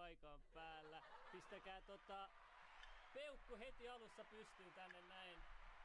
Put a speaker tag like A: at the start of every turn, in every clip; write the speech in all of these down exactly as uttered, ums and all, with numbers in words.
A: paikan päällä. Pistäkää tota peukku heti alussa pystyyn tänne näin.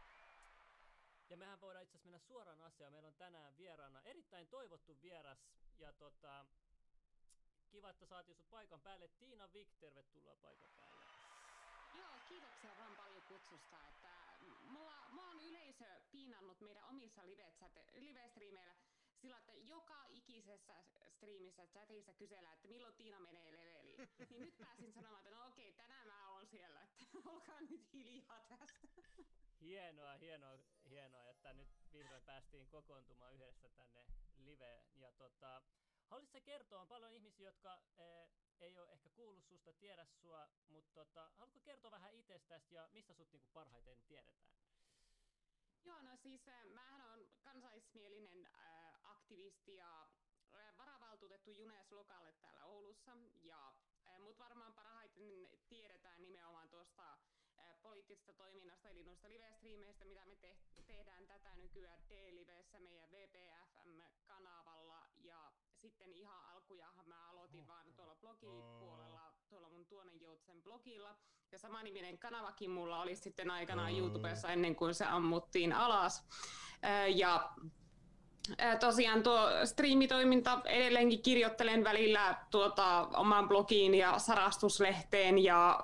A: Ja mehän voidaan itse asiassa mennä suoraan asiaan. Meillä on tänään vieraana erittäin toivottu vieras. Ja tota, kiva, että saatiin sut paikan päälle. Tiina Vik, tervetuloa paikan päälle.
B: Joo, kiitoksia vaan paljon kutsusta. Että mulla, mulla on yleisö piinannut meidän omissa live-striimeillä sillä, että joka ikisessä striimissä chatissa kysellään, että milloin Tiina menee leveliin. Niin nyt pääsin sanomaan, että no okei, tänään mä oon siellä, että olkaa nyt hiljaa tästä.
A: Hienoa, hienoa, hienoa, että nyt vihdoin päästiin kokoontumaan yhdessä tänne liveen. Ja tota, haluaisitko kertoa, on paljon ihmisiä, jotka eh, ei ole ehkä kuullut susta, tiedä sua, mutta tota, haluatko kertoa vähän itsestäsi ja mistä sut niinku parhaiten tiedetään?
B: Joo, no siis mähän on kansallismielinen äh, aktivisti ja äh, varavaltuutettu Junes Lokalle täällä Oulussa. Ja äh, mut varmaan parhaiten tiedetään nimenomaan tuosta äh, poliittisesta toiminnasta, eli noista live-striimeistä, mitä me te- tehdään tätä nykyään D-livessä meidän V P F M-kanavalla. Ja sitten ihan alkujahan mä aloitin vaan tuolla blogipuolella, tuolla mun Tuonenjoutsen blogilla. Ja samaniminen kanavakin mulla oli sitten aikanaan YouTubessa ennen kuin se ammuttiin alas. Ja tosiaan tuo striimitoiminta edelleenkin kirjoittelen välillä tuota omaan blogiin ja Sarastuslehteen ja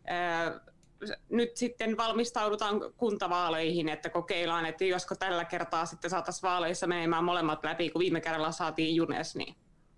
B: nyt sitten valmistaudutaan kuntavaaleihin, että kokeillaan, että josko tällä kertaa sitten saataisiin vaaleissa menemään molemmat läpi, kun viime kerralla saatiin Junes. Niin.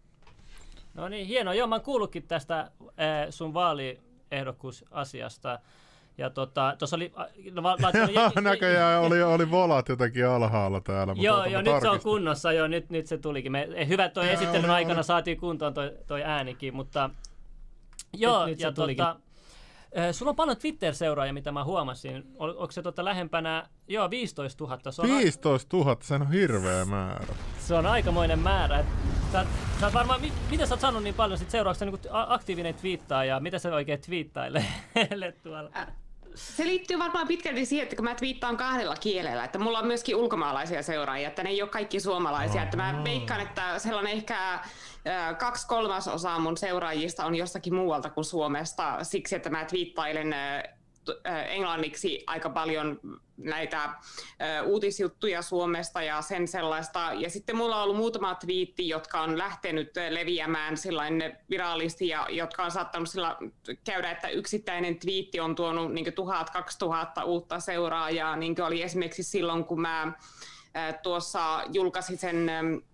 A: No niin, hienoa. Joo, mä oon kuullutkin tästä sun vaaliehdokkuusasiasta. Ja tota, tuossa oli... No, va, va,
C: näköjään oli, oli volat jotenkin alhaalla täällä.
A: Joo, joo nyt se on kunnossa, joo, nyt, nyt se tulikin. Me, hyvä, toi esittelyn aikana saatiin kuntoon toi, toi äänikin, mutta... Joo, nyt, nyt ja se tulikin. Tota, sulla on paljon Twitter-seuraajia, mitä mä huomasin. Ol, onko se tota lähempänä? Joo, viisitoistatuhatta. Se on
C: viisitoistatuhatta, se on hirveä määrä.
A: Se on aikamoinen määrä. Sä, sä oot varmaan, mit, mitä sä oot sanonut niin paljon sit seuraavaksi niin aktiivinen twiittaaja? Mitä sä oikein twiittailee tuolla?
B: Se liittyy varmaan pitkälti siihen, että kun mä twiittaan kahdella kielellä, että mulla on myöskin ulkomaalaisia seuraajia, että ne ei ole kaikki suomalaisia. Oh, että mä veikkaan, että sellainen ehkä kaksi kolmasosaa mun seuraajista on jostakin muualta kuin Suomesta, siksi että mä twiittailen englanniksi aika paljon näitä uutisjuttuja Suomesta ja sen sellaista. Ja sitten mulla on ollut muutama twiitti, jotka on lähtenyt leviämään sillain viraalisti ja jotka on saattanut sillä käydä, että yksittäinen twiitti on tuonut niin tuhat, kaksituhatta uutta seuraajaa, niin kuin oli esimerkiksi silloin, kun mä tuossa julkaisin sen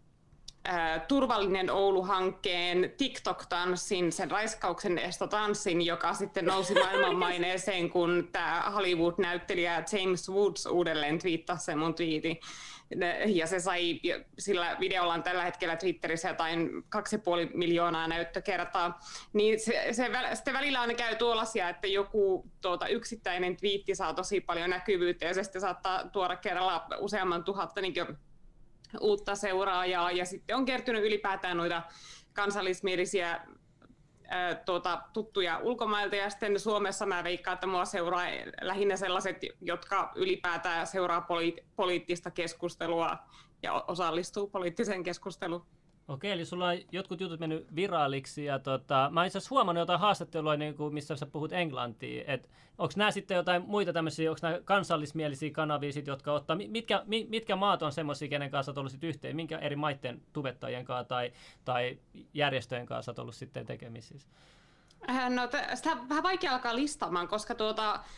B: Turvallinen Oulu-hankkeen TikTok-tanssin, sen raiskauksen estotanssin, joka sitten nousi maailmanmaineeseen, kun tämä Hollywood-näyttelijä James Woods uudelleen twiittasi sen mun twiitin. Ja se sai, sillä videolla on tällä hetkellä Twitterissä jotain kaksi ja puoli miljoonaa näyttökertaa. Niin se, se, sitten välillä aina käy tuollaisia, että joku tuota, yksittäinen twiitti saa tosi paljon näkyvyyttä ja se sitten saattaa tuoda kerralla useamman tuhatta niin uutta seuraajaa, ja sitten on kertynyt ylipäätään noita kansallismielisiä ää, tuota, tuttuja ulkomailta, ja sitten Suomessa mä veikkaan, että mua seuraa lähinnä sellaiset, jotka ylipäätään seuraa poli- poliittista keskustelua ja osallistuu poliittiseen keskusteluun.
A: Okei, eli sulla on jotkut jutut mennyt viraaliksi, ja tota, mä oon itse asiassa huomannut jotain haastattelua, niin kuin, missä sä puhut englantia. Onko nämä sitten jotain muita tämmöisiä, onko nämä kansallismielisiä kanavia, sit, jotka ottaa, mitkä, mitkä maat on semmoisia, kenen kanssa olet ollut sit yhteen, minkä eri maiden tubettajien kanssa tai, tai järjestöjen kanssa olet ollut sitten tekemisissä?
B: No, sitä on vähän vaikea alkaa listaamaan, koska tuota, äh,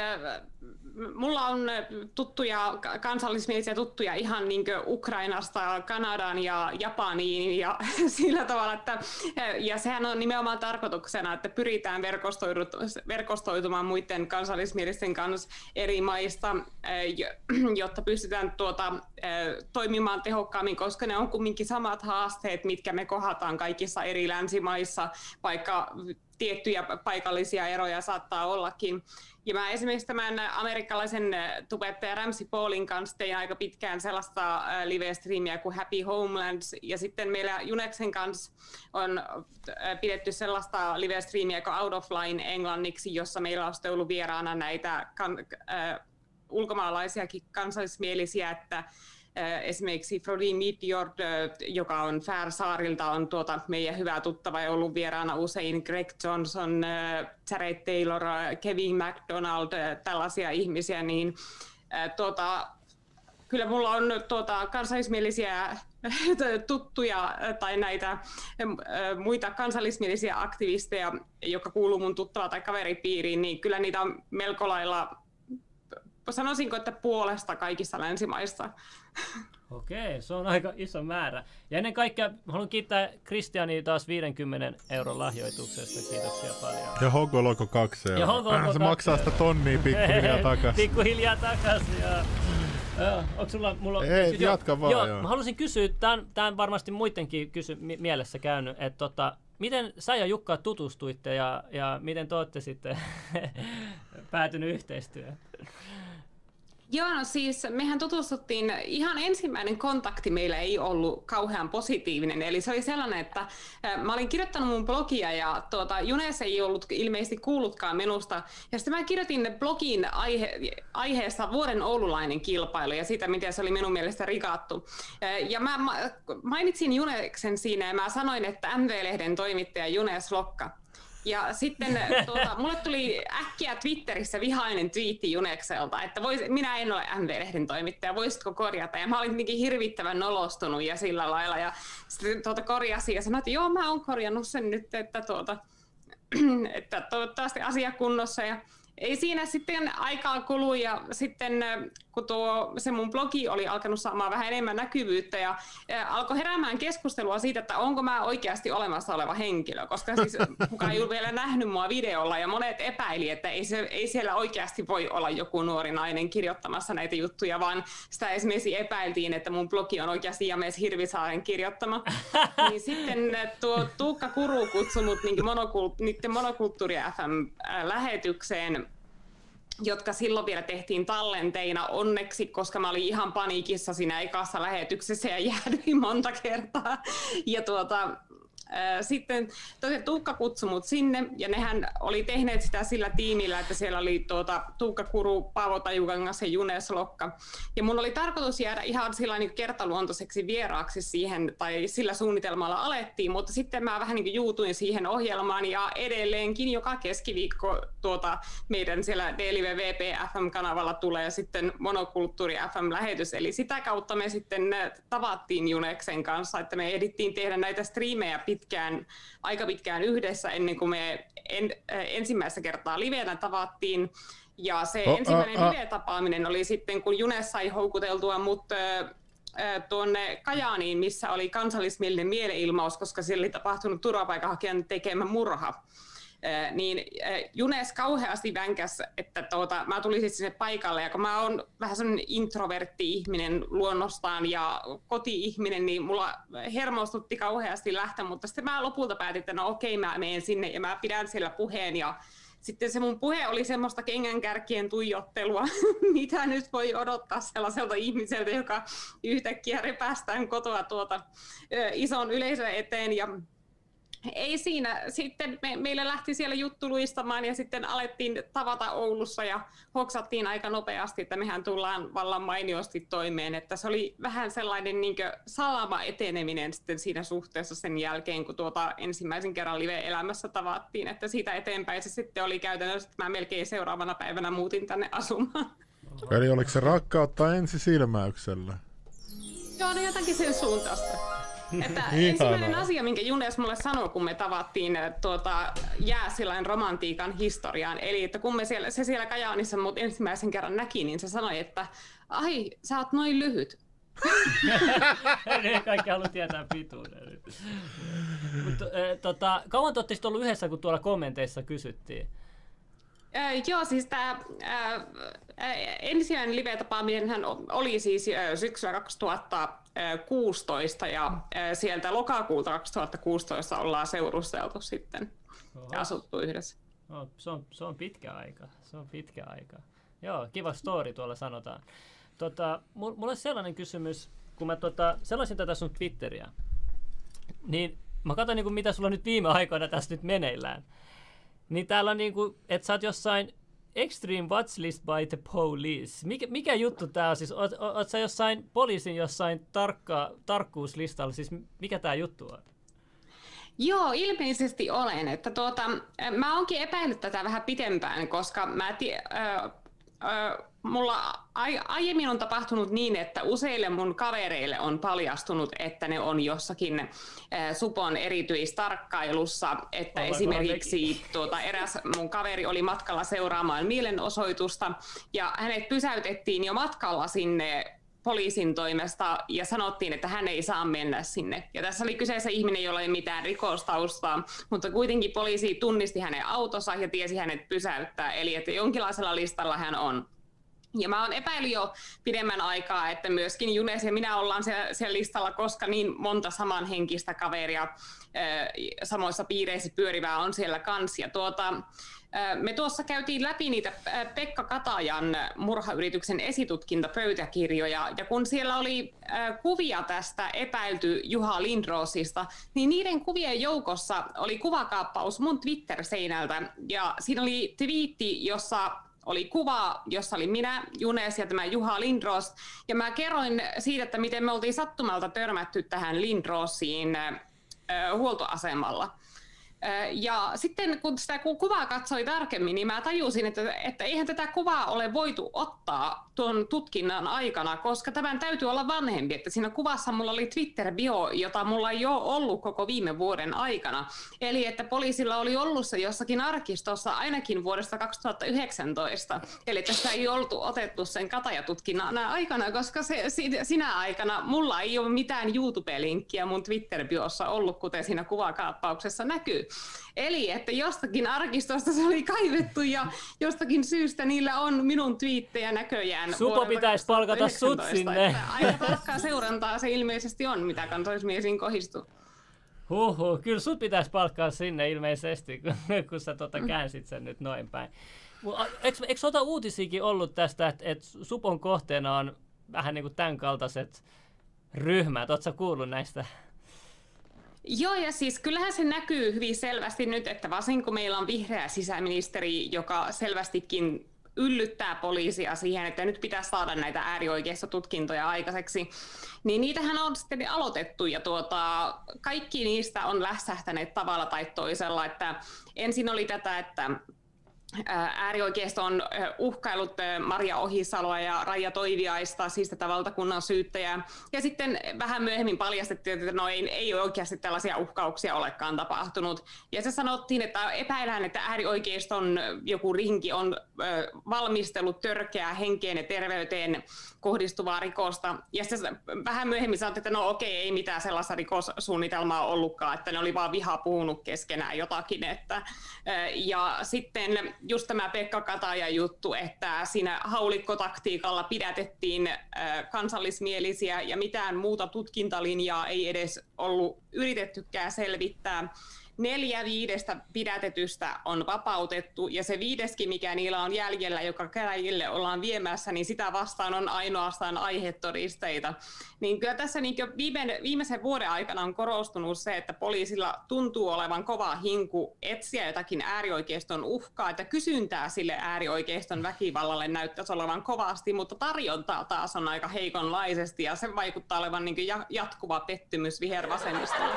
B: mulla on tuttuja, kansallismielisiä tuttuja ihan niin kuin Ukrainasta, Kanadaan ja Japaniin ja sillä tavalla, että ja sehän on nimenomaan tarkoituksena, että pyritään verkostoitumaan muiden kansallismielisten kanssa eri maista, äh, jotta pystytään tuota, äh, toimimaan tehokkaammin, koska ne on kumminkin samat haasteet, mitkä me kohdataan kaikissa eri länsimaissa, vaikka tiettyjä paikallisia eroja saattaa ollakin. Ja mä esimerkiksi tämän amerikkalaisen tubettaja Ramsey Paulin kanssa tein aika pitkään sellaista live-striimiä kuin Happy Homelands. Ja sitten meillä Juneksen kanssa on pidetty sellaista live-striimiä kuin Out of Line englanniksi, jossa meillä on sitten ollut vieraana näitä kan- äh, ulkomaalaisiakin kansallismielisiä, että Esimerkiksi Frodi Midjord, joka on Färsaarilta, on tuota meidän hyvä tuttava ja ollut vieraana usein. Greg Johnson, Jared Taylor, Kevin MacDonald, tällaisia ihmisiä. Niin, tuota, kyllä mulla on tuota, kansallismielisiä tuttuja tai näitä muita kansallismielisiä aktivisteja, jotka kuuluu mun tuttava- tai kaveripiiriin, niin kyllä niitä on melko lailla, sanoisinko, että puolesta kaikissa länsimaissa.
A: Okei, se on aika iso määrä. Ja ennen kaikkea haluan kiittää Kristiania taas viidenkymmenen euron lahjoituksesta. Kiitoksia paljon.
C: Ja Hogoloko kaksi euroa.
A: Ja Hogoloko
C: Se
A: kaksi
C: maksaa sitä tonnia pikkuhiljaa takaisin.
A: Pikkuhiljaa takaisin, joo. Joo, onko sulla, mulla,
C: Ei,
A: siis,
C: jatka
A: joo,
C: vaan,
A: joo,
C: joo.
A: Mä halusin kysyä, tämä on varmasti muidenkin kysy, mielessä käynyt, että tota, miten sä ja Jukka tutustuitte ja, ja miten te olette sitten päätynyt yhteistyöhön?
B: Joo, no siis mehän tutustuttiin, ihan ensimmäinen kontakti meillä ei ollut kauhean positiivinen, eli se oli sellainen, että mä olin kirjoittanut mun blogia ja tuota, Junes ei ollut ilmeisesti kuullutkaan minusta, ja sitten mä kirjoitin blogin aihe, aiheessa vuoden oululainen kilpailu ja siitä, miten se oli minun mielestä rikattu. Ja mä mainitsin Juneksen siinä ja mä sanoin, että M V-lehden toimittaja Junes Lokka. Ja sitten tuota, mulle tuli äkkiä Twitterissä vihainen twiitti Junekselta, että vois, minä en ole M V-lehden toimittaja, voisitko korjata? Ja mä olin tietenkin hirvittävän nolostunut ja sillä lailla. Ja sitten tuota korjasin ja sanoin, että joo, mä oon korjannut sen nyt, että, tuota, että toivottavasti asia kunnossa. Ja ei siinä sitten aikaa kulu ja sitten kun tuo, se mun blogi oli alkanut saamaan vähän enemmän näkyvyyttä ja, ja alkoi heräämään keskustelua siitä, että onko mä oikeasti olemassa oleva henkilö, koska siis kukaan ei ole vielä nähnyt mua videolla ja monet epäili, että ei, se, ei siellä oikeasti voi olla joku nuori nainen kirjoittamassa näitä juttuja, vaan sitä esimerkiksi epäiltiin, että mun blogi on oikeasti James Hirvisaaren kirjoittama. Niin sitten tuo Tuukka Kuru kutsui mut niin monokult, niiden Monokulttuuri F M-lähetykseen, jotka silloin vielä tehtiin tallenteina onneksi, koska mä olin ihan paniikissa siinä ekassa lähetyksessä ja jäädyin monta kertaa. Ja tuota, ää, sitten tosiaan Tuukka kutsui mut sinne ja nehän oli tehneet sitä sillä tiimillä, että siellä oli tuota, Tuukka Kuru, Paavo Tajukangas ja Junes Lokka. Ja mun oli tarkoitus jäädä ihan sillä niin kertaluontoiseksi vieraaksi siihen, tai sillä suunnitelmalla alettiin, mutta sitten mä vähän niin kuin juutuin siihen ohjelmaan ja edelleenkin joka keskiviikko tuota, meidän siellä D L V V P F M-kanavalla tulee sitten Monokulttuuri F M-lähetys, eli sitä kautta me sitten tavattiin Juneksen kanssa, että me ehdittiin tehdä näitä striimejä pitkään, aika pitkään yhdessä ennen kuin me en, äh, ensimmäistä kertaa livenä tavattiin. Ja se oh, ensimmäinen oh, oh. live-tapaaminen oli sitten, kun Junes sai houkuteltua mut äh, tuonne Kajaaniin, missä oli kansallismielinen mielenilmaus, koska siellä oli tapahtunut turvapaikanhakijan tekemä murha. Äh, niin äh, Junes kauheasti vänkäs, että tuota, mä tulisin sinne paikalle, ja kun mä oon vähän sellainen introvertti ihminen luonnostaan ja koti-ihminen, niin mulla hermostutti kauheasti lähteä, mutta sitten mä lopulta päätin, että no okei, mä menen sinne ja mä pidän siellä puheen, ja sitten se mun puhe oli semmoista kengänkärkien tuijottelua, mitä nyt voi odottaa sellaiselta ihmiseltä, joka yhtäkkiä repästään kotoa tuota ö, ison yleisön eteen. Ja ei siinä. Sitten me, meillä lähti siellä juttu luistamaan ja sitten alettiin tavata Oulussa ja hoksattiin aika nopeasti, että mehän tullaan vallan mainiosti toimeen. Että se oli vähän sellainen niin kuin salama eteneminen sitten siinä suhteessa sen jälkeen, kun tuota ensimmäisen kerran live-elämässä tavattiin. Että siitä eteenpäin se sitten oli käytännössä, että mä melkein seuraavana päivänä muutin tänne asumaan.
C: Eli oliko se rakkautta ensisilmäyksellä?
B: Joo, no jotakin sen suuntaista. Että ensimmäinen asia, minkä Junes mulle sanoi, kun me tavattiin tuota, jää sillain romantiikan historiaan, eli että kun me siellä, se siellä Kajaanissa mut ensimmäisen kerran näki, niin se sanoi, että ai, sä oot noin lyhyt.
A: Kaikki haluaa tietää pituuden. Mut, äh, tota, kauan te ootte ollut yhdessä, kun tuolla kommenteissa kysyttiin?
B: Äh, joo, siis tämä äh, ensimmäinen live-tapaaminenhan oli siis äh, syksyllä kaksituhattakuusitoista ja äh, sieltä lokakuulta kaksituhattakuusitoista ollaan seurusteltu sitten. Oho. Ja asuttu yhdessä.
A: No, se, on, se on pitkä aika, se on pitkä aika. Joo, kiva story tuolla sanotaan. Tota, mulla on sellainen kysymys, kun mä tota, sellaisin tätä sun Twitteriä, niin mä katson niin mitä sulla nyt viime aikoina tässä nyt meneillään. Niin täällä on niinku, että sä oot jossain Extreme Watchlist by the Police. Mikä, mikä juttu tää on? Siis, oot, oot sä jossain poliisin jossain tarkka, tarkkuuslistalla? Siis mikä tää juttu on?
B: Joo, ilmeisesti olen. Että tuota, mä oonkin epäillyt tätä vähän pitempään, koska mä tie, äh, äh, mulla ai, aiemmin on tapahtunut niin, että useille mun kavereille on paljastunut, että ne on jossakin äh, Supon erityistarkkailussa, että Ollaanko esimerkiksi tuota, eräs mun kaveri oli matkalla seuraamaan mielenosoitusta ja hänet pysäytettiin jo matkalla sinne poliisin toimesta ja sanottiin, että hän ei saa mennä sinne. Ja tässä oli kyseessä ihminen, jolla ei mitään rikostaustaa, mutta kuitenkin poliisi tunnisti hänen autonsa ja tiesi hänet pysäyttää, eli että jonkinlaisella listalla hän on. Ja mä oon epäillyt jo pidemmän aikaa, että myöskin Junes ja minä ollaan siellä, siellä listalla, koska niin monta samanhenkistä kaveria äh, samoissa piireissä pyörivää on siellä kans. Ja tuota, äh, me tuossa käytiin läpi niitä äh, Pekka Katajan murhayrityksen esitutkintapöytäkirjoja, ja kun siellä oli äh, kuvia tästä epäilty Juha Lindroosista, niin niiden kuvien joukossa oli kuvakaappaus mun Twitter-seinältä, ja siinä oli twiitti, jossa oli kuva, jossa oli minä, Junes ja tämä Juha Lindroos. Ja mä kerroin siitä, että miten me oltiin sattumalta törmätty tähän Lindroosiin äh, huoltoasemalla. Äh, ja sitten kun sitä kuvaa katsoi tarkemmin, niin mä tajusin, että, että eihän tätä kuvaa ole voitu ottaa tuon tutkinnan aikana, koska tämän täytyy olla vanhempi. Että siinä kuvassa mulla oli Twitter-bio, jota mulla ei ole ollut koko viime vuoden aikana. Eli että poliisilla oli ollut se jossakin arkistossa ainakin vuodesta kaksituhattayhdeksäntoista. Eli tässä ei oltu otettu sen Kataja-tutkinnan aikana, koska se, sinä aikana mulla ei ole mitään YouTube-linkkiä mun Twitter-biossa ollut, kuten siinä kuvakaappauksessa näkyy. Eli että jostakin arkistosta se oli kaivettu ja jostakin syystä niillä on minun twiittejä näköjään.
A: Supo pitäisi palkata sut sinne.
B: Aika tarkkaa seurantaa se ilmeisesti on, mitä kansallismiesiin kohdistuu.
A: Huhhuh, kyllä sut pitäisi palkkaa sinne ilmeisesti, kun, kun sä tota käänsit sen nyt noin päin. Eikö, eikö ota uutisiakin ollut tästä, että, että Supon kohteena on vähän niin kuin tämän kaltaiset ryhmät? Ootko sä kuullut näistä?
B: Joo, ja siis kyllähän se näkyy hyvin selvästi nyt, että varsinkin kun meillä on vihreä sisäministeri, joka selvästikin yllyttää poliisia siihen, että nyt pitää saada näitä äärioikeistotutkintoja aikaiseksi, niin niitähän on sitten aloitettu, ja tuota, kaikki niistä on lässähtäneet tavalla tai toisella, että ensin oli tätä, että äärioikeisto on uhkailut Maria Ohisaloa ja Raija Toiviaista, siis tätä valtakunnan syyttäjää. Ja sitten vähän myöhemmin paljastettiin, että no ei, ei oikeasti tällaisia uhkauksia olekaan tapahtunut. Ja se sanottiin, että epäillään, että äärioikeiston joku rinki on valmistellut törkeää henkeen ja terveyteen kohdistuvaa rikosta. Ja sitten vähän myöhemmin sanottiin, että no okei, ei mitään sellaista rikossuunnitelmaa ollutkaan, että ne oli vaan viha puhunut keskenään jotakin. Että, ja sitten just tämä Pekka Katajan juttu, että siinä haulikkotaktiikalla pidätettiin kansallismielisiä ja mitään muuta tutkintalinjaa ei edes ollut yritettykään selvittää. Neljä viidestä pidätetystä on vapautettu, ja se viideskin, mikä niillä on jäljellä, joka käräjille ollaan viemässä, niin sitä vastaan on ainoastaan aihetodisteita. Niin kyllä tässä niin viime, viimeisen vuoden aikana on korostunut se, että poliisilla tuntuu olevan kova hinku etsiä jotakin äärioikeiston uhkaa, että kysyntää sille äärioikeiston väkivallalle näyttäisi olevan kovasti, mutta tarjontaa taas on aika heikonlaisesti, ja se vaikuttaa olevan niin jatkuva pettymys vihervasemmistolle.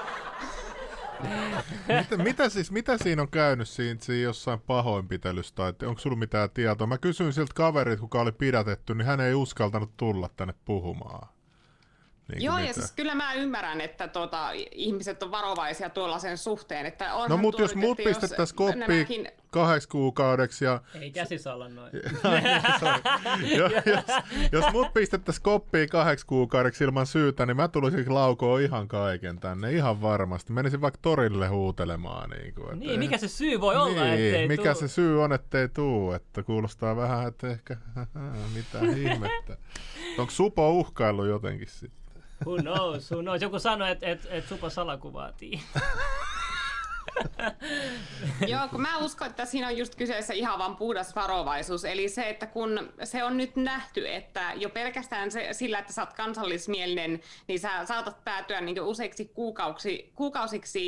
C: mitä, mitä, siis, mitä siinä on käynyt siinä, siinä jossain pahoinpitelyssä, tai onko sulla mitään tietoa? Mä kysyin siltä kaverit, kuka oli pidätetty, niin hän ei uskaltanut tulla tänne puhumaan. Niin
B: Joo,
C: mitä?
B: ja siis kyllä mä ymmärrän, että tuota, ihmiset on varovaisia tuolla sen suhteen. Että
C: no mutta jos mut pistettäisiin koppiin nämäkin kahdeksi kuukaudeksi ja...
A: Ei käsissä olla noin.
C: jos, jos, jos mut pistettäisiin koppiin kahdeksi kuukaudeksi ilman syytä, niin mä tulisin laukoon ihan kaiken tänne, ihan varmasti. Menisin vaikka torille huutelemaan. Niin, kuin,
A: niin mikä se syy voi olla, niin, ettei
C: mikä
A: tuu.
C: se syy on, ettei tuu, että kuulostaa vähän, että ehkä mitään ihmettä. Onko Supo uhkaillut jotenkin sitten?
A: Who knows, who knows. Joku sanoi, että et, et Supo salakuvaatiin.
B: Joo, kun mä uskon, että siinä on just kyseessä ihan vaan puhdas varovaisuus. Eli se, että kun se on nyt nähty, että jo pelkästään se, sillä, että sä oot kansallismielinen, niin sä saatat päätyä niin useiksi kuukausi, kuukausiksi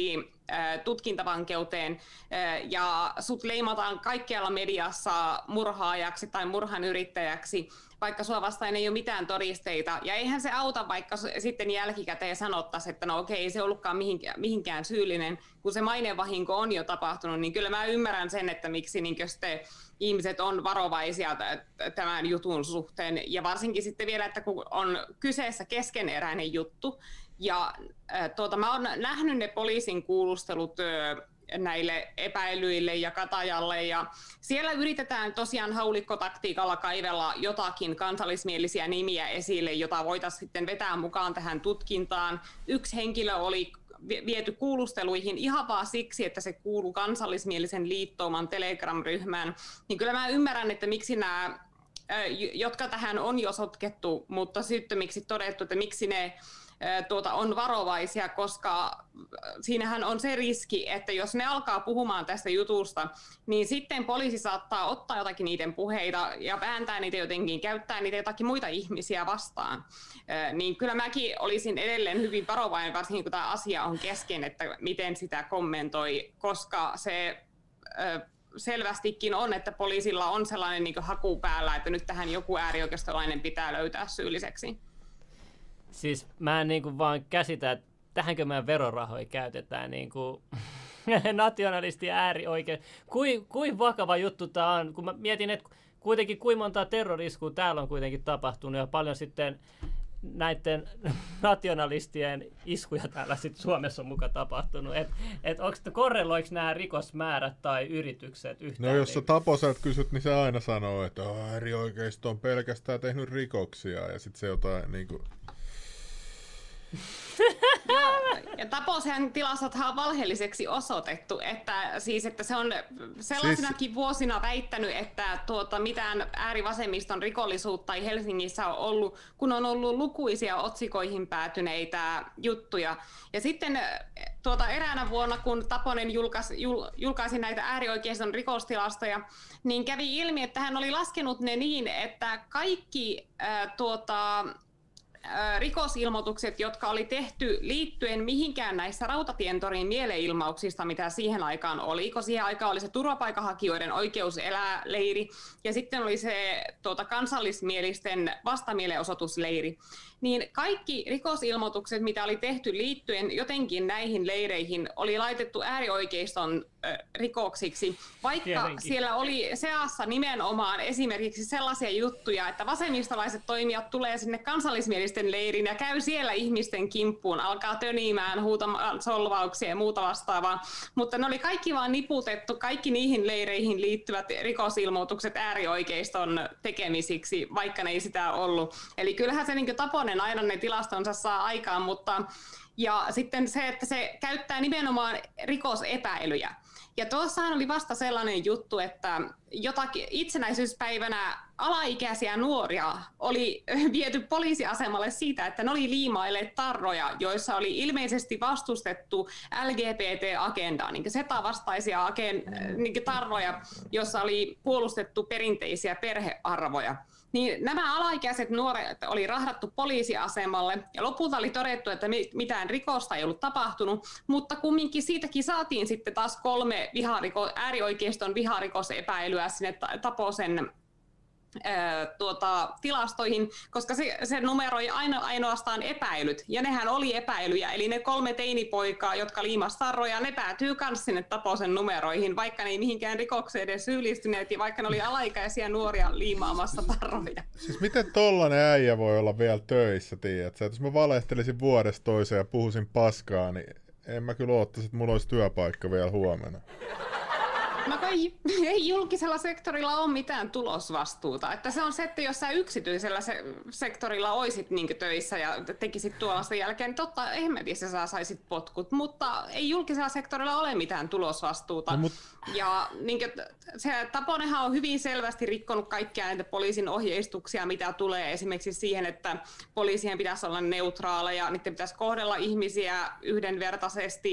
B: tutkintavankeuteen ja sut leimataan kaikkialla mediassa murhaajaksi tai murhan yrittäjäksi, vaikka sua vastaan ei ole mitään todisteita. Ja eihän se auta, vaikka sitten jälkikäteen sanottaisiin, että no okei, ei se ollutkaan mihinkään, mihinkään syyllinen, kun se mainevahinko on jo tapahtunut, niin kyllä mä ymmärrän sen, että miksi niin sitten ihmiset on varovaisia tämän jutun suhteen. Ja varsinkin sitten vielä, että kun on kyseessä keskeneräinen juttu, ja tuota, mä oon nähnyt ne poliisin kuulustelut näille epäilyille ja Katajalle, ja siellä yritetään tosiaan haulikkotaktiikalla kaivella jotakin kansallismielisiä nimiä esille, jota voitaisiin sitten vetää mukaan tähän tutkintaan. Yksi henkilö oli viety kuulusteluihin ihan vaan siksi, että se kuuluu kansallismielisen liittouman Telegram-ryhmään, niin kyllä mä ymmärrän, että miksi nämä, jotka tähän on jo sotkettu, mutta syyttömiksi todettu, että miksi ne Tuota, on varovaisia, koska siinähän on se riski, että jos ne alkaa puhumaan tästä jutusta, niin sitten poliisi saattaa ottaa jotakin niiden puheita ja vääntää niitä jotenkin, käyttää niitä jotakin muita ihmisiä vastaan. Niin kyllä mäkin olisin edelleen hyvin varovainen, varsinkin kun tämä asia on kesken, että miten sitä kommentoi, koska se selvästikin on, että poliisilla on sellainen niin kuin haku päällä, että nyt tähän joku äärioikeistolainen pitää löytää syylliseksi.
A: Siis mä en niin kuin vaan käsitä, että tähänkö meidän verorahoja käytetään niin kuin nationalisti äärioikein. Kuin, kuin vakava juttu tämä on, kun mä mietin, että kuitenkin kuinka monta terroriskua täällä on kuitenkin tapahtunut ja paljon sitten näiden nationalistien iskuja täällä sitten Suomessa on mukaan tapahtunut. Että et, et korreloiko nämä rikosmäärät tai yritykset yhtään?
C: No jos sä Taposelta kysyt, niin se aina sanoo, että äärioikeisto on pelkästään tehnyt rikoksia ja sitten se jotain niin kuin...
B: Ja, ja Taposen tilastothan on valheelliseksi osoitettu, että, siis, että se on sellaisinakin siis... vuosina väittänyt, että tuota, mitään äärivasemmiston rikollisuutta ei Helsingissä ole ollut, kun on ollut lukuisia otsikoihin päätyneitä juttuja. Ja sitten tuota, eräänä vuonna, kun Taponen julkaisi, jul, julkaisi näitä äärioikeiston rikostilastoja, niin kävi ilmi, että hän oli laskenut ne niin, että kaikki äh, tuota, rikosilmoitukset, jotka oli tehty liittyen mihinkään näissä Rautatientorin mielenilmauksista, mitä siihen aikaan oli, kun siihen aikaan oli se turvapaikanhakijoiden oikeus elää -leiri, ja sitten oli se tuota, kansallismielisten vastamielenosoitusleiri, niin kaikki rikosilmoitukset, mitä oli tehty liittyen jotenkin näihin leireihin, oli laitettu äärioikeiston äh, rikoksiksi, vaikka Tietenkin. Siellä oli seassa nimenomaan esimerkiksi sellaisia juttuja, että vasemmistolaiset toimijat tulee sinne kansallismielisten leirin ja käy siellä ihmisten kimppuun, alkaa tönimään, huutamaan solvauksia ja muuta vastaavaa, mutta ne oli kaikki vaan niputettu, kaikki niihin leireihin liittyvät rikosilmoitukset äärioikeiston tekemisiksi, vaikka ne ei sitä ollut. Eli kyllähän se niin Taponen aina ne tilastonsa saa aikaan, mutta ja sitten se, että se käyttää nimenomaan rikosepäilyjä. Ja tuossahan oli vasta sellainen juttu, että jotakin itsenäisyyspäivänä alaikäisiä nuoria oli viety poliisiasemalle siitä, että ne oli liimailleet tarroja, joissa oli ilmeisesti vastustettu L G B T-agendaa, niin seta-vastaisia agen- niin tarroja, joissa oli puolustettu perinteisiä perhearvoja. Niin nämä alaikäiset nuoret oli rahdattu poliisiasemalle ja lopulta oli todettu, että mitään rikosta ei ollut tapahtunut, mutta kumminkin siitäkin saatiin sitten taas kolme vihariko, äärioikeiston viharikosepäilyä sinne Taposen ää, tuota, tilastoihin, koska se, se numeroi aino, ainoastaan epäilyt, ja nehän oli epäilyjä, eli ne kolme teinipoikaa, jotka liimas tarroja, ne päätyy myös sinne Taposen numeroihin, vaikka ne ei mihinkään rikokseen edes syyllistyneet, ja vaikka ne oli alaikäisiä nuoria liimaamassa tarroja.
C: Siis miten tollanen äijä voi olla vielä töissä, tiedätkö? Jos mä valehtelisin vuodesta toiseen ja puhuisin paskaa, niin en mä kyllä oottaisi, että mulla olisi työpaikka vielä huomenna.
B: No ei, ei julkisella sektorilla ole mitään tulosvastuuta. Että se on se, että jos sä yksityisellä se, sektorilla oisit niin töissä ja tekisit tuollaista jälkeen, niin totta hemmetissä sä saisit potkut, mutta ei julkisella sektorilla ole mitään tulosvastuuta. No, mut... Ja niin kuin, se Taponenhan on hyvin selvästi rikkonut kaikkia näitä poliisin ohjeistuksia, mitä tulee esimerkiksi siihen, että poliisien pitäisi olla neutraaleja, niiden pitäisi kohdella ihmisiä yhdenvertaisesti,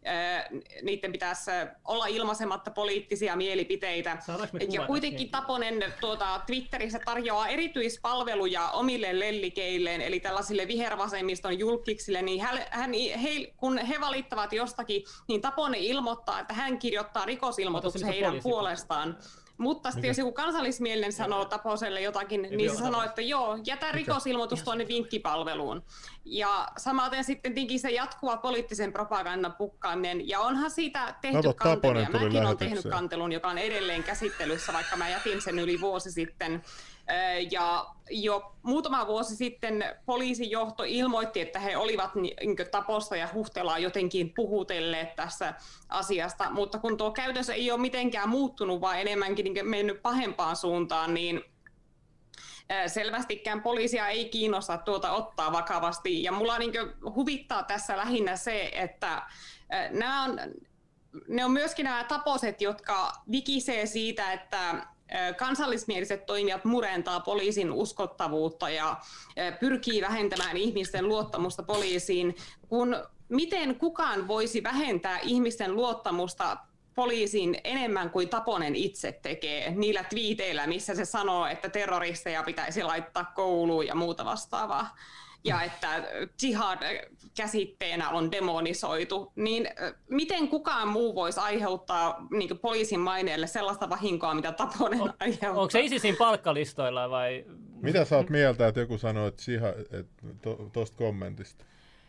B: niiden pitäisi olla ilmaisematta poliittisia mielipiteitä. Ja kuitenkin Taponen tuota, Twitterissä tarjoaa erityispalveluja omille lellikeilleen, eli tällaisille vihervasemmiston julkiksille, niin hän, hän, he, kun he valittavat jostakin, niin Taponen ilmoittaa, että hän kirjoittaa rikosilmoituksen heidän poliisi puolestaan. Mutta sitten jos joku kansallismielinen sanoo Taposelle jotakin, ei niin se sanoo, että joo, jätä rikosilmoitus tuonne vinkkipalveluun. Ja samaten sitten tinkin se jatkuva poliittisen propagandan pukkaaminen. Ja onhan siitä tehty
C: Kato,
B: kanteluja. Mäkin olen tehnyt kantelun, joka on edelleen käsittelyssä, vaikka mä jätin sen yli vuosi sitten. Ja jo muutama vuosi sitten poliisin johto ilmoitti, että he olivat niin Taposta ja Huhtelaa jotenkin puhutelleet tässä asiasta, mutta kun tuo käytös ei ole mitenkään muuttunut, vaan enemmänkin niin mennyt pahempaan suuntaan, niin selvästikään poliisia ei kiinnosta tuota ottaa vakavasti. Ja mulla niin huvittaa tässä lähinnä se, että nämä on, ne on myöskin nämä Taposet, jotka vikisee siitä, että kansallismieliset toimijat murentaa poliisin uskottavuutta ja pyrkii vähentämään ihmisten luottamusta poliisiin, kun miten kukaan voisi vähentää ihmisten luottamusta poliisiin enemmän kuin Taponen itse tekee niillä twiiteillä, missä se sanoo, että terroristeja pitäisi laittaa kouluun ja muuta vastaavaa. Ja että jihad käsitteenä on demonisoitu, niin miten kukaan muu voisi aiheuttaa niin poliisin maineelle sellaista vahinkoa, mitä Taponen on, aiheuttaa?
A: Onko se ISISin palkkalistoilla vai?
C: Mitä sä oot mieltä, että joku sanoo, että jihad, tuosta to, kommentista?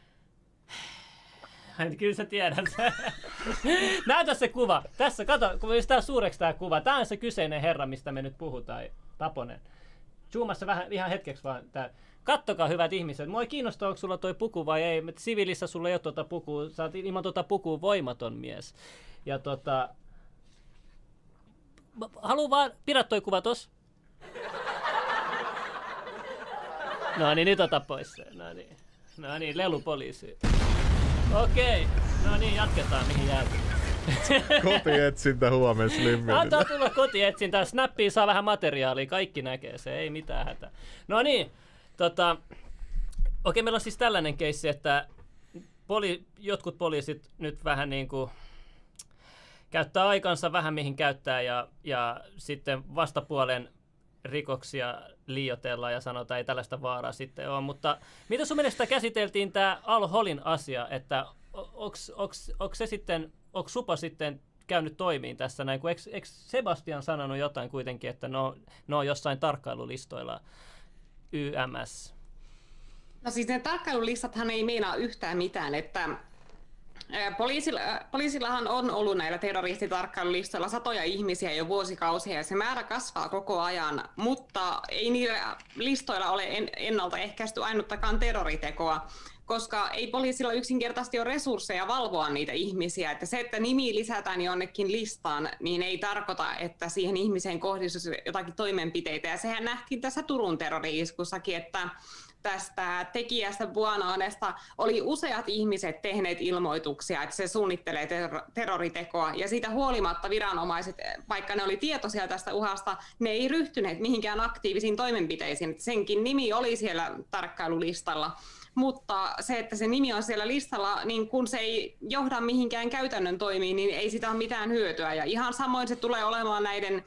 A: Kyllä sä tiedät. Näytä se kuva. Tässä, kato, kun tää suureksi tää kuva. Tää on se kyseinen herra, mistä me nyt puhutaan, Taponen. Zoomassa vähän ihan hetkeksi vaan tää. Kattokaa hyvät ihmiset, mua ei kiinnosta, onko sulla toi puku vai ei. Siviilissä sulla ei ole tuota pukua, sä oot ilman tuota pukua voimaton mies. Ja tota... Haluan vaan, pidä toi kuva tossa. No niin, nyt ota pois se. No niin, no niin, lelupoliisi. Okei, no niin, jatketaan mihin jälkeen.
C: Kotietsintä huomenna Slimmille.
A: Antaa tulla kotietsintä, Snappiin saa vähän materiaalia, kaikki näkee se, ei mitään hätää. No niin. Tota, okei, meillä on siis tällainen keissi, että poli, jotkut poliisit nyt vähän niin kuin käyttää aikansa vähän mihin käyttää ja, ja sitten vastapuolen rikoksia liioitellaan ja sanotaan, että ei tällaista vaaraa sitten ole. Mutta mitä sun mielestä käsiteltiin tämä Al-Holin asia, että onko se sitten, onko Supo sitten käynyt toimiin tässä näin, kun eikö Sebastian sanonut jotain kuitenkin, että ne on, ne on jossain tarkkailulistoilla Y M S?
B: No siis ne tarkkailulistathan ei meinaa yhtään mitään, että poliisilla, poliisillahan on ollut näillä terroristitarkkailulistoilla satoja ihmisiä jo vuosikausia ja se määrä kasvaa koko ajan, mutta ei niillä listoilla ole ennaltaehkäisty ainuttakaan terroritekoa, koska ei poliisilla yksinkertaisesti ole resursseja valvoa niitä ihmisiä. Että se, että nimi lisätään jonnekin listaan, niin ei tarkoita, että siihen ihmiseen kohdistuisi jotakin toimenpiteitä. Ja sehän nähtiin tässä Turun terrori-iskussakin, että tästä tekijästä Buonanesta oli useat ihmiset tehneet ilmoituksia, että se suunnittelee ter- terroritekoa. Ja siitä huolimatta viranomaiset, vaikka ne oli tietoisia tästä uhasta, ne ei ryhtyneet mihinkään aktiivisiin toimenpiteisiin. Että senkin nimi oli siellä tarkkailulistalla. Mutta se, että se nimi on siellä listalla, niin kun se ei johda mihinkään käytännön toimiin, niin ei sitä ole mitään hyötyä. Ja ihan samoin se tulee olemaan näiden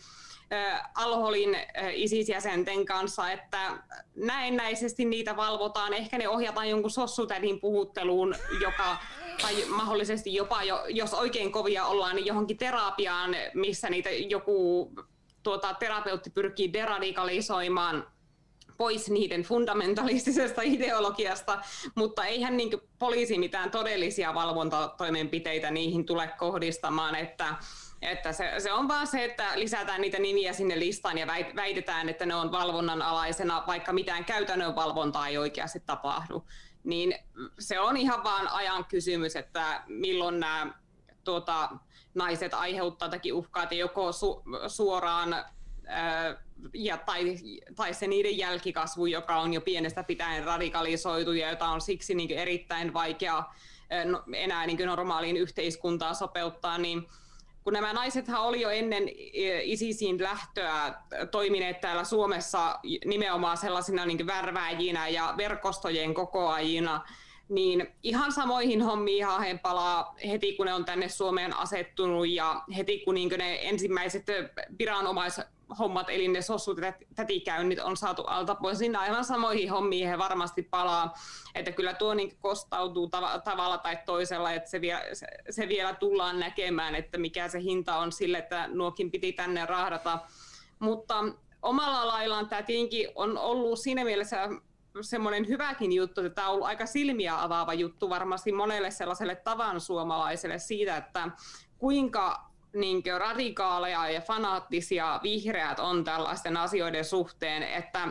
B: Al-Holin ISIS-jäsenten kanssa, että näennäisesti niitä valvotaan. Ehkä ne ohjataan jonkun sossutädin puhutteluun, joka, tai mahdollisesti jopa, jo, jos oikein kovia ollaan, niin johonkin terapiaan, missä niitä joku tuota, terapeutti pyrkii deradikalisoimaan pois niiden fundamentalistisesta ideologiasta, mutta eihän niin kuin poliisi mitään todellisia valvontatoimenpiteitä niihin tule kohdistamaan, että Että se, se on vaan se, että lisätään niitä nimiä sinne listaan ja väitetään, että ne on valvonnan alaisena, vaikka mitään käytännön valvontaa ei oikeasti tapahdu. Niin se on ihan vaan ajan kysymys, että milloin nämä tuota, naiset aiheuttaa jotakin uhkaa, että joko su, suoraan ää, ja, tai, tai se niiden jälkikasvu, joka on jo pienestä pitäen radikalisoitu ja jota on siksi niin kuin erittäin vaikea ää, enää niin kuin normaaliin yhteiskuntaan sopeuttaa, niin kun nämä naisethan oli jo ennen ISISin lähtöä toimineet täällä Suomessa nimenomaan sellaisina niin kuin värvääjinä ja verkostojen kokoajina, niin ihan samoihin hommiin he palaa heti, kun ne on tänne Suomeen asettunut ja heti, kun niin ne ensimmäiset viranomaishommat, eli ne sossut ja tätikäynnit on saatu alta pois, niin aivan samoihin hommiin he varmasti palaa. Että kyllä tuo niin kostautuu tav- tavalla tai toisella, että se, vie, se, se vielä tullaan näkemään, että mikä se hinta on sille, että nuokin piti tänne rahdata. Mutta omalla laillaan tämä tietenkin on ollut siinä mielessä semmoinen hyväkin juttu, että tämä on ollut aika silmiä avaava juttu varmasti monelle sellaiselle tavan suomalaiselle siitä, että kuinka niin kuin radikaaleja ja fanaattisia vihreät on tällaisten asioiden suhteen, että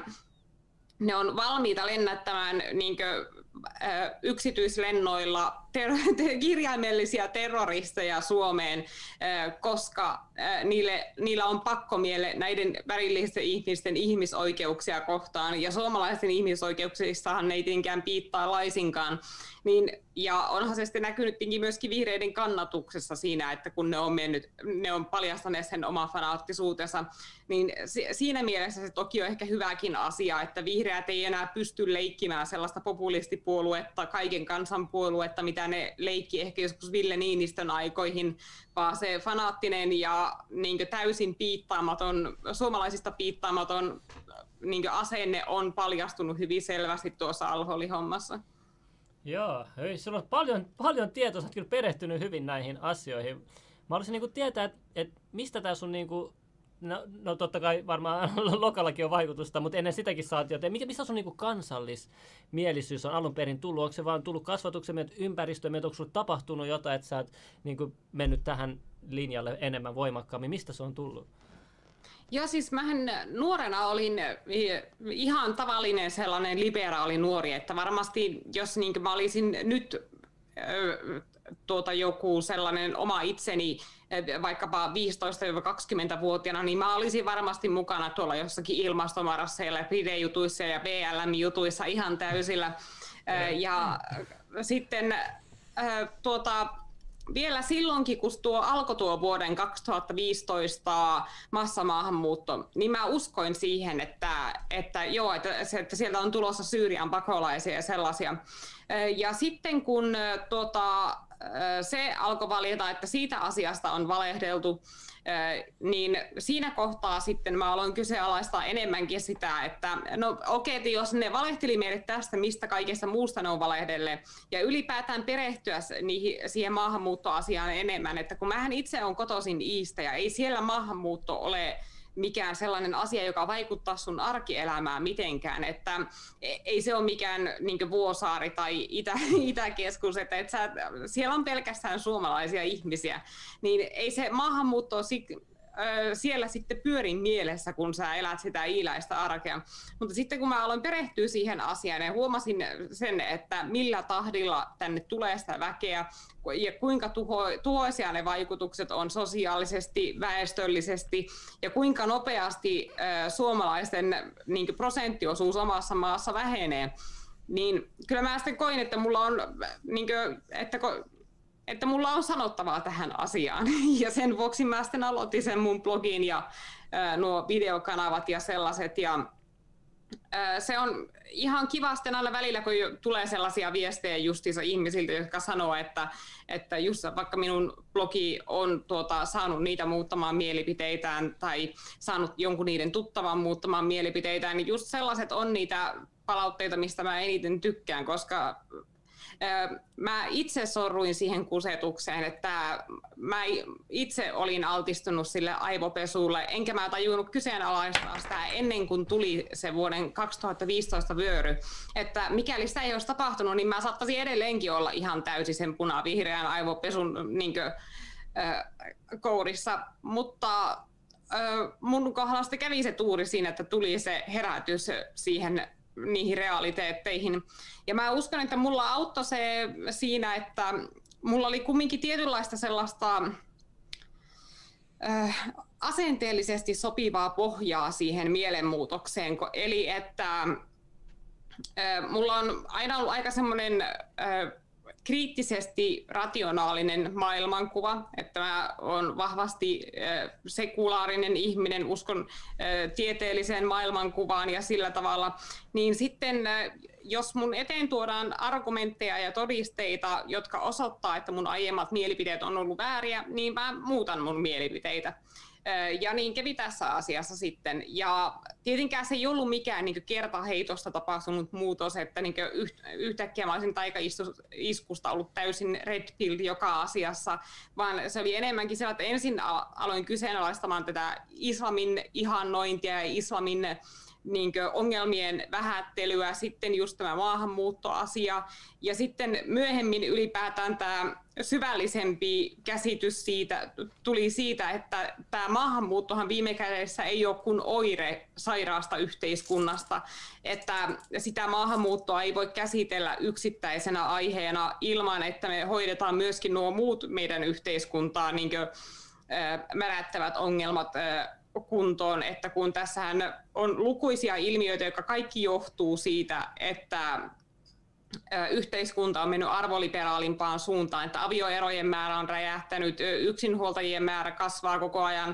B: ne on valmiita lennättämään niin kuin, ä, yksityislennoilla ter- ter- kirjaimellisia terroristeja Suomeen, ä, koska ä, niille, niillä on pakkomielle näiden värillisten ihmisten ihmisoikeuksia kohtaan, ja suomalaisten ihmisoikeuksissahan ne ei tietenkään piittaa laisinkaan. Niin, ja onhan se sitten näkynyt myöskin vihreiden kannatuksessa siinä, että kun ne on, mennyt, ne on paljastaneet sen oman fanaattisuutensa, niin siinä mielessä se toki on ehkä hyväkin asia, että vihreät ei enää pysty leikkimään sellaista populistipuoluetta, kaiken kansan puoluetta, mitä ne leikki ehkä joskus Ville Niinistön aikoihin, vaan se fanaattinen ja niin kuin täysin piittaamaton, suomalaisista piittaamaton niin kuin asenne on paljastunut hyvin selvästi tuossa Al-Holi-hommassa.
A: Joo, hei, sulla on paljon, paljon tietoa, sä oot kyllä perehtynyt hyvin näihin asioihin. Mä haluaisin niinku tietää, että et mistä tää sun, niinku, no, no totta kai varmaan Lokallakin on vaikutusta, mutta ennen sitäkin saatiota, mistä sun niinku kansallismielisyys on alun perin tullut? Onko se vaan tullut kasvatuksen meiltä ympäristöön, onko sulla tapahtunut jotain, että sä oot niinku mennyt tähän linjalle enemmän voimakkaammin? Mistä se on tullut?
B: Joo, siis mähän nuorena olin ihan tavallinen sellainen liberaali nuori, että varmasti jos niin mä olisin nyt tuota, joku sellainen oma itseni, vaikkapa viisitoista-kaksikymmentävuotiaana, niin mä olisin varmasti mukana tuolla jossakin ilmastomarasseilla ja Pride-jutuissa ja B L M-jutuissa ihan täysillä. Ja sitten tuota... Vielä silloinkin, kun tuo alkoi tuo vuoden kaksituhattaviisitoista massamaahanmuutto, niin mä uskoin siihen, että, että, joo, että, se, että sieltä on tulossa Syyrian pakolaisia ja sellaisia. Ja sitten kun tuota, se alkoi valjeta, että siitä asiasta on valehdeltu, niin siinä kohtaa sitten mä aloin kyseenalaistaa enemmänkin sitä, että no okei, okay, jos ne valehteli meille tästä, mistä kaikesta muusta ne on valehdelleet, ja ylipäätään perehtyä niihin, siihen maahanmuuttoasiaan enemmän, että kun mähän itse olen kotoisin Iistä, ja ei siellä maahanmuutto ole mikään sellainen asia, joka vaikuttaa sun arkielämään mitenkään, että ei se ole mikään niin Vuosaari tai Itä, Itäkeskus, että et sä, siellä on pelkästään suomalaisia ihmisiä, niin ei se maahanmuutto siellä sitten pyörin mielessä, kun sä elät sitä iiläistä arkea. Mutta sitten kun mä aloin perehtyä siihen asiaan ja huomasin sen, että millä tahdilla tänne tulee sitä väkeä ja kuinka tuho, tuhoisia ne vaikutukset on sosiaalisesti, väestöllisesti ja kuinka nopeasti äh, suomalaisten niin kuin prosenttiosuus omassa maassa vähenee, niin kyllä mä sitten koin, että mulla on, niin kuin, että että mulla on sanottavaa tähän asiaan. Ja sen vuoksi mä sitten aloitin sen mun blogin ja ää, nuo videokanavat ja sellaiset. Ja, ää, se on ihan kiva sitten aina välillä, kun tulee sellaisia viestejä justiinsa ihmisiltä, jotka sanoo, että, että just vaikka minun blogi on tuota, saanut niitä muuttamaan mielipiteitään tai saanut jonkun niiden tuttavan muuttamaan mielipiteitään, niin just sellaiset on niitä palautteita, mistä mä eniten tykkään, koska mä itse sorruin siihen kusetukseen, että mä itse olin altistunut sille aivopesulle, enkä mä tajunnut kyseenalaistaa sitä ennen kuin tuli se vuoden kaksituhattaviisitoista vyöry. Että mikäli sitä ei olisi tapahtunut, niin mä saattaisin edelleenkin olla ihan täysin sen punavihreän aivopesun niin kuin, äh, kourissa. Mutta äh, mun kohdalla sitten kävi se tuuri siinä, että tuli se herätys siihen niihin realiteetteihin. Ja mä uskon, että mulla auttoi se siinä, että mulla oli kumminkin tietynlaista sellaista äh, asenteellisesti sopivaa pohjaa siihen mielenmuutokseen. Eli että äh, mulla on aina ollut aika semmoinen äh, kriittisesti rationaalinen maailmankuva, että mä oon vahvasti äh, sekulaarinen ihminen, uskon äh, tieteelliseen maailmankuvaan ja sillä tavalla, niin sitten äh, jos mun eteen tuodaan argumentteja ja todisteita, jotka osoittaa, että mun aiemmat mielipiteet on ollut vääriä, niin mä muutan mun mielipiteitä. Ja niin kävi tässä asiassa sitten. Ja tietenkään se ei ollut mikään niin kertaheitosta tapahtunut muutos, että niin yhtäkkiä mä olisin taikaiskusta ollut täysin red pill joka asiassa, vaan se oli enemmänkin sellainen, että ensin aloin kyseenalaistamaan tätä islamin ihannointia ja islamin niin ongelmien vähättelyä, sitten just tämä maahanmuuttoasia, ja sitten myöhemmin ylipäätään tämä syvällisempi käsitys siitä, tuli siitä, että tämä maahanmuuttohan viime kädessä ei ole kuin oire sairaasta yhteiskunnasta, että sitä maahanmuuttoa ei voi käsitellä yksittäisenä aiheena ilman, että me hoidetaan myöskin nuo muut meidän yhteiskuntaa niin kuin, äh, märättävät ongelmat äh, kuntoon, että kun tässähän on lukuisia ilmiöitä, jotka kaikki johtuu siitä, että yhteiskunta on mennyt arvoliberaalimpaan suuntaan, että avioerojen määrä on räjähtänyt, yksinhuoltajien määrä kasvaa koko ajan,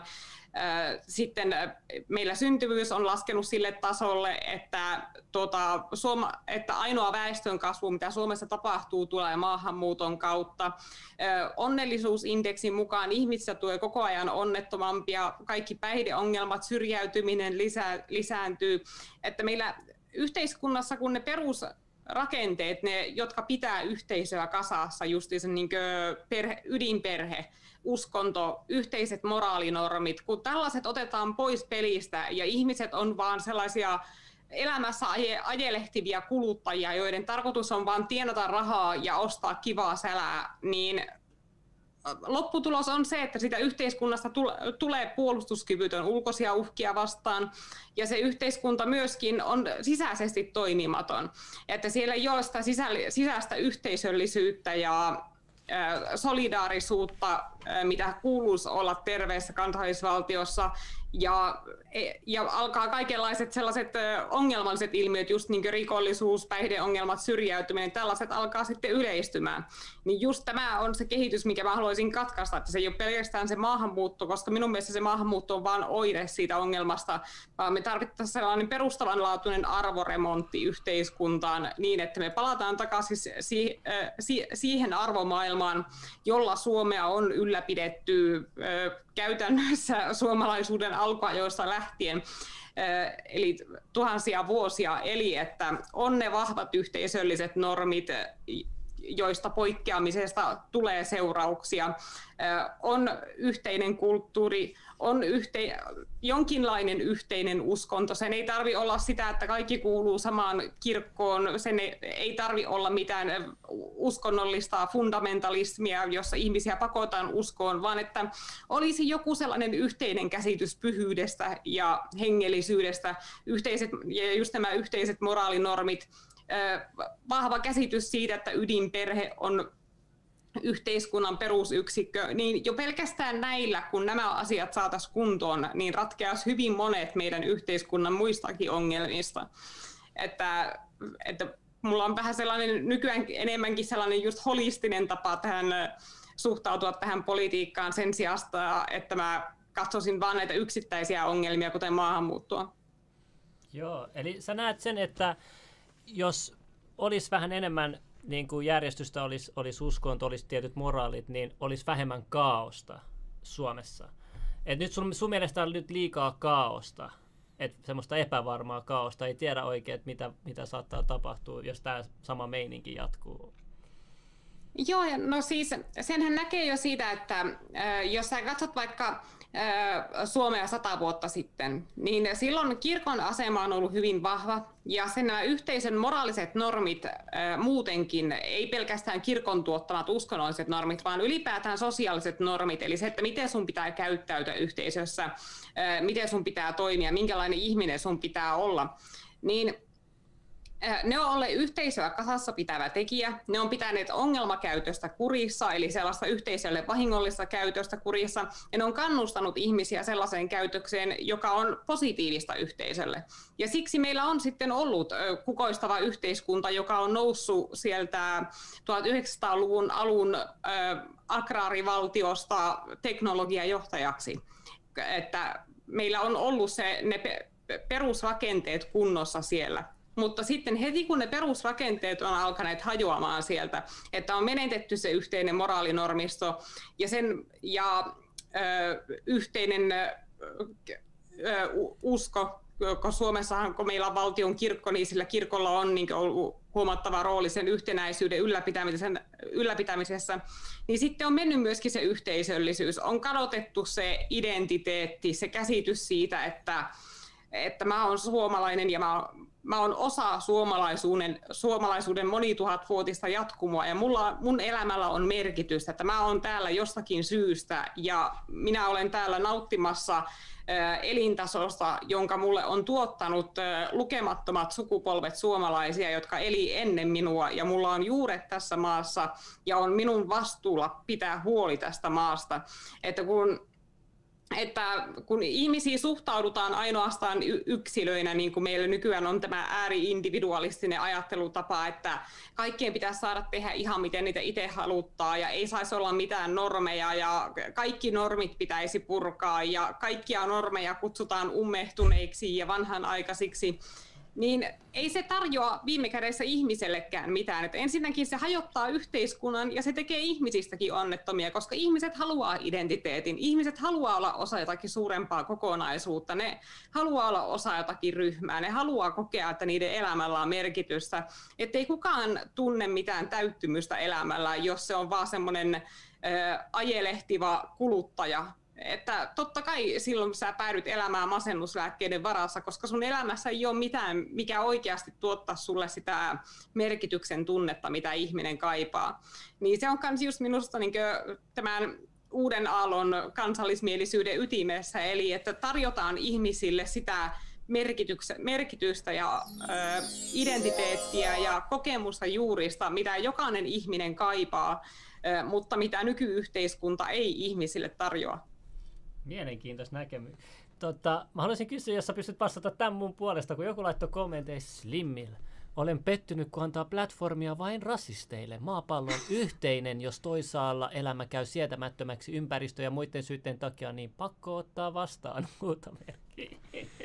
B: sitten meillä syntyvyys on laskenut sille tasolle, että, tuota, Suoma, että ainoa väestönkasvu, mitä Suomessa tapahtuu, tulee maahanmuuton kautta. Onnellisuusindeksin mukaan ihmisissä tulee koko ajan onnettomampia, kaikki päihdeongelmat, syrjäytyminen lisää, lisääntyy. Että meillä yhteiskunnassa, kun ne perusrakenteet, ne, jotka pitää yhteisöä kasassa, justiinsa niin kuin perhe, ydinperhe, uskonto, yhteiset moraalinormit, kun tällaiset otetaan pois pelistä ja ihmiset on vaan sellaisia elämässä aje, ajelehtivia kuluttajia, joiden tarkoitus on vaan tienata rahaa ja ostaa kivaa sälää, niin lopputulos on se, että sitä yhteiskunnasta tulee puolustuskyvytön ulkoisia uhkia vastaan, ja se yhteiskunta myöskin on sisäisesti toimimaton. Että siellä ei ole sitä sisäistä yhteisöllisyyttä ja solidaarisuutta, mitä kuuluisi olla terveessä kansallisvaltiossa, ja, ja alkaa kaikenlaiset sellaiset ongelmalliset ilmiöt, just niin kuin rikollisuus, päihdeongelmat, syrjäytyminen, tällaiset alkaa sitten yleistymään. Niin just tämä on se kehitys, mikä mä haluaisin katkaista, että se ei ole pelkästään se maahanmuutto, koska minun mielestä se maahanmuutto on vain oire siitä ongelmasta, vaan me tarvittaisiin sellainen perustavanlaatuinen arvoremontti yhteiskuntaan niin, että me palataan takaisin si- si- siihen arvomaailmaan, jolla Suomea on ylläpidetty käytännössä suomalaisuuden alkuajoista lähtien, eli tuhansia vuosia, eli että on ne vahvat yhteisölliset normit, joista poikkeamisesta tulee seurauksia, on yhteinen kulttuuri, on yhte, jonkinlainen yhteinen uskonto. Sen ei tarvitse olla sitä, että kaikki kuuluu samaan kirkkoon, sen ei, ei tarvitse olla mitään uskonnollista fundamentalismia, jossa ihmisiä pakotaan uskoon, vaan että olisi joku sellainen yhteinen käsitys pyhyydestä ja hengellisyydestä, yhteiset, ja just nämä yhteiset moraalinormit, vahva käsitys siitä, että ydinperhe on yhteiskunnan perusyksikkö, niin jo pelkästään näillä, kun nämä asiat saataisiin kuntoon, niin ratkeaisi hyvin monet meidän yhteiskunnan muistakin ongelmista. Että, että mulla on vähän sellainen nykyään enemmänkin sellainen just holistinen tapa tähän suhtautua tähän politiikkaan sen sijasta, että mä katsoisin vaan näitä yksittäisiä ongelmia, kuten maahanmuuttoa.
A: Joo, eli sä näet sen, että jos olisi vähän enemmän niin kuin järjestystä, olisi, olisi uskonto, olisi tietyt moraalit, niin olisi vähemmän kaaosta Suomessa. Et nyt sun, sun mielestä on nyt liikaa kaaosta, että semmoista epävarmaa kaaosta, ei tiedä oikein, mitä, mitä saattaa tapahtua, jos tämä sama meininki jatkuu.
B: Joo, no siis senhän näkee jo siitä, että äh, jos sä katsot vaikka Suomea sata vuotta sitten, niin silloin kirkon asema on ollut hyvin vahva, ja sen nämä yhteisön moraaliset normit ää, muutenkin, ei pelkästään kirkon tuottamat uskonnolliset normit, vaan ylipäätään sosiaaliset normit, eli se, että miten sun pitää käyttäytyä yhteisössä, ää, miten sun pitää toimia, minkälainen ihminen sun pitää olla, niin ne on olleet yhteisöä kasassa pitävä tekijä. Ne on pitäneet ongelmakäytöstä kurissa, eli sellaista yhteisölle vahingollista käytöstä kurissa, ja ne on kannustanut ihmisiä sellaiseen käytökseen, joka on positiivista yhteisölle. Ja siksi meillä on sitten ollut kukoistava yhteiskunta, joka on noussut sieltä tuhatyhdeksänsataaluvun alun äh, agraarivaltiosta teknologiajohtajaksi. Että meillä on ollut se, ne perusrakenteet kunnossa siellä. mutta sitten heti kun ne perusrakenteet on alkaneet hajoamaan sieltä, että on menetetty se yhteinen moraalinormisto ja, sen, ja ö, yhteinen ö, ö, usko, kun Suomessahan, kun meillä on valtion kirkko, niin sillä kirkolla on niin ollut huomattava rooli sen yhtenäisyyden ylläpitämisen, ylläpitämisessä, niin sitten on mennyt myöskin se yhteisöllisyys. On kadotettu se identiteetti, se käsitys siitä, että, että mä oon suomalainen ja mä oon, mä oon osa suomalaisuuden, suomalaisuuden monituhatvuotista jatkumoa ja mulla, mun elämällä on merkitystä, että mä oon täällä jostakin syystä ja minä olen täällä nauttimassa elintasosta, jonka mulle on tuottanut lukemattomat sukupolvet suomalaisia, jotka eli ennen minua, ja mulla on juuret tässä maassa, ja on minun vastuulla pitää huoli tästä maasta. Että kun että kun ihmisiin suhtaudutaan ainoastaan yksilöinä, niin kuin meillä nykyään on tämä ääri-individualistinen ajattelutapa, että kaikkien pitäisi saada tehdä ihan miten niitä itse haluttaa ja ei saisi olla mitään normeja ja kaikki normit pitäisi purkaa ja kaikkia normeja kutsutaan ummehtuneiksi ja vanhanaikaisiksi, niin ei se tarjoa viime kädessä ihmisellekään mitään. Että ensinnäkin se hajottaa yhteiskunnan ja se tekee ihmisistäkin onnettomia, koska ihmiset haluaa identiteetin. Ihmiset haluaa olla osa jotakin suurempaa kokonaisuutta. Ne haluaa olla osa jotakin ryhmää. Ne haluaa kokea, että niiden elämällä on merkitystä. Että ei kukaan tunne mitään täyttymystä elämällä, jos se on vaan semmoinen äh, ajelehtiva kuluttaja. Että totta kai silloin sä päädyt elämään masennuslääkkeiden varassa, koska sun elämässä ei ole mitään, mikä oikeasti tuottaa sulle sitä merkityksen tunnetta, mitä ihminen kaipaa. Niin se on kans just minusta niin tämän uuden aallon kansallismielisyyden ytimessä, eli että tarjotaan ihmisille sitä merkitystä ja ö, identiteettiä ja kokemusta juurista, mitä jokainen ihminen kaipaa, ö, mutta mitä nykyyhteiskunta ei ihmisille tarjoa.
A: Mielenkiintoista näkemys. Tota, mä haluaisin kysyä, jos sä pystyt vastata tämän mun puolesta, kun joku laittoi kommenteissa Slimmillä. Olen pettynyt, kun antaa platformia vain rasisteille. Maapallo on yhteinen, jos toisaalla elämä käy sietämättömäksi ympäristö- ja muiden syiden takia, niin pakko ottaa vastaan muuta merkkiä.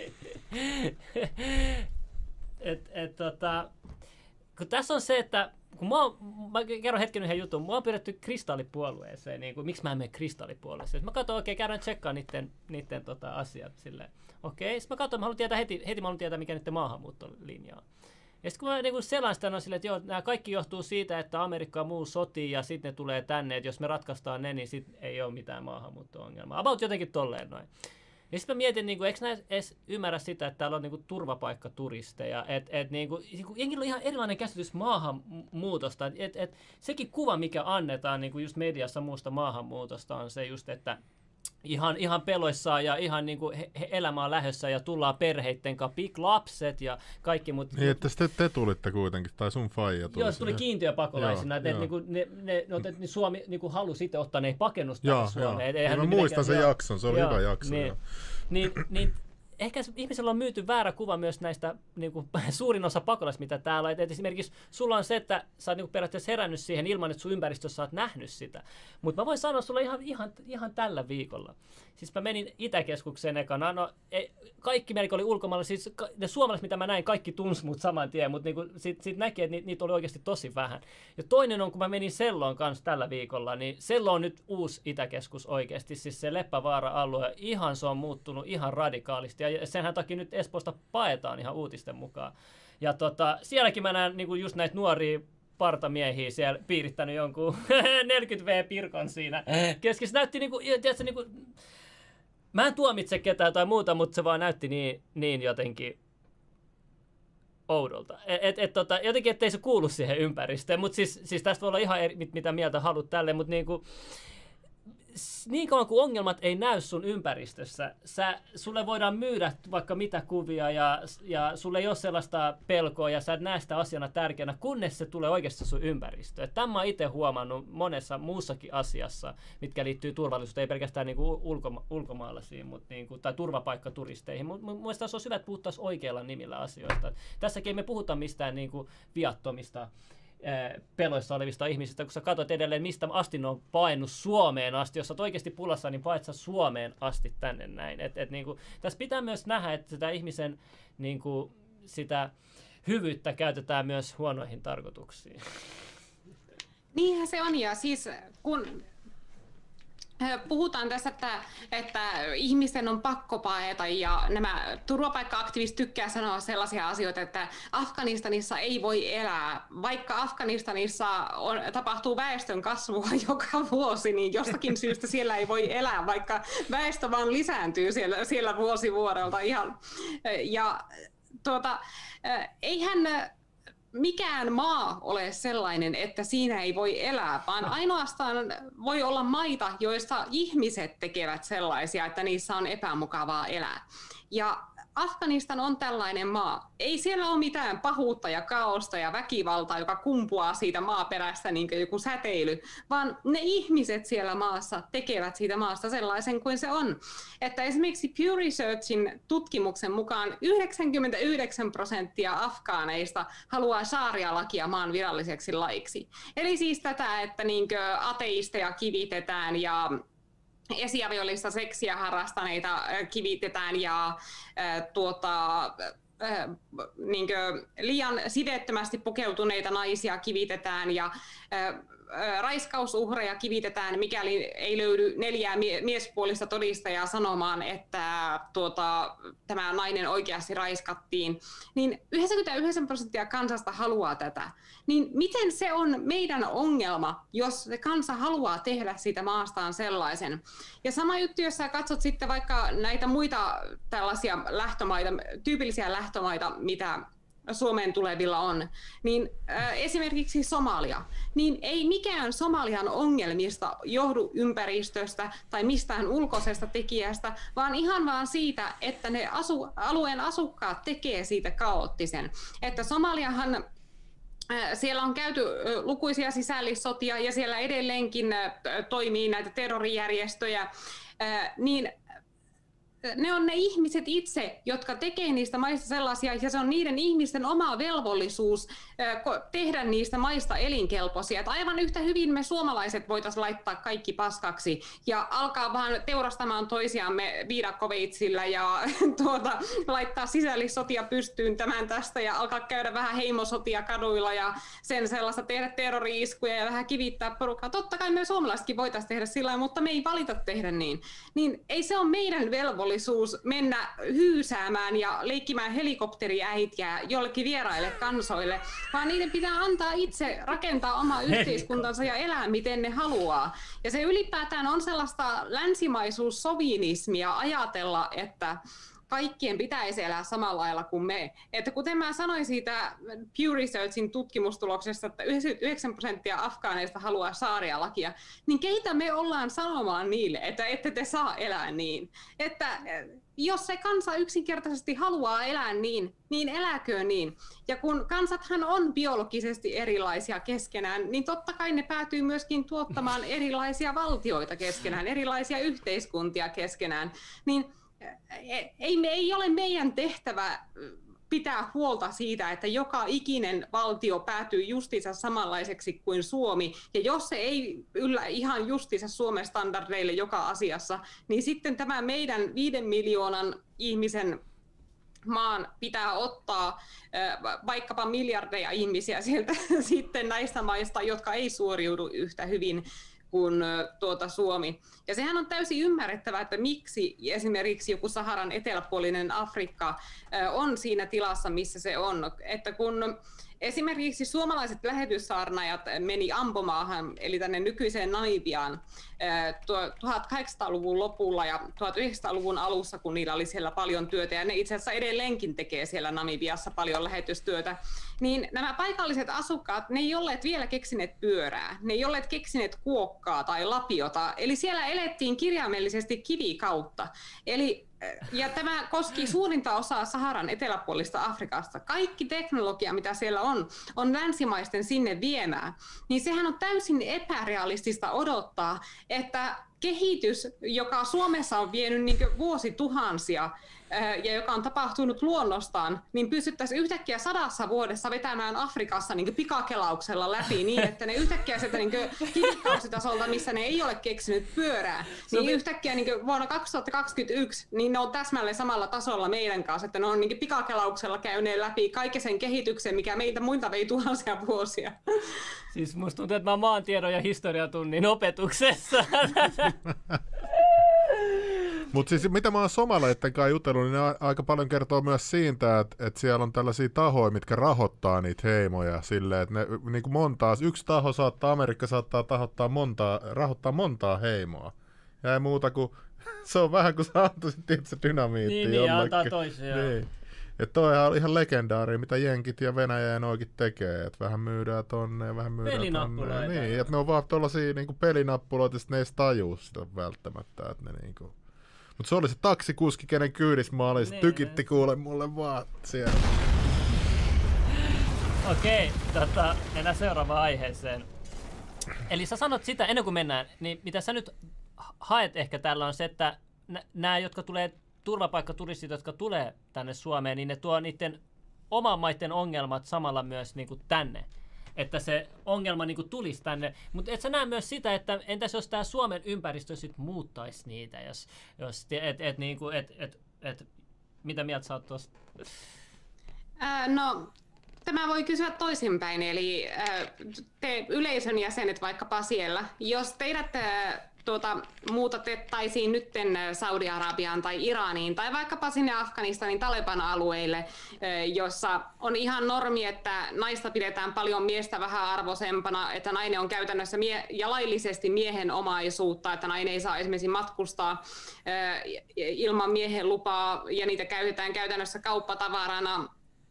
A: et, et, tota, kun tässä on se, että kun mä, oon, mä kerron hetken yhden jutun, mä oon pyydetty kristallipuolueeseen, niin kuin, miksi mä en mene kristallipuolueeseen. Mä katson, okei, okay, käydään tsekkaan niiden, niiden tota, asiat silleen. Okei, okay. Sitten mä katson, mä haluan tietää heti, heti mä haluan tietää, mikä niiden maahanmuuttolinja on. Ja sitten kun mä niin selaan sitä, on silleen, että joo, nämä kaikki johtuu siitä, että Amerikka ja muu sotii ja sitten ne tulee tänne, että jos me ratkaistaan ne, niin sitten ei ole mitään maahanmuutto-ongelmaa. About jotenkin tolleen noin. Ja sitten mä mietin, niin kuin, eikö näin edes ymmärrä sitä, että täällä on niin kuin, turvapaikkaturisteja, että et, niin kuin, jengillä on ihan erilainen käsitys maahanmuutosta. Et, et, et, sekin kuva, mikä annetaan niin kuin just mediassa muusta maahanmuutosta, on se just, että ihan, ihan peloissaan ja ihan niin kuin he, he elämä on lähdössä ja tullaan perheitten kanssa, piklapset ja kaikki. Mut,
C: niin, että sitten te tulitte kuitenkin, tai sun faija tuli.
A: Joo, se tuli kiintiöpakolaisina, että et, niinku, ne, ne, no, et, Suomi niinku, halusi itse ottaa ne pakennusta Suomeen. Et,
C: mä muistan sen jakson, se oli joo, hyvä jakso.
A: Niin, niin, niin, ehkä ihmisellä on myyty väärä kuva myös näistä niin kuin, suurin osa pakolaisista, mitä täällä on. Et, et esimerkiksi sulla on se, että sä oot niin kuin, periaatteessa herännyt siihen ilman, että sun ympäristössä oot nähnyt sitä. Mutta mä voin sanoa sulle ihan, ihan, ihan tällä viikolla. Siis mä menin Itäkeskukseen ekana. No, ei, kaikki melkein oli ulkomailla. Siis ne suomalaiset, mitä mä näin, kaikki tunsi mut saman tien. Mutta niin sitten sit näki, että ni, niitä oli oikeasti tosi vähän. Ja toinen on, kun mä menin Selloon kanssa tällä viikolla, niin Sello on nyt uusi Itäkeskus oikeasti. Siis se Leppävaara-alue, ihan se on muuttunut ihan radikaalisti. Ja senhän takia nyt Espoosta paetaan ihan uutisten mukaan. Ja tota, sielläkin mä näen niin just näitä nuoria partamiehiä siellä piirittänyt jonkun neljäkymmentä vuotiaan-pirkon siinä keskessä. Näytti niinku, tiedätkö, niinku, mä en tuomitse ketään tai muuta, mutta se vaan näytti niin, niin jotenkin oudolta. Et, et, tota, jotenkin, ettei se kuulu siihen ympäristöön. Mutta siis, siis tästä voi olla ihan eri, mitä mieltä haluat tälle, mutta niinku, niin kauan kuin ongelmat ei näy sun ympäristössä, sä, sulle voidaan myydä vaikka mitä kuvia ja, ja sulle ei ole sellaista pelkoa ja sä et näe sitä asiana tärkeänä, kunnes se tulee oikeasti sun ympäristöön. Tämä mä oon itse huomannut monessa muussakin asiassa, mitkä liittyy turvallisuuteen, ei pelkästään niinku ulkoma- ulkomaalaisiin mutta niinku, tai turvapaikkaturisteihin. Mutta mun mielestä se on hyvä, että puhuttaisiin oikeilla nimillä asioista. Tässäkin ei me puhuta mistään niinku viattomista peloissa olevista ihmisistä, kun sä katsot edelleen, mistä asti ne on painut Suomeen asti. Jos sä oot oikeasti pulassa, niin paet sä Suomeen asti tänne näin. Et, et, niinku, tässä pitää myös nähdä, että sitä ihmisen niinku, sitä hyvyyttä käytetään myös huonoihin tarkoituksiin.
B: Niinhän se on, ja siis kun puhutaan tässä, että, että ihmisten on pakko paeta, ja nämä turvapaikka-aktivistit tykkää sanoa sellaisia asioita, että Afganistanissa ei voi elää. Vaikka Afganistanissa on, tapahtuu väestön kasvua joka vuosi, niin jostakin syystä siellä ei voi elää, vaikka väestö vaan lisääntyy siellä, siellä vuosi vuodelta ihan. Ja tuota, eihän mikään maa ole sellainen, että siinä ei voi elää, vaan ainoastaan voi olla maita, joissa ihmiset tekevät sellaisia, että niissä on epämukavaa elää. Ja Afganistan on tällainen maa. Ei siellä ole mitään pahuutta ja kaosta ja väkivaltaa, joka kumpuaa siitä maaperästä niin kuin joku säteily, vaan ne ihmiset siellä maassa tekevät siitä maasta sellaisen kuin se on. Että esimerkiksi Pew Researchin tutkimuksen mukaan yhdeksänkymmentäyhdeksän prosenttia afgaaneista haluaa sharia-lakia maan viralliseksi laiksi. Eli siis tätä, että niin kuin ateisteja kivitetään ja esiaviolista seksiä harrastaneita kivitetään ja äh, tuota, äh, niin liian siveettömästi pukeutuneita naisia kivitetään ja äh, raiskausuhreja kivitetään, mikäli ei löydy neljää miespuolista todistajaa sanomaan, että tuota, tämä nainen oikeasti raiskattiin, niin yhdeksänkymmentäyhdeksän prosenttia kansasta haluaa tätä. Niin miten se on meidän ongelma, jos se kansa haluaa tehdä siitä maastaan sellaisen? Ja sama juttu, jos sä katsot sitten vaikka näitä muita tällaisia lähtömaita, tyypillisiä lähtömaita, mitä Suomeen tulevilla on, niin äh, esimerkiksi Somalia, niin ei mikään Somalian ongelmista johdu ympäristöstä tai mistään ulkoisesta tekijästä, vaan ihan vaan siitä, että ne asu, alueen asukkaat tekee siitä kaoottisen. Että Somaliahan äh, siellä on käyty äh, lukuisia sisällissotia ja siellä edelleenkin äh, toimii näitä terrorijärjestöjä, äh, niin ne on ne ihmiset itse, jotka tekee niistä maista sellaisia, ja se on niiden ihmisten oma velvollisuus tehdä niistä maista elinkelpoisia. Että aivan yhtä hyvin me suomalaiset voitaisiin laittaa kaikki paskaksi ja alkaa vaan teurastamaan toisiamme viidakkoveitsillä ja tuota, laittaa sisällissotia pystyyn tämän tästä ja alkaa käydä vähän heimosotia kaduilla ja sen sellaista tehdä terrori-iskuja ja vähän kivittää porukkaa. Totta kai me suomalaisetkin voitaisiin tehdä sillä, mutta me ei valita tehdä niin. Niin ei se ole meidän velvollisuus mennä hyysäämään ja leikkimään helikopteriäitiä jollekin vieraille kansoille, vaan niiden pitää antaa itse rakentaa omaa yhteiskuntansa ja elää miten ne haluaa. Ja se ylipäätään on sellaista länsimaisuussovinismia ajatella, että kaikkien pitäisi elää samalla lailla kuin me. Että kuten mä sanoin siitä Pew Researchin tutkimustuloksesta, että yhdeksänkymmentäyhdeksän prosenttia afgaaneista haluaa sharia-lakia, niin keitä me ollaan sanomaan niille, että ette te saa elää niin. Että jos se kansa yksinkertaisesti haluaa elää niin, niin eläköön niin. Ja kun kansathan on biologisesti erilaisia keskenään, niin totta kai ne päätyy myöskin tuottamaan erilaisia valtioita keskenään, erilaisia yhteiskuntia keskenään. Niin Ei, ei ole meidän tehtävä pitää huolta siitä, että joka ikinen valtio päätyy justiinsa samanlaiseksi kuin Suomi, ja jos se ei yllä ihan justiinsa Suomen standardeille joka asiassa, niin sitten tämä meidän viiden miljoonan ihmisen maan pitää ottaa vaikkapa miljardeja ihmisiä sieltä sitten näistä maista, jotka ei suoriudu yhtä hyvin kuin tuota Suomi. Ja sehän on täysin ymmärrettävää, että miksi esimerkiksi joku Saharan eteläpuolinen Afrikka on siinä tilassa, missä se on. Että kun esimerkiksi suomalaiset lähetyssaarnaajat meni Ambomaahan, eli tänne nykyiseen Namibiaan, tuhatkahdeksansataaluvun lopulla ja tuhatyhdeksänsataaluvun alussa, kun niillä oli siellä paljon työtä, ja ne itse asiassa edelleenkin tekee siellä Namibiassa paljon lähetystyötä, niin nämä paikalliset asukkaat, ne ei olleet vielä keksineet pyörää, ne ei olleet keksineet kuokkaa tai lapiota, eli siellä elettiin kirjaimellisesti kivikautta. Eli ja tämä koski suurinta osaa Saharan eteläpuolista Afrikasta. Kaikki teknologia, mitä siellä on, on länsimaisten sinne viemää. Niin sehän on täysin epärealistista odottaa, että kehitys, joka Suomessa on vienyt niin kuin vuosituhansia, ja joka on tapahtunut luonnostaan, niin pystyttäisiin yhtäkkiä sadassa vuodessa vetämään Afrikassa niin pikakelauksella läpi niin, että ne yhtäkkiä sieltä niin kivikauksitasolta, missä ne ei ole keksinyt pyörää, niin yhtäkkiä niin vuonna kaksituhattakaksikymmentäyksi niin ne on täsmälleen samalla tasolla meidän kanssa, että ne on niin pikakelauksella käyneet läpi kaiken sen kehityksen, mikä meitä muilta vei tuhansia vuosia.
A: Siis musta tuntuu, että mä maantiedon ja historiatunnin opetuksessa.
C: Mutta siis mitä mä oon somaleitten kanssa jutellut, niin ne aika paljon kertoo myös siitä, että, että siellä on tällaisia tahoja, mitkä rahoittaa niitä heimoja silleen, että ne niin kuin montaa, yksi taho saattaa, Amerikka saattaa tahottaa montaa, rahoittaa montaa heimoa. Ja ei muuta kuin, se on vähän kuin sä antaisit tietysti dynamiittia
A: niin, niin, antaa toisia.
C: Niin. Että toihan on ihan legendaaria, mitä jenkit ja Venäjä ja noikin tekee, että vähän myydään tonne ja vähän myydään tonne. Niin, että ne on vaan tuollaisia niin pelinappuloita, että ne ei tajuu sitä välttämättä, että ne niinku... Mutta se oli se taksikuski, kenen kyydissä mä olin, se tykitti kuule mulle vaan siellä. Okei,
A: tota, mennään seuraavaan aiheeseen. Eli sä sanot sitä, ennen kuin mennään, niin mitä sä nyt haet ehkä täällä on se, että nämä, jotka tulee, turvapaikkaturistit, jotka tulee tänne Suomeen, niin ne tuo niiden oman maiden ongelmat samalla myös niin kuin tänne. Että se ongelma niin kuin tulisi tänne. Mutta et sä näe myös sitä, että entäs jos tämä Suomen ympäristö sit muuttaisi niitä, jos, jos et, et, niin kuin, et, et, et, mitä mieltä sä oot tuosta?
B: Äh, no, tämä voi kysyä toisinpäin, eli äh, te yleisön jäsenet vaikkapa siellä, jos teidät äh, tuota, muutettaisiin nytten Saudi-Arabiaan tai Iraniin tai vaikkapa sinne Afganistanin Taleban-alueille, jossa on ihan normi, että naista pidetään paljon miestä vähän arvoisempana, että nainen on käytännössä mie- ja laillisesti miehen omaisuutta, että nainen ei saa esimerkiksi matkustaa ilman miehen lupaa ja niitä käytetään käytännössä kauppatavarana,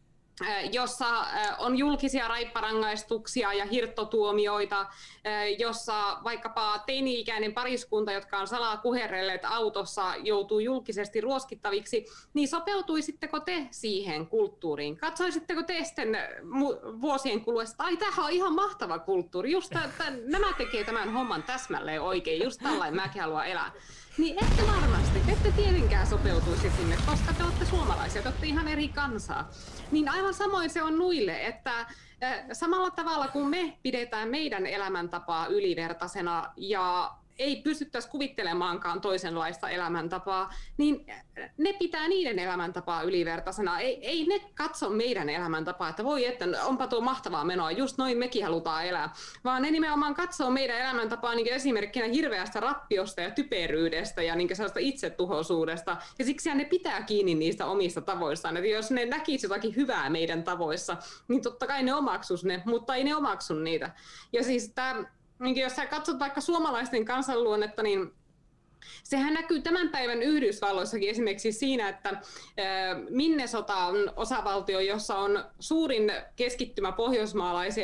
B: jossa on julkisia raipparangaistuksia ja hirttotuomioita, jossa vaikkapa teini-ikäinen pariskunta, jotka on salaa kuherrelleet autossa, joutuu julkisesti ruoskittaviksi, niin sopeutuisitteko te siihen kulttuuriin? Katsoisitteko te sitten vuosien kuluessa, että ai, tämähän on ihan mahtava kulttuuri, just t- nämä tekee tämän homman täsmälleen oikein, just tällainen mäkin haluan elää. Niin ette varmasti, ette tietenkään sopeutuisi sinne, koska te olette suomalaisia, te olette ihan eri kansaa. Niin aivan samoin se on nuille, että äh, samalla tavalla kuin me pidetään meidän elämäntapaa ylivertaisena ja ei pystyttäisi kuvittelemaankaan toisenlaista elämäntapaa, niin ne pitää niiden elämäntapaa ylivertaisena. Ei, ei ne katso meidän elämäntapaa, että voi, että onpa tuo mahtavaa menoa, just noin mekin halutaan elää. Vaan ne nimenomaan katsoo meidän elämäntapaa niin esimerkkinä hirveästä rappiosta ja typeryydestä ja niin sellaista itsetuhoisuudesta. Ja siksi ne pitää kiinni niistä omista tavoistaan. Että jos ne näkisi jotakin hyvää meidän tavoissa, niin totta kai ne omaksus ne, mutta ei ne omaksu niitä. Ja siis tämä... Jos sä katsot vaikka suomalaisten kansanluonnetta, niin sehän näkyy tämän päivän Yhdysvalloissakin esimerkiksi siinä, että Minnesota on osavaltio, jossa on suurin keskittymä pohjoismaalaisia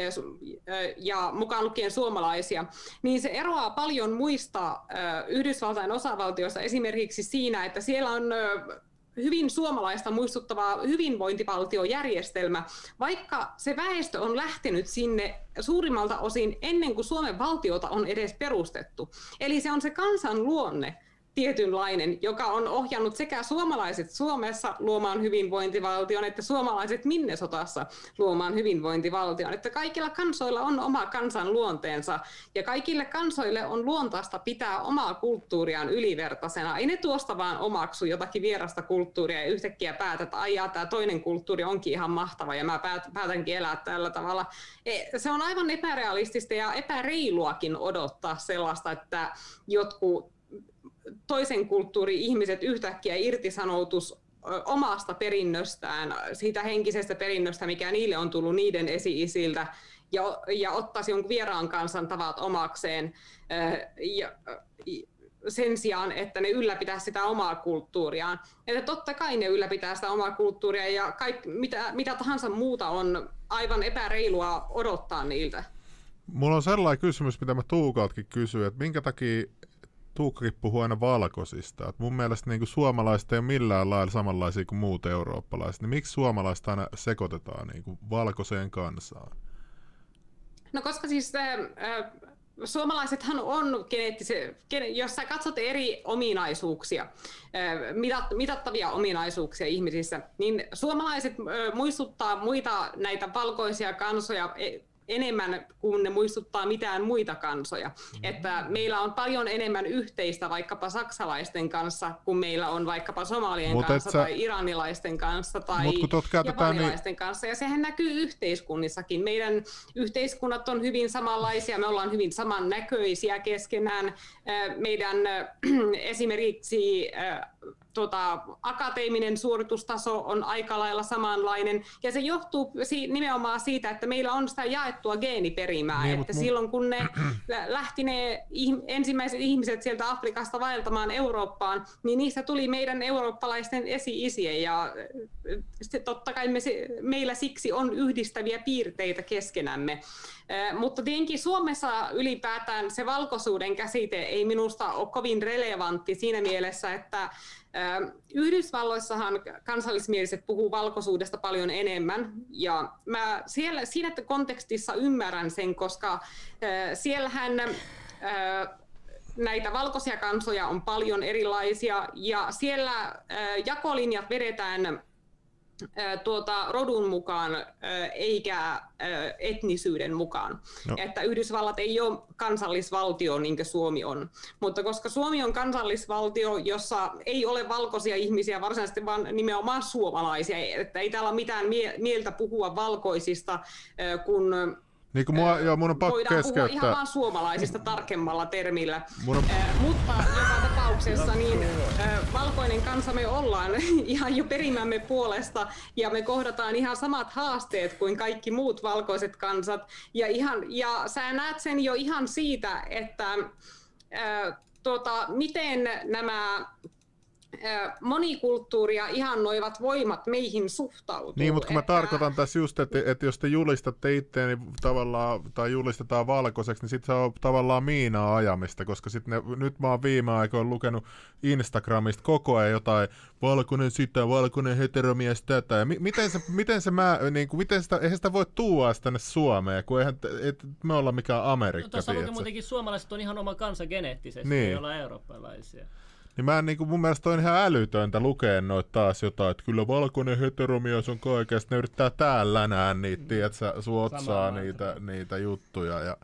B: ja mukaan lukien suomalaisia, niin se eroaa paljon muista Yhdysvaltain osavaltioista esimerkiksi siinä, että siellä on hyvin suomalaista muistuttava hyvinvointivaltiojärjestelmä, vaikka se väestö on lähtenyt sinne suurimmalta osin ennen kuin Suomen valtiota on edes perustettu. Eli se on se kansan luonne tietynlainen, joka on ohjannut sekä suomalaiset Suomessa luomaan hyvinvointivaltion, että suomalaiset Minnesotassa luomaan hyvinvointivaltion. Että kaikilla kansoilla on oma kansan luonteensa, ja kaikille kansoille on luontaista pitää omaa kulttuuriaan ylivertaisena. Ei ne tuosta vaan omaksu jotakin vierasta kulttuuria ja yhtäkkiä päätä, että aijaa, tämä toinen kulttuuri onkin ihan mahtava, ja mä päätänkin elää tällä tavalla. Se on aivan epärealistista ja epäreiluakin odottaa sellaista, että jotkut toisen kulttuurin ihmiset yhtäkkiä irtisanoutus omasta perinnöstään, siitä henkisestä perinnöstä, mikä niille on tullut niiden esi-isiltä, ja, ja ottaisi jonkun vieraan kansan tavat omakseen ja, sen sijaan, että ne ylläpitää sitä omaa kulttuuriaan. Että totta kai ne ylläpitää sitä omaa kulttuuria, ja kaikki, mitä, mitä tahansa muuta on aivan epäreilua odottaa niiltä.
C: Mulla on sellainen kysymys, mitä mä Tuukaltakin kysyin, että minkä takia Tuukkakin puhuu aina valkoisista. Et mun mielestä niin kuin suomalaiset ei ole millään lailla samanlaisia kuin muut eurooppalaiset. Niin miksi suomalaiset aina sekoitetaan niin kuin valkoiseen kansaan?
B: No koska siis äh, suomalaisethan on geneettisiä, jos sä katsot eri ominaisuuksia, mitattavia ominaisuuksia ihmisissä, niin suomalaiset muistuttaa muita näitä valkoisia kansoja enemmän kuin ne muistuttaa mitään muita kansoja. Mm-hmm. Että meillä on paljon enemmän yhteistä vaikkapa saksalaisten kanssa, kuin meillä on vaikkapa somalien mut kanssa sä... tai iranilaisten kanssa tai japanilaisten niin... kanssa. Ja sehän näkyy yhteiskunnissakin. Meidän yhteiskunnat on hyvin samanlaisia, me ollaan hyvin samannäköisiä keskenään. Meidän esimerkiksi Tota, akateeminen suoritustaso on aika lailla samanlainen, ja se johtuu si- nimenomaan siitä, että meillä on sitä jaettua geeniperimää, niin, että mu- silloin kun ne lähti ne ih- ensimmäiset ihmiset sieltä Afrikasta vaeltamaan Eurooppaan, niin niistä tuli meidän eurooppalaisten esi-isiä, ja se, totta kai me, se, meillä siksi on yhdistäviä piirteitä keskenämme. Mutta tietenkin Suomessa ylipäätään se valkoisuuden käsite ei minusta ole kovin relevantti siinä mielessä, että Yhdysvalloissahan kansallismieliset puhuu valkoisuudesta paljon enemmän, ja mä siellä, siinä kontekstissa ymmärrän sen, koska siellähän näitä valkoisia kansoja on paljon erilaisia, ja siellä jakolinjat vedetään tuota, rodun mukaan eikä etnisyyden mukaan. No. Että Yhdysvallat ei ole kansallisvaltio niin kuin Suomi on. Mutta koska Suomi on kansallisvaltio, jossa ei ole valkoisia ihmisiä varsinaisesti, vaan nimenomaan suomalaisia, että ei täällä ole mitään mieltä puhua valkoisista, kun
C: niin kuin mua, joo, mun on pakko
B: voidaan
C: keskeyttää.
B: puhua ihan vaan suomalaisista tarkemmalla termillä. On... Äh, mutta joka tapauksessa niin äh, valkoinen kansa me ollaan ihan jo perimämme puolesta, ja me kohdataan ihan samat haasteet kuin kaikki muut valkoiset kansat. Ja, ihan, ja sä näet sen jo ihan siitä, että äh, tuota, miten nämä monikulttuuria ihannoivat voimat meihin suhtautuu.
C: Niin, mutta kun
B: että...
C: mä tarkoitan tässä just, että, että jos te julistatte itseäni tavallaan, tai julistetaan valkoiseksi, niin sit se on tavallaan miinaa ajamista, koska sit ne, nyt mä oon viime aikoina lukenut Instagramista koko ajan jotain valkoinen sitä, valkoinen heteromies tätä, ja mi- miten se, miten se mä, niin kuin, miten sitä, eihän sitä voi tuua tänne Suomeen, kun eihän, et, me olla mikään Amerikka. No,
A: tuossa onkin muutenkin suomalaiset on ihan oma kansa geneettisesti,
C: niin.
A: Ei olla eurooppalaisia.
C: Niin mä en, niin kuin, mun mielestä on ihan älytöntä lukea noita taas jotain, että kyllä valkoinen heteromies on kaiken, ne yrittää täällä nää niitä, mm. tietsä, suotsaa niitä, niitä juttuja, ja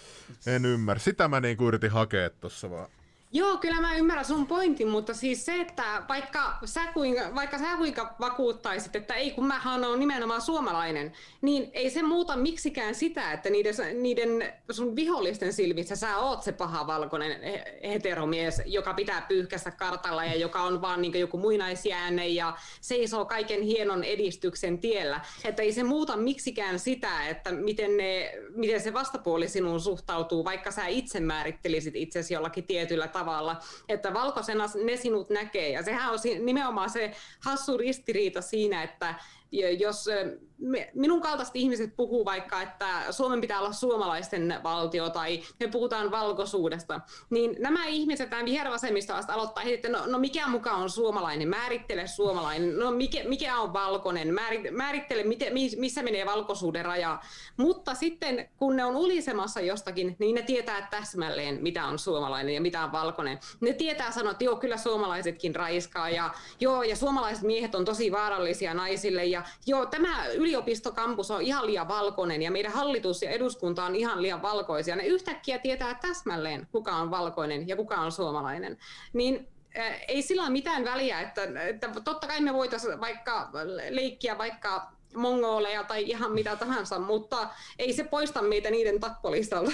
C: en ymmärrä. Sitä mä niin kuin yritin hakea tossa vaan.
B: Joo, kyllä mä ymmärrän sun pointin, mutta siis se, että vaikka sä kuinka, vaikka sä kuinka vakuuttaisit, että ei kun mähän on nimenomaan suomalainen, niin ei se muuta miksikään sitä, että niiden, niiden sun vihollisten silmissä sä oot se paha valkoinen heteromies, joka pitää pyyhkästä kartalla ja joka on vaan niin joku muinaisjäänne ja seisoo kaiken hienon edistyksen tiellä. Että ei se muuta miksikään sitä, että miten, ne, miten se vastapuoli sinuun suhtautuu, vaikka sä itse määrittelisit itsesi jollakin tietyllä tavalla. Tavalla, että valkoisena ne sinut näkee. Ja sehän on nimenomaan se hassu ristiriita siinä, että jos minun kaltaiset ihmiset puhuu vaikka, että Suomen pitää olla suomalaisten valtio tai me puhutaan valkoisuudesta, niin nämä ihmiset, nämä vihervasemmistoista aloittaa heti, että no, no mikä mukaan on suomalainen, määrittele suomalainen, no mikä, mikä on valkoinen, määrittele miten, missä menee valkoisuuden raja. Mutta sitten kun ne on ulisemassa jostakin, niin ne tietää täsmälleen, mitä on suomalainen ja mitä on valkoinen. Ne tietää sanoa, että joo, kyllä suomalaisetkin raiskaa ja joo, ja suomalaiset miehet on tosi vaarallisia naisille ja joo, tämä yliopistokampus on ihan liian valkoinen ja meidän hallitus ja eduskunta on ihan liian valkoisia. Ne yhtäkkiä tietää täsmälleen, kuka on valkoinen ja kuka on suomalainen. Niin äh, ei sillä ole mitään väliä, että, että totta kai me voitaisiin vaikka leikkiä vaikka mongoleja tai ihan mitä tahansa, mutta ei se poista meitä niiden tappolistalta.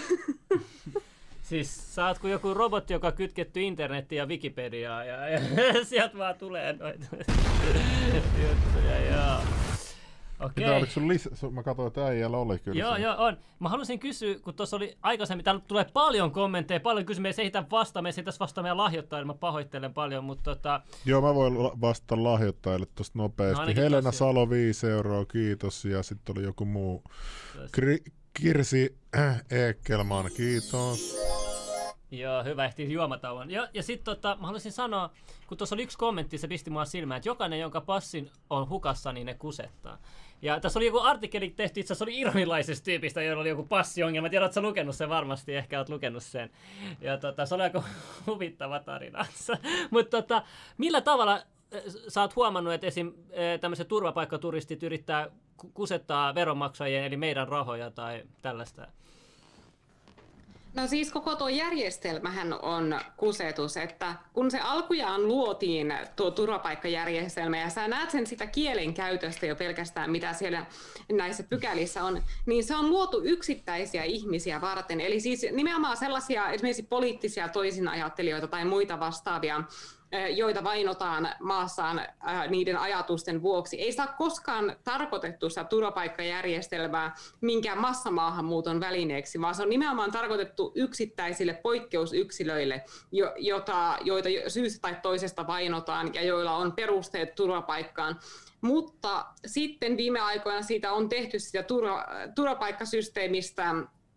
A: Siis sä oot kuin joku robotti, joka on kytketty internettiin ja Wikipediaan ja, ja sieltä vaan tulee noita juttuja, joo. Okei.
C: Mitä oliko sun lisä? Mä katsoin, että äijällä oli kyllä.
A: Joo,
C: sen.
A: joo, on. Mä halusin kysyä, kun tuossa oli aikaisemmin, täällä tulee paljon kommentteja, paljon kysymyksiä, se ei tähän vastaa, me ei tässä vastaa meidän lahjoittajille, mä pahoittelen paljon, mutta tota...
C: Joo, mä voin vastata lahjoittajille tuosta nopeasti. No, Helena tosiaan. Salo, viisi euroa, kiitos, ja sitten oli joku muu. Kri- Kirsi Eekkelman, kiitos.
A: Joo, hyvä, ehti juomatauon. Ja, ja sitten tota, mä haluaisin sanoa, kun tuossa oli yksi kommentti, se pisti mua silmään, että jokainen, jonka passin on hukassa, niin ne kusettaa. Ja tässä oli joku artikkeli tehty, itse asiassa oli iranilaisesta tyypistä, jolla oli joku passiongelma. Tiedät, ootko sä lukenut sen varmasti, ehkä oot lukenut sen. Ja tota, se oli aika huvittava tarina. Mutta tota, millä tavalla sä oot huomannut, että esim. Tämmöiset turvapaikkaturistit yrittää kusettaa veronmaksajien, eli meidän rahoja tai tällaista?
B: No siis koko tuo järjestelmähän on kusetus, että kun se alkujaan luotiin tuo turvapaikkajärjestelmä ja sä näet sen sitä kielen käytöstä jo pelkästään, mitä siellä näissä pykälissä on, niin se on luotu yksittäisiä ihmisiä varten. Eli siis nimenomaan sellaisia esimerkiksi poliittisia toisinajattelijoita tai muita vastaavia, joita vainotaan maassaan niiden ajatusten vuoksi. Ei saa koskaan tarkoitettu sitä turvapaikkajärjestelmää minkään massamaahanmuuton välineeksi, vaan se on nimenomaan tarkoitettu yksittäisille poikkeusyksilöille, jota, joita syystä tai toisesta vainotaan ja joilla on perusteet turvapaikkaan. Mutta sitten viime aikoina siitä on tehty sitä turva, turvapaikkasysteemistä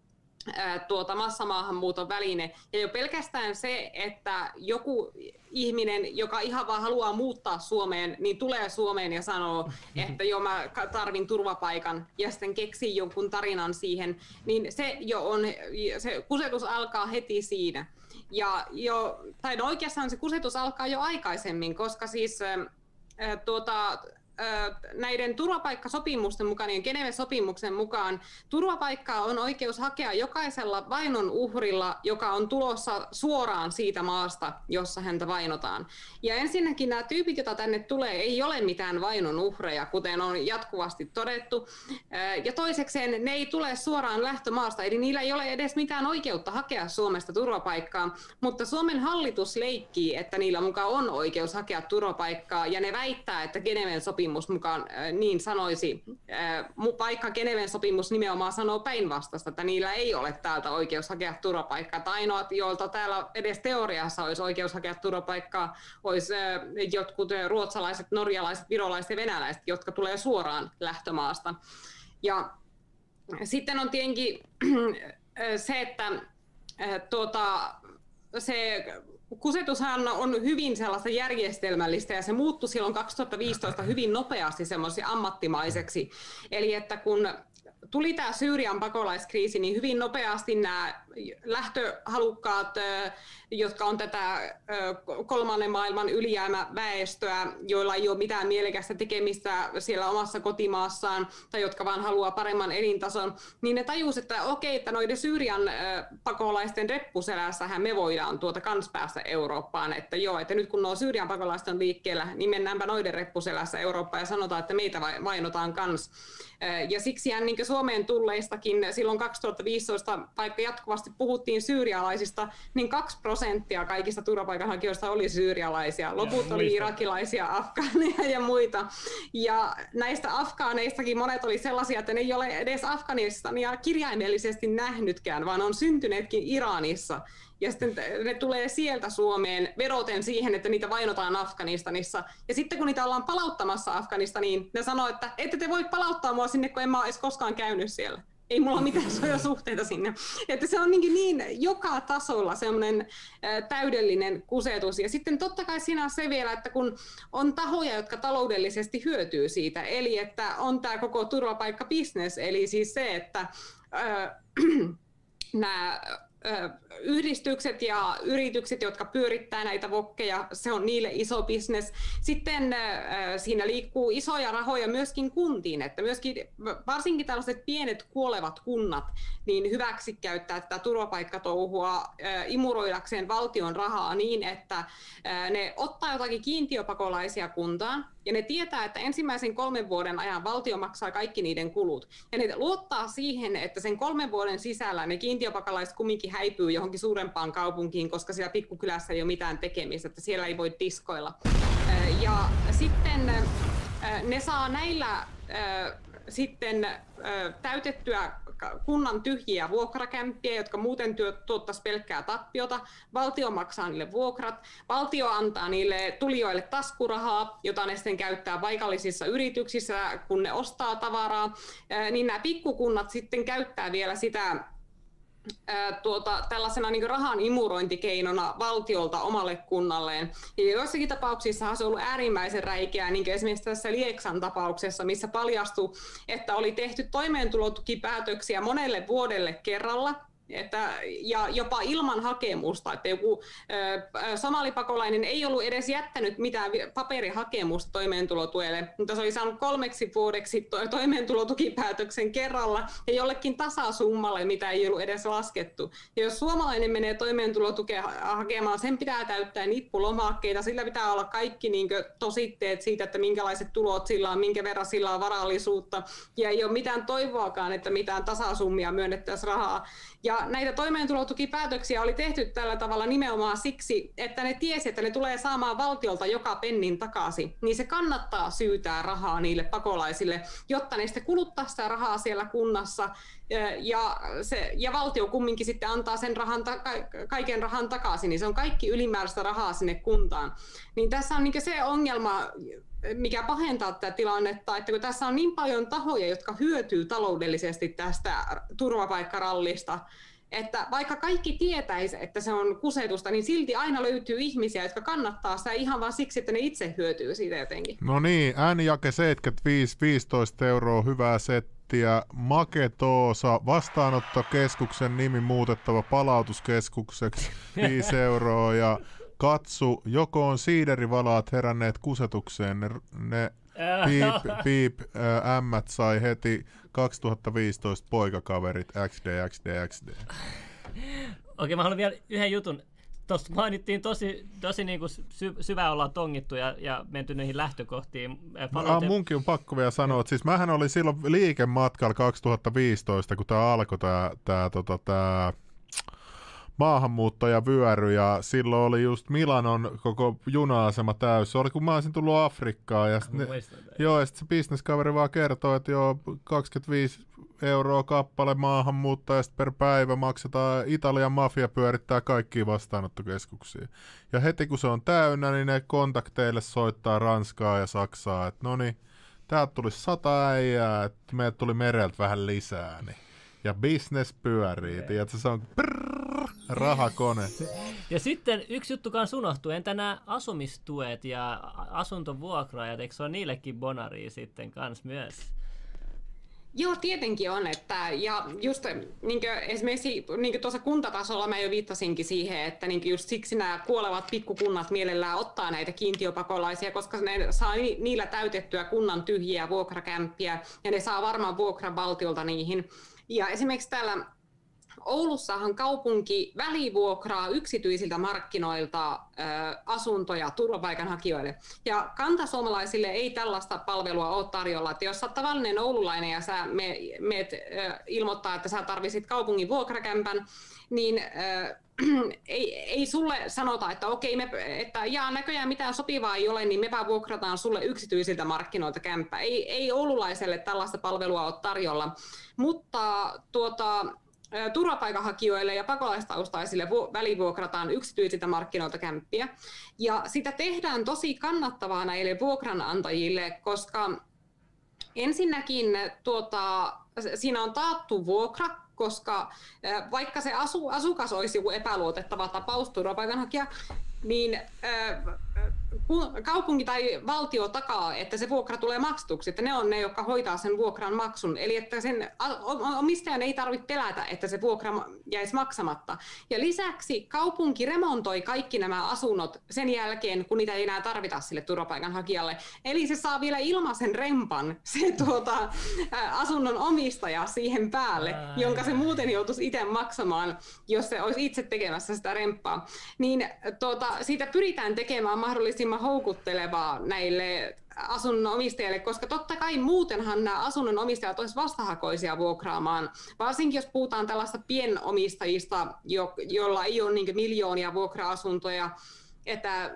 B: tuota massamaahanmuuton väline. Ja jo pelkästään se, että joku ihminen, joka ihan vaan haluaa muuttaa Suomeen, niin tulee Suomeen ja sanoo, että joo, mä tarvin turvapaikan, ja sitten keksii jonkun tarinan siihen, niin se jo on, se kusetus alkaa heti siinä. Ja jo, tai no oikeastaan se kusetus alkaa jo aikaisemmin, koska siis äh, tuota, näiden turvapaikkasopimusten mukaan, niin Geneven sopimuksen mukaan, turvapaikkaa on oikeus hakea jokaisella vainon uhrilla, joka on tulossa suoraan siitä maasta, jossa häntä vainotaan. Ja ensinnäkin nämä tyypit, joita tänne tulee, ei ole mitään vainon uhreja, kuten on jatkuvasti todettu. Ja toisekseen ne ei tule suoraan lähtömaasta, eli niillä ei ole edes mitään oikeutta hakea Suomesta turvapaikkaa, mutta Suomen hallitus leikkii, että niillä mukaan on oikeus hakea turvapaikkaa, ja ne väittää, että Geneven sopimus mukaan niin sanoisi, vaikka Geneven sopimus nimenomaan sanoo päinvastaista, että niillä ei ole täältä oikeus hakea turvapaikkaa. Tai ainoat, joilta täällä edes teoriassa olisi oikeus hakea turvapaikkaa, olisi jotkut ruotsalaiset, norjalaiset, virolaiset ja venäläiset, jotka tulee suoraan lähtömaasta. Ja sitten on tietenkin se, että tuota, se kusetushan on hyvin sellaista järjestelmällistä ja se muuttui silloin kaksituhattaviisitoista hyvin nopeasti semmoiseksi ammattimaiseksi. Eli että kun tuli tämä Syyrian pakolaiskriisi, niin hyvin nopeasti nämä lähtöhalukkaat, jotka on tätä kolmannen maailman ylijäämäväestöä, joilla ei ole mitään mielekästä tekemistä siellä omassa kotimaassaan tai jotka vaan haluaa paremman elintason, niin ne tajus, että okei, että noiden Syyrian pakolaisten reppuselässähän me voidaan tuota kans päästä Eurooppaan, että joo, että nyt kun nuo Syyrian pakolaiset on liikkeellä, niin mennäänpä noiden reppuselässä Eurooppaan ja sanotaan, että meitä vainotaan kans. Ja siksihän niin Suomeen tulleistakin silloin kaksituhattaviisitoista, vaikka jatkuvasti puhuttiin syyrialaisista, niin kaksi prosenttia kaikista turvapaikanhakijoista oli syyrialaisia. Loput ja, oli irakilaisia, afgaaneja ja muita. Ja näistä afgaaneistakin monet oli sellaisia, että ne ei ole edes Afganistania kirjaimellisesti nähnytkään, vaan on syntyneetkin Iranissa. Ja sitten ne tulee sieltä Suomeen vedoten siihen, että niitä vainotaan Afganistanissa. Ja sitten kun niitä ollaan palauttamassa Afganistaniin, ne sanoo, että ette te voi palauttaa mua sinne, kun en mä ole edes koskaan käynyt siellä. Ei mulla ole mitään suhteita sinne. Että se on niin, niin joka tasolla semmoinen täydellinen kusetus. Ja sitten totta kai siinä on se vielä, että kun on tahoja, jotka taloudellisesti hyötyy siitä, eli että on tämä koko turvapaikkabisnes, eli siis se, että äh, nämä yhdistykset ja yritykset, jotka pyörittää näitä vokkeja, se on niille iso bisnes. Sitten siinä liikkuu isoja rahoja myöskin kuntiin, että myöskin varsinkin tällaiset pienet kuolevat kunnat niin hyväksi käyttää tätä turvapaikkatouhua imuroidakseen valtion rahaa niin, että ne ottaa jotakin kiintiöpakolaisia kuntaan ja ne tietää, että ensimmäisen kolmen vuoden ajan valtio maksaa kaikki niiden kulut. Ja ne luottaa siihen, että sen kolmen vuoden sisällä ne kiintiöpakolaiset kumminkin häipyy johonkin suurempaan kaupunkiin, koska siellä pikkukylässä ei ole mitään tekemistä, että siellä ei voi diskoilla. Ja sitten ne saa näillä sitten täytettyä kunnan tyhjiä vuokrakämppiä, jotka muuten tuottaisi pelkkää tappiota. Valtio maksaa niille vuokrat. Valtio antaa niille tulijoille taskurahaa, jota ne sitten käyttää paikallisissa yrityksissä, kun ne ostaa tavaraa. Niin nämä pikkukunnat sitten käyttää vielä sitä Tuota, tällaisena niin rahan imurointikeinona valtiolta omalle kunnalleen. Ja joissakin tapauksissa se on ollut äärimmäisen räikeää, niin kuin esimerkiksi tässä Lieksan tapauksessa, missä paljastui, että oli tehty toimeentulotukipäätöksiä monelle vuodelle kerralla, että, ja jopa ilman hakemusta, että joku ö, somalipakolainen ei ollut edes jättänyt mitään paperihakemusta toimeentulotuelle, mutta se oli saanut kolmeksi vuodeksi to- toimeentulotukipäätöksen kerralla ja jollekin tasasummalle, mitä ei ollut edes laskettu. Ja jos suomalainen menee toimeentulotukea hakemaan, sen pitää täyttää nippulomakkeita, sillä pitää olla kaikki niin kuin, tositteet siitä, että minkälaiset tulot sillä on, minkä verran sillä on varallisuutta, ja ei ole mitään toivoakaan, että mitään tasasummia myönnettäisiin rahaa. Ja näitä toimeentulotukipäätöksiä oli tehty tällä tavalla nimenomaan siksi, että ne tiesi, että ne tulee saamaan valtiolta joka pennin takaisin. Niin se kannattaa syytää rahaa niille pakolaisille, jotta ne sitten kuluttaa sitä rahaa siellä kunnassa. Ja, se, ja valtio kumminkin sitten antaa sen rahan, kaiken rahan takaisin, niin se on kaikki ylimääräistä rahaa sinne kuntaan. Niin tässä on niin se ongelma, mikä pahentaa tätä tilannetta, että kun tässä on niin paljon tahoja, jotka hyötyy taloudellisesti tästä turvapaikkarallista, että vaikka kaikki tietäisi, että se on kusetusta, niin silti aina löytyy ihmisiä, jotka kannattaa sitä ihan vain siksi, että ne itse hyötyy siitä jotenkin.
C: No niin, äänijake seitsemänkymmentäviisi, viisitoista euroa, hyvää settiä. Maketoosa, vastaanottokeskuksen nimi muutettava palautuskeskukseksi, viisi euroa. Ja Katsu, joko on siiderivalaat heränneet kusetukseen, ne, ne piip, piip ä, ämmät sai heti kaksituhattaviisitoista poikakaverit X D, X D, X D.
A: Okei, mä haluan vielä yhden jutun. Tuossa mainittiin tosi, tosi niin kuin sy- syvään ollaan tongittu ja, ja menty niihin lähtökohtiin.
C: Palaute... Munkin on pakko vielä sanoa, että siis mähän olin silloin liikematkalla kaksituhattaviisitoista, kun tämä alkoi tämä, tämä, tota, tämä maahanmuuttajavyöry, ja silloin oli just Milanon koko juna-asema täys. Se oli, kun mä olisin tullut Afrikkaan, ja sitten joo, ja sit se bisneskaveri vaan kertoi, että joo, kaksikymmentäviisi euroa kappale maahanmuuttajasta per päivä maksetaan, Italian mafia pyörittää kaikkia vastaanottokeskuksia. Ja heti kun se on täynnä, niin ne kontakteille soittaa Ranskaa ja Saksaa, että no niin, täältä tuli sata äijää, että meiltä tuli mereltä vähän lisää, niin. Ja business pyörii, tiedätkö, se on prrrr, rahakone.
A: Ja sitten yksi juttu kanssa unohtuu, entä nämä asumistuet ja asuntovuokraajat, eikö se ole niillekin bonaria sitten kanssa myös?
B: Joo, tietenkin on, että ja just niin esimerkiksi niin tuossa kuntatasolla mä jo viittasinkin siihen, että niin just siksi nämä kuolevat pikkukunnat mielellään ottaa näitä kiintiöpakolaisia, koska ne saa niillä täytettyä kunnan tyhjiä vuokrakämppiä ja ne saa varmaan vuokran valtiolta niihin. Ja esimerkiksi täällä Oulussahan kaupunki välivuokraa yksityisiltä markkinoilta ö, asuntoja turvapaikanhakijoille. Ja kantasuomalaisille ei tällaista palvelua ole tarjolla. Että jos sä oot tavallinen oululainen ja sä me, meet, ö, ilmoittaa, että sä tarvitsit kaupungin vuokrakämpän, niin ö, ei, ei sulle sanota, että okei, me, että jaa, näköjään mitään sopivaa ei ole, niin mepä vuokrataan sulle yksityisiltä markkinoilta kämppä. Ei, ei oululaiselle tällaista palvelua ole tarjolla, mutta tuota... turvapaikanhakijoille ja pakolaistaustaisille välivuokrataan yksityisiltä markkinoilta kämppiä. Ja sitä tehdään tosi kannattavaa näille vuokranantajille, koska ensinnäkin tuota, siinä on taattu vuokra, koska vaikka se asu, asukas olisi joku epäluotettava tapaus, turvapaikanhakija, niin kaupunki tai valtio takaa, että se vuokra tulee maksetuksi, että ne on ne, jotka hoitaa sen vuokran maksun. Eli että sen omistajan ei tarvitse pelätä, että se vuokra jäisi maksamatta. Ja lisäksi kaupunki remontoi kaikki nämä asunnot sen jälkeen, kun niitä ei enää tarvita sille turvapaikanhakijalle. Eli se saa vielä ilmaisen rempan, se tuota, asunnon omistaja siihen päälle, Ää. jonka se muuten joutuisi itse maksamaan, jos se olisi itse tekemässä sitä remppaa. Niin tuota, siitä pyritään tekemään mahdollisimman houkuttelevaa näille asunnon omistajille, koska totta kai muutenhan nämä asunnon omistajat olisivat vastahakoisia vuokraamaan, varsinkin jos puhutaan tällaista pienomistajista, jo, jolla ei ole niin miljoonia vuokra-asuntoja, että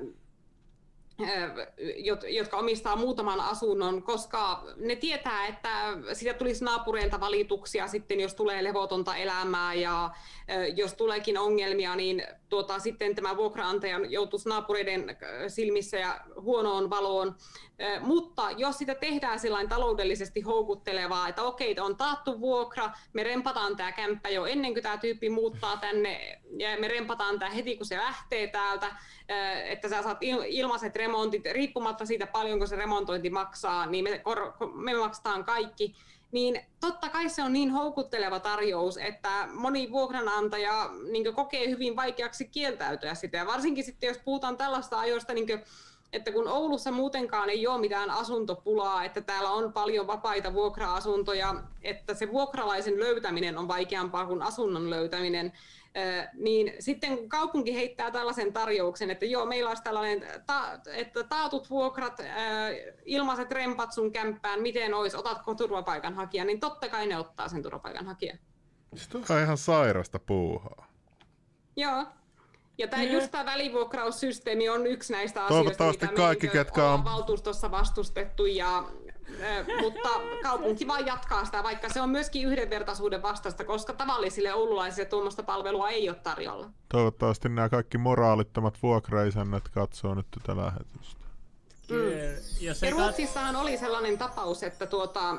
B: jotka omistaa muutaman asunnon, koska ne tietää, että siitä tulisi naapureilta valituksia sitten, jos tulee levotonta elämää ja jos tuleekin ongelmia, niin tuota, sitten tämä vuokraantaja joutuisi naapureiden silmissä ja huonoon valoon. Mutta jos sitä tehdään sillain taloudellisesti houkuttelevaa, että okei, on taattu vuokra, me rempataan tämä kämppä jo ennen kuin tämä tyyppi muuttaa tänne, ja me rempataan tämä heti, kun se lähtee täältä, että sä saat ilmaiset remontit, riippumatta siitä paljonko se remontointi maksaa, niin me, me maksetaan kaikki. Niin totta kai se on niin houkutteleva tarjous, että moni vuokranantaja niin kokee hyvin vaikeaksi kieltäytyä sitä. Ja varsinkin sitten, jos puhutaan tällaista ajoista, niin kuin, että kun Oulussa muutenkaan ei ole mitään asuntopulaa, että täällä on paljon vapaita vuokra-asuntoja, että se vuokralaisen löytäminen on vaikeampaa kuin asunnon löytäminen, niin sitten kun kaupunki heittää tällaisen tarjouksen, että joo, meillä olisi tällainen, ta- että taatut vuokrat, ilmaiset rempat sun kämppään, miten olisi, otatko turvapaikanhakijan, niin totta kai ne ottaa sen turvapaikanhakijan.
C: Se on ihan sairasta puuhaa.
B: Joo. Ja tämä, just tämä välivuokraussysteemi on yksi näistä asioista,
C: toivottavasti
B: mitä
C: kaikki,
B: me
C: ketkä on
B: valtuustossa vastustettu, ja, äh, mutta kaupunki vaan jatkaa sitä, vaikka se on myöskin yhdenvertaisuuden vastaista, koska tavallisille oululaisille tuommoista palvelua ei ole tarjolla.
C: Toivottavasti nämä kaikki moraalittomat vuokraisännät katsoo nyt tätä lähetystä.
B: Mm. Ja Ruotsissahan oli sellainen tapaus, että tuota,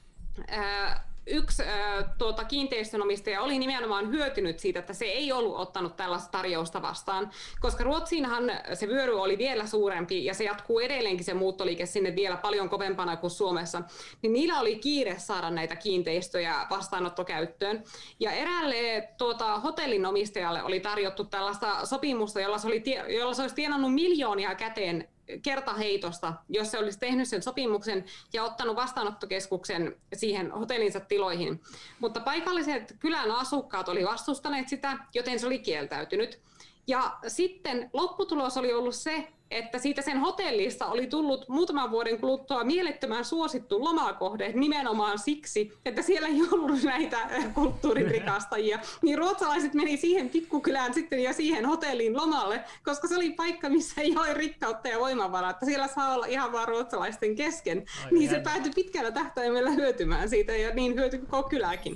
B: äh, yksi äh, tuota, kiinteistönomistaja oli nimenomaan hyötynyt siitä, että se ei ollut ottanut tällaista tarjousta vastaan, koska Ruotsiinhan se vyöry oli vielä suurempi ja se jatkuu edelleenkin se muuttoliike sinne vielä paljon kovempana kuin Suomessa, niin niillä oli kiire saada näitä kiinteistöjä vastaanottokäyttöön. Ja eräälle tuota, hotellinomistajalle oli tarjottu tällaista sopimusta, jolla se, oli, jolla se olisi tienannut miljoonia käteen kertaheitosta, jos se olisi tehnyt sen sopimuksen ja ottanut vastaanottokeskuksen siihen hotellinsa tiloihin. Mutta paikalliset kylän asukkaat oli vastustaneet sitä, joten se oli kieltäytynyt. Ja sitten lopputulos oli ollut se, että siitä sen hotellista oli tullut muutaman vuoden kuluttua mielettömän suosittu lomakohde nimenomaan siksi, että siellä ei ollut näitä kulttuuririkastajia. Niin ruotsalaiset meni siihen pikkukylään sitten ja siihen hotelliin lomalle, koska se oli paikka, missä ei ole rikkautta ja voimavaraa, että siellä saa olla ihan vaan ruotsalaisten kesken. Aika niin jännä. Se päätyi pitkällä tähtäimellä hyötymään siitä ja niin hyötyi koko kyläkin.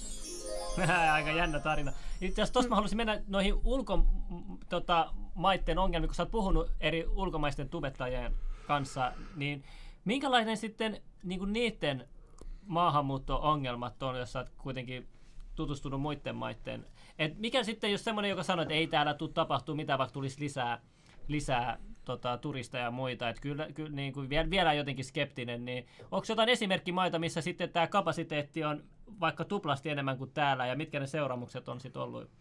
A: Aika jännä tarina. Itse asiassa tuosta mä haluaisin mennä noihin ulkomaiden tota, ongelmiin, kun sä oot puhunut eri ulkomaisten tubettajien kanssa, niin minkälainen sitten niin niiden maahanmuutto-ongelmat on, jos sä oot kuitenkin tutustunut muiden maiden? Et mikä sitten, jos semmoinen, joka sanoo, että ei täällä tule tapahtuu mitään, vaikka tulisi lisää, lisää tota, turisteja ja muita, että kyllä, kyllä niin kuin vielä, vielä jotenkin skeptinen, niin onko jotain esimerkkimaita, missä sitten tämä kapasiteetti on vaikka tuplasti enemmän kuin täällä, ja mitkä ne seuraamukset on sitten ollut?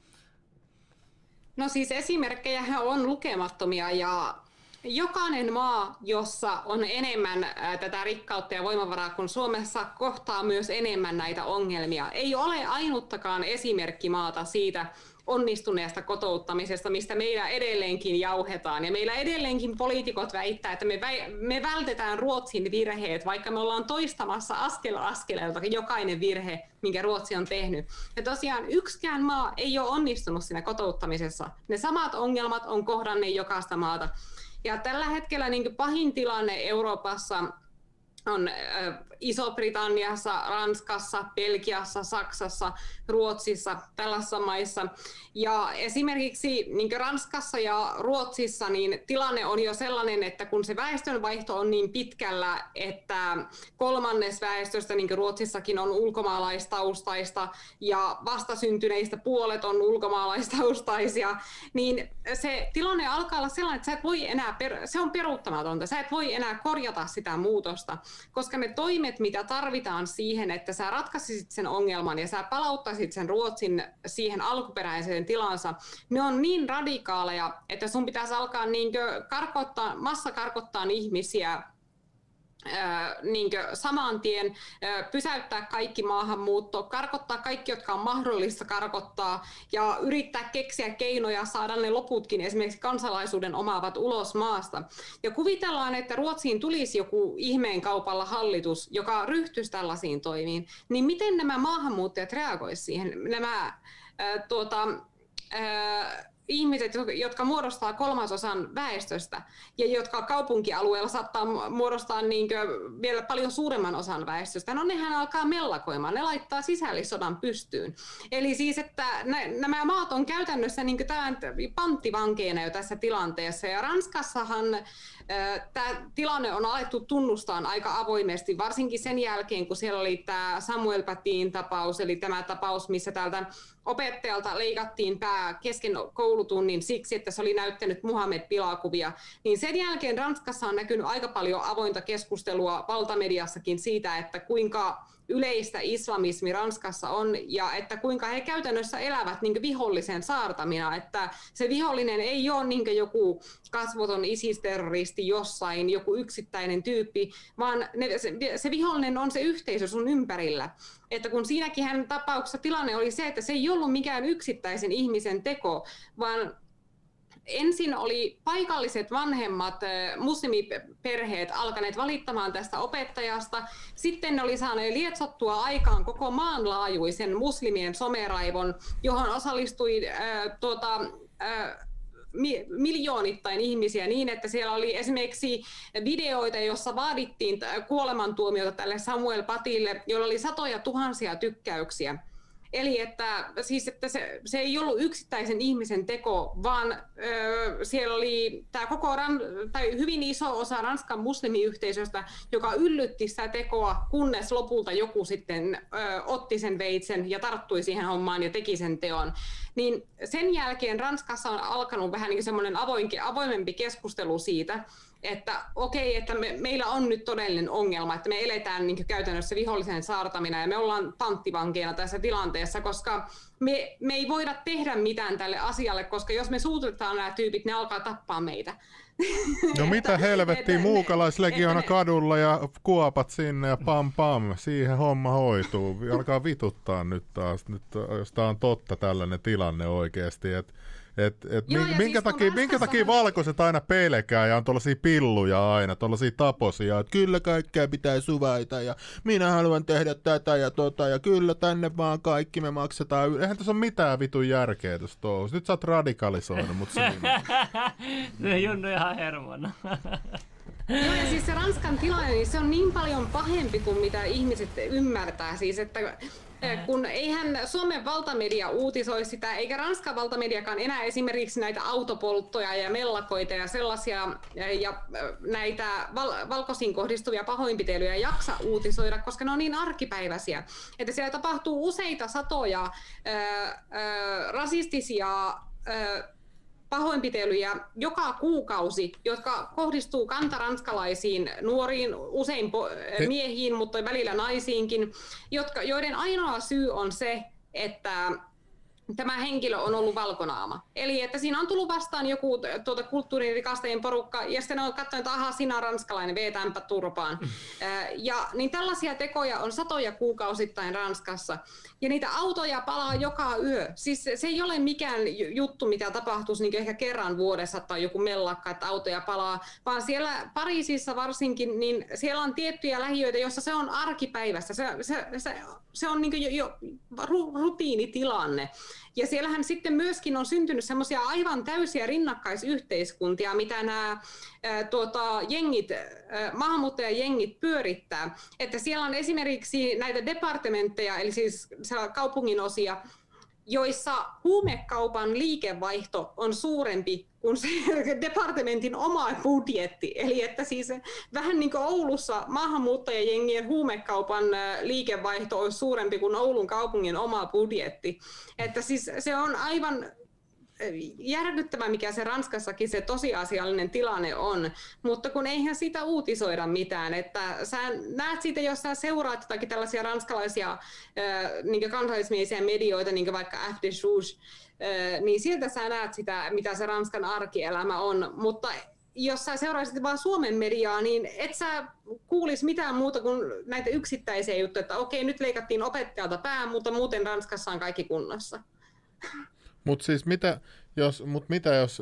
B: No siis esimerkkejähän on lukemattomia, ja jokainen maa, jossa on enemmän ää, tätä rikkautta ja voimavaraa kuin Suomessa, kohtaa myös enemmän näitä ongelmia. Ei ole ainuttakaan esimerkkimaata siitä onnistuneesta kotouttamisesta, mistä meillä edelleenkin jauhetaan. Ja meillä edelleenkin poliitikot väittää, että me, vä- me vältetään Ruotsin virheet, vaikka me ollaan toistamassa askel askeleelta jokainen virhe, minkä Ruotsi on tehnyt. Ja tosiaan yksikään maa ei ole onnistunut siinä kotouttamisessa. Ne samat ongelmat on kohdanneet jokaista maata. Ja tällä hetkellä niin pahin tilanne Euroopassa on äh, Iso-Britanniassa, Ranskassa, Belgiassa, Saksassa, Ruotsissa, tällaisissa maissa. Ja esimerkiksi niin Ranskassa ja Ruotsissa niin tilanne on jo sellainen, että kun se väestönvaihto on niin pitkällä, että kolmannes väestöstä, niin kuin Ruotsissakin, on ulkomaalaistaustaista ja vastasyntyneistä puolet on ulkomaalaistaustaisia, niin se tilanne alkaa olla sellainen, että sä et voi enää, per- se on peruuttamatonta, sä et voi enää korjata sitä muutosta, koska ne toimet, mitä tarvitaan siihen, että sä ratkaisisit sen ongelman ja sä palauttaisit sen Ruotsin siihen alkuperäiseen tilansa, ne on niin radikaaleja, että sun pitäisi alkaa niinkö karkottaa, massakarkottaa ihmisiä niin saman tien, pysäyttää kaikki maahanmuutto, karkottaa kaikki, jotka on mahdollista karkottaa ja yrittää keksiä keinoja saada ne loputkin esimerkiksi kansalaisuuden omaavat ulos maasta. Ja kuvitellaan, että Ruotsiin tulisi joku ihmeen kaupalla hallitus, joka ryhtyisi tällaisiin toimiin, niin miten nämä maahanmuuttajat reagoisivat siihen? Nämä äh, tuota, äh, ihmiset, jotka muodostaa kolmasosan väestöstä ja jotka kaupunkialueella saattaa muodostaa niin vielä paljon suuremman osan väestöstä, no nehän alkaa mellakoimaan, ne laittaa sisällissodan pystyyn. Eli siis, että nämä maat on käytännössä niin panttivankeina jo tässä tilanteessa, ja Ranskassahan tämä tilanne on alettu tunnustaa aika avoimesti, varsinkin sen jälkeen, kun siellä oli tämä Samuel Patyn tapaus, eli tämä tapaus, missä täältä opettajalta leikattiin pää kesken koulutunnin siksi, että se oli näyttänyt Muhammed pilakuvia, niin sen jälkeen Ranskassa on näkynyt aika paljon avointa keskustelua valtamediassakin siitä, että kuinka yleistä islamismi Ranskassa on ja että kuinka he käytännössä elävät niin vihollisen saartamina, että se vihollinen ei ole niin joku kasvoton ISIS-terroristi jossain, joku yksittäinen tyyppi, vaan ne, se, se vihollinen on se yhteisö sun ympärillä. Että kun siinäkin hänen tapauksessa tilanne oli se, että se ei ollut mikään yksittäisen ihmisen teko, vaan ensin oli paikalliset vanhemmat muslimiperheet alkaneet valittamaan tästä opettajasta. Sitten ne oli saaneet lietsottua aikaan koko maanlaajuisen muslimien someraivon, johon osallistui äh, tuota, äh, miljoonittain ihmisiä niin, että siellä oli esimerkiksi videoita, jossa vaadittiin kuolemantuomiota tälle Samuel Patylle, jolla oli satoja tuhansia tykkäyksiä. Eli että, siis, että se, se ei ollut yksittäisen ihmisen teko, vaan ö, siellä oli tämä koko ran, tai hyvin iso osa Ranskan muslimiyhteisöstä, joka yllytti sitä tekoa, kunnes lopulta joku sitten ö, otti sen veitsen ja tarttui siihen hommaan ja teki sen teon. Niin sen jälkeen Ranskassa on alkanut vähän niin semmoinen avoimempi keskustelu siitä, että okei, että me, meillä on nyt todellinen ongelma, että me eletään niin käytännössä vihollisen saartamina ja me ollaan panttivankeina tässä tilanteessa, koska me, me ei voida tehdä mitään tälle asialle, koska jos me suututetaan nämä tyypit, ne alkaa tappaa meitä.
C: No mitä helvettiä, muukalaislegiona kadulla ja kuopat sinne ja pam pam, siihen homma hoituu. Alkaa vituttaa nyt taas, nyt, jos tämä on totta tällainen tilanne oikeasti, että Et, et Joo, minkä, siis takia, minkä takia valkoiset aina pelkää ja on tuollaisia pilluja aina, tuollaisia taposia, että kyllä kaikkea pitää suvaita ja minä haluan tehdä tätä ja tota ja kyllä tänne vaan kaikki me maksetaan. Eihän tässä ole mitään vitun järkeä tuossa touhussa. Nyt sä oot radikalisoinut mut siinä.
A: Se Junnu ihan hermona.
B: Joo, ja siis se Ranskan tilanne, niin se on niin paljon pahempi kuin mitä ihmiset ymmärtää. Siis, että kun eihän Suomen valtamedia uutisoi sitä, eikä Ranskan valtamediakaan enää esimerkiksi näitä autopolttoja ja mellakoita ja sellaisia ja näitä val- valkoisiin kohdistuvia pahoinpitelyjä jaksa uutisoida, koska ne on niin arkipäiväisiä. Että siellä tapahtuu useita satoja ää, ää, rasistisia ää, pahoinpitelyjä joka kuukausi, jotka kohdistuu kantaranskalaisiin nuoriin, usein miehiin, mutta välillä naisiinkin, jotka, joiden ainoa syy on se, että tämä henkilö on ollut valkonaama. Eli että siinä on tullut vastaan joku tuota, kulttuuririkastajien porukka, ja sitten on katsonut, että aha, sinä on ranskalainen, veetäänpä turpaan. Ja niin tällaisia tekoja on satoja kuukausittain Ranskassa. Ja niitä autoja palaa joka yö. Siis se ei ole mikään juttu, mitä tapahtuisi niin ehkä kerran vuodessa tai joku mellakka, että autoja palaa, vaan siellä Pariisissa varsinkin, niin siellä on tiettyjä lähiöitä, joissa se on arkipäivässä. Se, se, se, se on niin jo, jo rutiinitilanne. Ja siellähän sitten myöskin on syntynyt semmoisia aivan täysiä rinnakkaisyhteiskuntia, mitä nämä ää, tuota, jengit, ää, maahanmuuttajajengit pyörittää. Että siellä on esimerkiksi näitä departementteja, eli siis kaupungin osia, joissa huumekaupan liikevaihto on suurempi kuin se departementin oma budjetti. Eli että siis vähän niin kuin Oulussa maahanmuuttajajengien huumekaupan liikevaihto on suurempi kuin Oulun kaupungin oma budjetti. Että siis se on aivan järkyttävä, mikä se Ranskassakin se tosiasiallinen tilanne on, mutta kun eihän sitä uutisoida mitään, että sä näet siitä, jos sä seuraat jotakin tällaisia ranskalaisia niin kansallismielisiä medioita, niin vaikka F de Rouge, niin sieltä sä näet sitä, mitä se Ranskan arkielämä on, mutta jos sä seuraisit vaan Suomen mediaa, niin et sä kuulisi mitään muuta kuin näitä yksittäisiä juttuja, että okei, nyt leikattiin opettajalta pää, mutta muuten Ranskassa on kaikki kunnossa.
C: Mutta siis mitä jos, mut mitä jos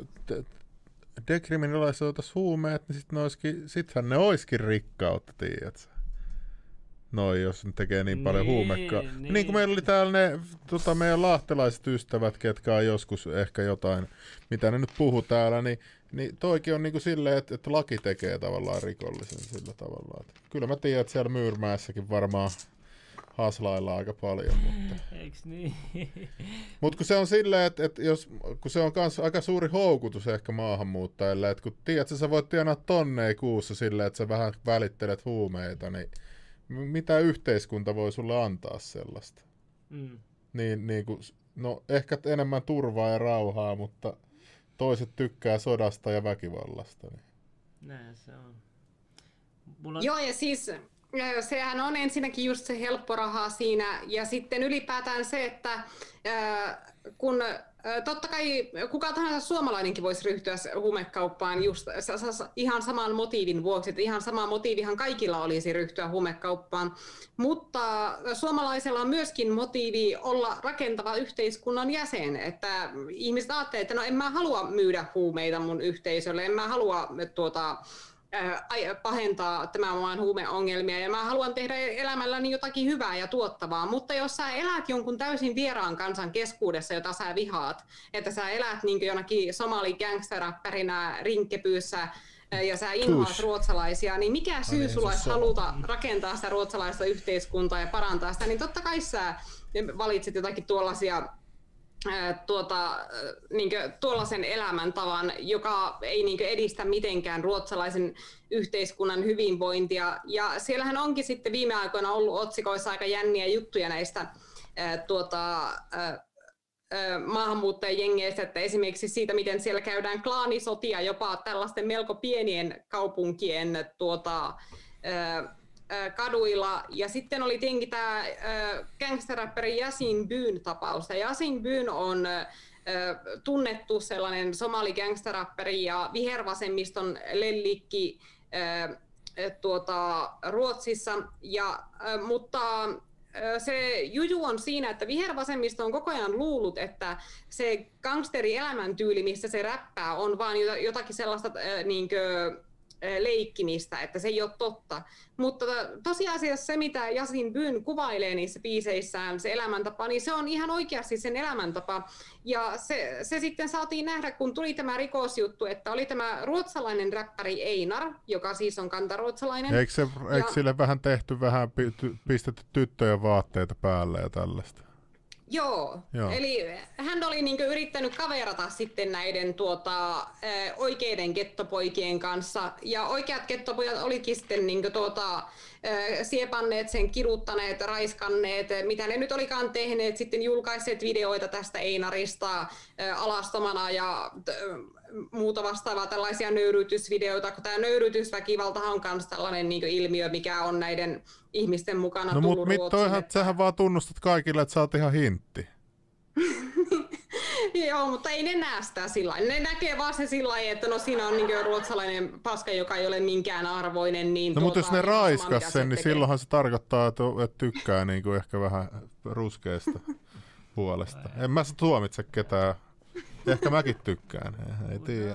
C: dekriminalisoitaisiin huumeet, niin sitten ne sittenhän ne olisikin rikkautta, tiedätkö? noin, jos ne tekee niin paljon
A: Niin,
C: huumekkaa.
A: niin.
C: Niin kuin meillä oli täällä ne tota, meidän lahtelaiset ystävät, ketkä on joskus ehkä jotain, mitä ne nyt puhuu täällä, niin, niin toikin on niin kuin silleen, että, että laki tekee tavallaan rikollisen sillä tavalla. Että kyllä mä tiedän, että siellä Myyrmäessäkin varmaan haslaillaan aika paljon, mutta...
A: Eiks niin?
C: Mutta kun se on silleen, että, että jos, kun se on kans aika suuri houkutus ehkä maahanmuuttajille, että kun tiedät, että sä voit tienaa tonneja kuussa silleen, että sä vähän välittelet huumeita, niin mitä yhteiskunta voi sulle antaa sellaista?
A: Mm.
C: Niin, niin kuin, no ehkä enemmän turvaa ja rauhaa, mutta toiset tykkää sodasta ja väkivallasta. Niin.
A: Näin se on. Mulla...
B: Joo, ja siis sehän on ensinnäkin just se helppo raha siinä, ja sitten ylipäätään se, että kun totta kai kuka tahansa suomalainenkin voisi ryhtyä huumekauppaan just ihan saman motiivin vuoksi, että ihan sama motiivihan kaikilla olisi ryhtyä huumekauppaan, mutta suomalaisella on myöskin motiivi olla rakentava yhteiskunnan jäsen, että ihmiset ajattelevat, että no en mä halua myydä huumeita mun yhteisölle, en mä halua tuota... pahentaa tämän maan huumeongelmia ja mä haluan tehdä elämälläni jotakin hyvää ja tuottavaa, mutta jos sä elät jonkun täysin vieraan kansan keskuudessa, jota sä vihaat, että sä elät niin kuin jonakin somali gangsteräppärinä rinkkepyyssä ja sä inhoat ruotsalaisia, niin mikä syy sulla olisi haluta rakentaa sitä ruotsalaista yhteiskuntaa ja parantaa sitä, niin totta kai sä valitset jotakin tuollaisia Tuota, niin kuin, tuollaisen elämäntavan, joka ei niin kuin, edistä mitenkään ruotsalaisen yhteiskunnan hyvinvointia. Ja siellähän onkin sitten viime aikoina ollut otsikoissa aika jänniä juttuja näistä ää, tuota, ää, maahanmuuttajajengeistä, että esimerkiksi siitä, miten siellä käydään klaanisotia jopa tällaisten melko pienien kaupunkien tuota, ää, kaduilla. Ja sitten oli tietenkin tämä gangsteräppäri Yasin Byn tapaus. Yasin Byn on äh, tunnettu sellainen somali gangsteräppäri ja vihervasemmiston lellikki äh, tuota, Ruotsissa. Ja, äh, mutta äh, se juju on siinä, että vihervasemmisto on koko ajan luullut, että se gangsterielämäntyyli, missä se räppää, on vaan jotakin sellaista äh, niinkö, leikkimistä, että se ei ole totta. Mutta tosiasiassa se, mitä Yasin Byn kuvailee niissä biiseissään, se elämäntapa, niin se on ihan oikeasti sen elämäntapa. Ja se, se sitten saatiin nähdä, kun tuli tämä rikosjuttu, että oli tämä ruotsalainen räppäri Einar, joka siis on kantaruotsalainen.
C: Eikö, se,
B: ja...
C: eikö sille vähän tehty, vähän pistetty tyttöjen vaatteita päälle ja tällaista?
B: Joo. Joo, eli hän oli niinku yrittänyt kaverata sitten näiden tuota, oikeiden gettopoikien kanssa, ja oikeat gettopojat olikin sitten niinku tuota, siepanneet sen, kiduttaneet, raiskanneet, mitä ne nyt olikaan tehneet, sitten julkaisseet videoita tästä Einarista alastomana ja muuta vastaavaa, tällaisia nöyryytysvideoita, kun tämä nöyryytysväkivaltahan on myös tällainen niin kuin ilmiö, mikä on näiden ihmisten mukana
C: no,
B: tullut
C: Ruotsiin. No mutta
B: Ruotsiin. Että...
C: sähän vaan tunnustat kaikille, että sä oot ihan hintti.
B: Joo, mutta ei ne näe sitä sillä lailla. Ne näkee vaan se sillä lailla, että no siinä on niin ruotsalainen paska, joka ei ole minkään arvoinen. Niin
C: no
B: tuota,
C: mutta jos ne raiskas sen, sen niin
B: tekee.
C: silloinhan se tarkoittaa, että, että tykkää niin kuin ehkä vähän ruskeasta puolesta. En mä tuomitse ketään. Ehkä mäkin tykkään, ei tiedä.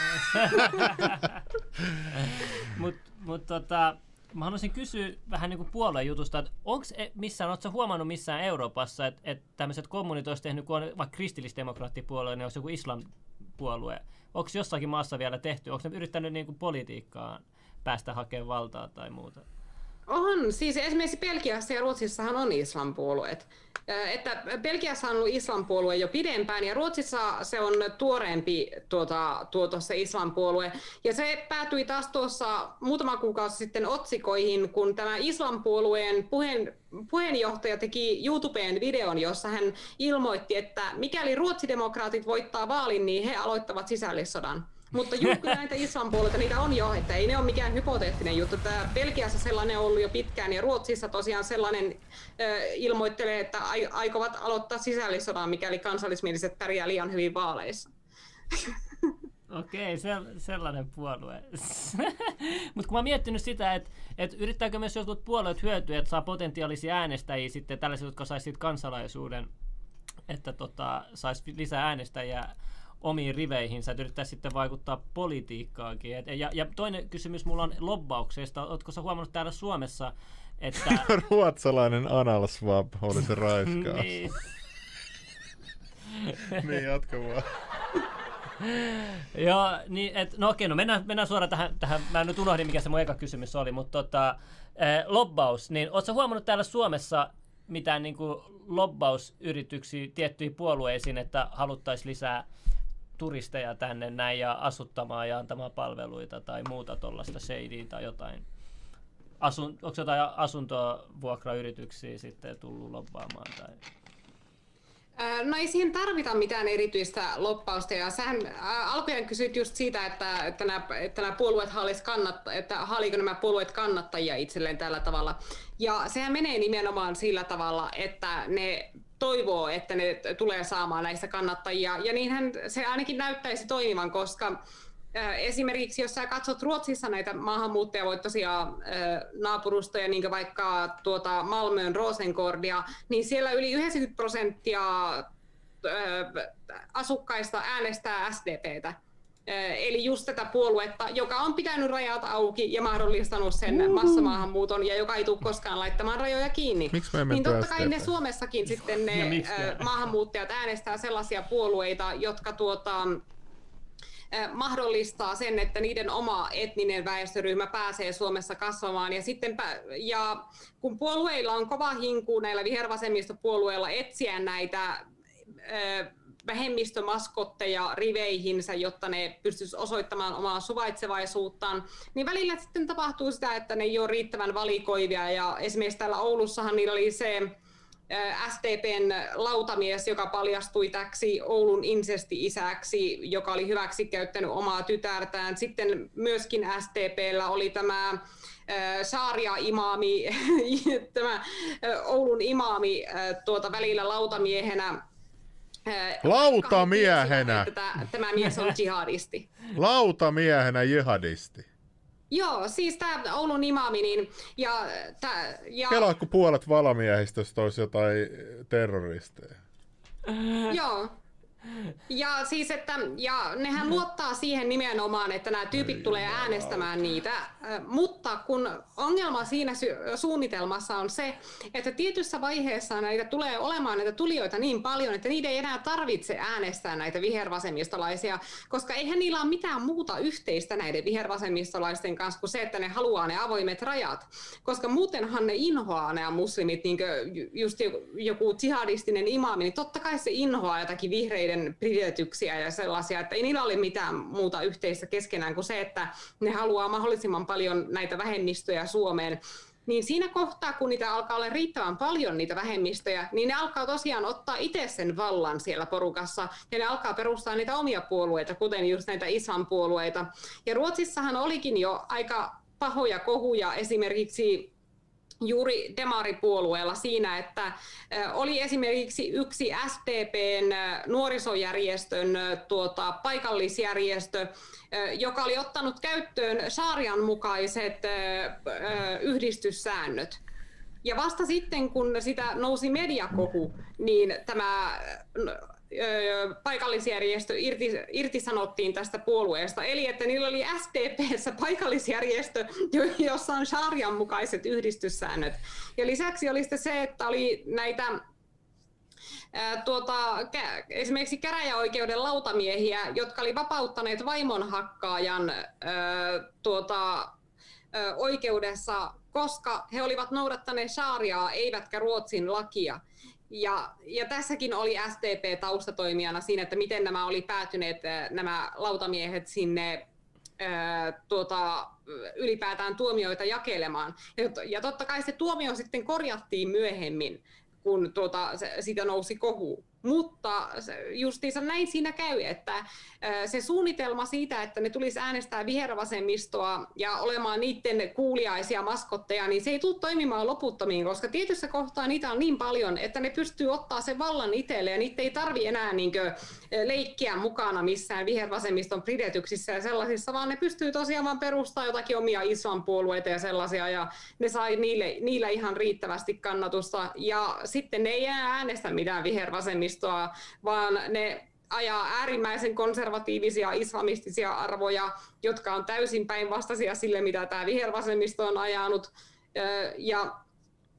A: Mutta mut, tota, mä haluaisin kysyä vähän niin kuin puolueen jutusta, että onko missään, ootko sä huomannut missään Euroopassa, että et tämmöiset kommunit olisi tehnyt, kun on vaikka kristillisdemokraattipuolue, niin olisi joku islampuolue. Onko jossakin maassa vielä tehty? Onko ne yrittänyt niin kuin politiikkaan päästä hakemaan valtaa tai muuta?
B: On. Siis esimerkiksi Belgiassa ja Ruotsissahan on islampuolueet. Että Belgiassa on ollut islampuolue jo pidempään ja Ruotsissa se on tuoreempi tuota, tuota, se islampuolue. Ja se päätyi taas tuossa muutama kuukausi sitten otsikoihin, kun tämä islampuolueen puheen, puheenjohtaja teki YouTubeen videon, jossa hän ilmoitti, että mikäli ruotsidemokraatit voittaa vaalin, niin he aloittavat sisällissodan. Mutta juu, kyllä näitä islampuolueita, niitä on jo, että ei ne ole mikään hypoteettinen juttu. Tämä Belgiassa sellainen on ollut jo pitkään ja Ruotsissa tosiaan sellainen äh, ilmoittelee, että aikovat aloittaa sisällissodan, mikäli kansallismieliset pärjää liian hyvin vaaleissa.
A: Okei, se, sellainen puolue. Mutta kun mä oon miettinyt sitä, että et yrittääkö myös jotkut puolueet hyötyä, että saa potentiaalisia äänestäjiä sitten tällaiset, jotka saisivat kansalaisuuden, että tota, saisi lisää äänestäjiä omiin riveihinsä, että yrittää sitten vaikuttaa politiikkaakin. Et, ja, ja toinen kysymys mulla on lobbauksesta. Oletko sä huomannut täällä Suomessa Että...
C: Ruotsalainen anal swab oli se raiskaus.
A: niin.
C: niin, jatka vaan.
A: Joo, niin, et, no okei, no mennään, mennään suoraan tähän, tähän, mä nyt unohdin mikä se mun eka kysymys oli, mutta tota, eh, lobbaus, niin ootko sä huomannut täällä Suomessa mitään niin kuin lobbausyrityksiä tiettyihin puolueisiin, että haluttaisiin lisää turisteja tänne näin ja asuttamaan ja antamaan palveluita tai muuta tuollaista shadyä tai jotain? Asun, onko jotain asuntovuokrayrityksiä sitten tullut lobbaamaan? Tai...
B: No ei siihen tarvita mitään erityistä loppausta, ja sähän alkujaan kysyit just siitä, että, että, nämä, että nämä puolueet haalis kannatta, että haaliiko nämä puolueet kannattajia itselleen tällä tavalla. Ja sehän menee nimenomaan sillä tavalla, että ne toivoo, että ne tulee saamaan näistä kannattajia, ja niinhän se ainakin näyttäisi toimivan, koska esimerkiksi jos sä katsot Ruotsissa näitä maahanmuuttajavoittoisia naapurustoja, niin kuin vaikka tuota Malmön Rosengårdia, niin siellä yli yhdeksänkymmentä prosenttia asukkaista äänestää S D P:tä. Eli just tätä puoluetta, joka on pitänyt rajat auki ja mahdollistanut sen massamaahanmuuton ja joka ei tule koskaan laittamaan rajoja kiinni.
C: Miksi me
B: niin totta kai ne Suomessakin sitten ne
A: no,
B: maahanmuuttajat äänestää sellaisia puolueita, jotka tuota, mahdollistaa sen, että niiden oma etninen väestöryhmä pääsee Suomessa kasvamaan. Ja, sitten, ja kun puolueilla on kova hinku näillä vihervasemmistopuolueilla etsiä näitä vähemmistömaskotteja riveihinsä, jotta ne pystyisivät osoittamaan omaa suvaitsevaisuuttaan, niin välillä sitten tapahtuu sitä, että ne ei ole riittävän valikoivia. Ja esimerkiksi täällä Oulussahan niillä oli se S D P:n lautamies, joka paljastui täksi Oulun insesti-isäksi, joka oli hyväksi käyttänyt omaa tytärtään. Sitten myöskin S D P:llä oli tämä Saaria-imaami, tämä Oulun imaami tuota välillä lautamiehenä.
C: Lautamiehenä?
B: Että tämä mies on jihadisti.
C: Lautamiehenä jihadisti.
B: Joo, siis tämä Oulun imaami, niin, ja... Tää, ja...
C: Kelaa, kun puolet valamiehistöstä olisi jotain terroristeja.
B: Joo. Ja siis, että, ja nehän luottaa siihen nimenomaan, että nämä tyypit tulee äänestämään niitä, mutta kun ongelma siinä suunnitelmassa on se, että tietyssä vaiheessa näitä tulee olemaan näitä tulijoita niin paljon, että niiden ei enää tarvitse äänestää näitä vihervasemmistolaisia, koska eihän niillä ole mitään muuta yhteistä näiden vihervasemmistolaisten kanssa kuin se, että ne haluaa ne avoimet rajat, koska muutenhan ne inhoaa nämä muslimit, niin kuin just joku jihadistinen imaami, niin totta kai se inhoaa jotakin vihreiden pidätyksiä ja sellaisia, että ei niillä ole mitään muuta yhteistä keskenään kuin se, että ne haluaa mahdollisimman paljon näitä vähemmistöjä Suomeen. Niin siinä kohtaa, kun niitä alkaa olla riittävän paljon niitä vähemmistöjä, niin ne alkaa tosiaan ottaa itse sen vallan siellä porukassa ja ne alkaa perustaa niitä omia puolueita, kuten just näitä islam-puolueita. Ja Ruotsissahan olikin jo aika pahoja kohuja esimerkiksi juuri demaripuolueella siinä, että oli esimerkiksi yksi S D P:n nuorisojärjestön tuota, paikallisjärjestö, joka oli ottanut käyttöön šarian mukaiset yhdistyssäännöt. Ja vasta sitten, kun sitä nousi mediakohu, niin tämä paikallisjärjestö irti, irtisanottiin tästä puolueesta. Eli että niillä oli S D P:ssä paikallisjärjestö, jossa on šarian mukaiset yhdistyssäännöt. Ja lisäksi oli sitten se, että oli näitä ää, tuota, kä, esimerkiksi käräjäoikeuden lautamiehiä, jotka oli vapauttaneet vaimonhakkaajan ää, tuota, ää, oikeudessa, koska he olivat noudattaneet šariaa eivätkä Ruotsin lakia. Ja, ja tässäkin oli S D P taustatoimijana siinä, että miten nämä oli päätyneet nämä lautamiehet sinne ää, tuota, ylipäätään tuomioita jakelemaan. Ja, ja totta kai se tuomio sitten korjattiin myöhemmin, kun tuota, se, siitä nousi kohu. Mutta justiinsa näin siinä käy, että se suunnitelma siitä, että ne tulisi äänestää vihervasemmistoa ja olemaan niiden kuuliaisia maskotteja, niin se ei tule toimimaan loputtomiin, koska tietyssä kohtaa niitä on niin paljon, että ne pystyy ottaa sen vallan itselleen ja niitä ei tarvitse enää niinkö leikkiä mukana missään vihervasemmiston pidätyksissä ja sellaisissa, vaan ne pystyy tosiaan vaan perustamaan jotakin omia islampuolueita ja sellaisia ja ne sai niille, niillä ihan riittävästi kannatusta ja sitten ne ei enää äänestä mitään vihervasemmistoa, vaan ne ajaa äärimmäisen konservatiivisia islamistisia arvoja, jotka on täysin päinvastaisia sille, mitä tämä vihervasemmisto on ajanut. Ja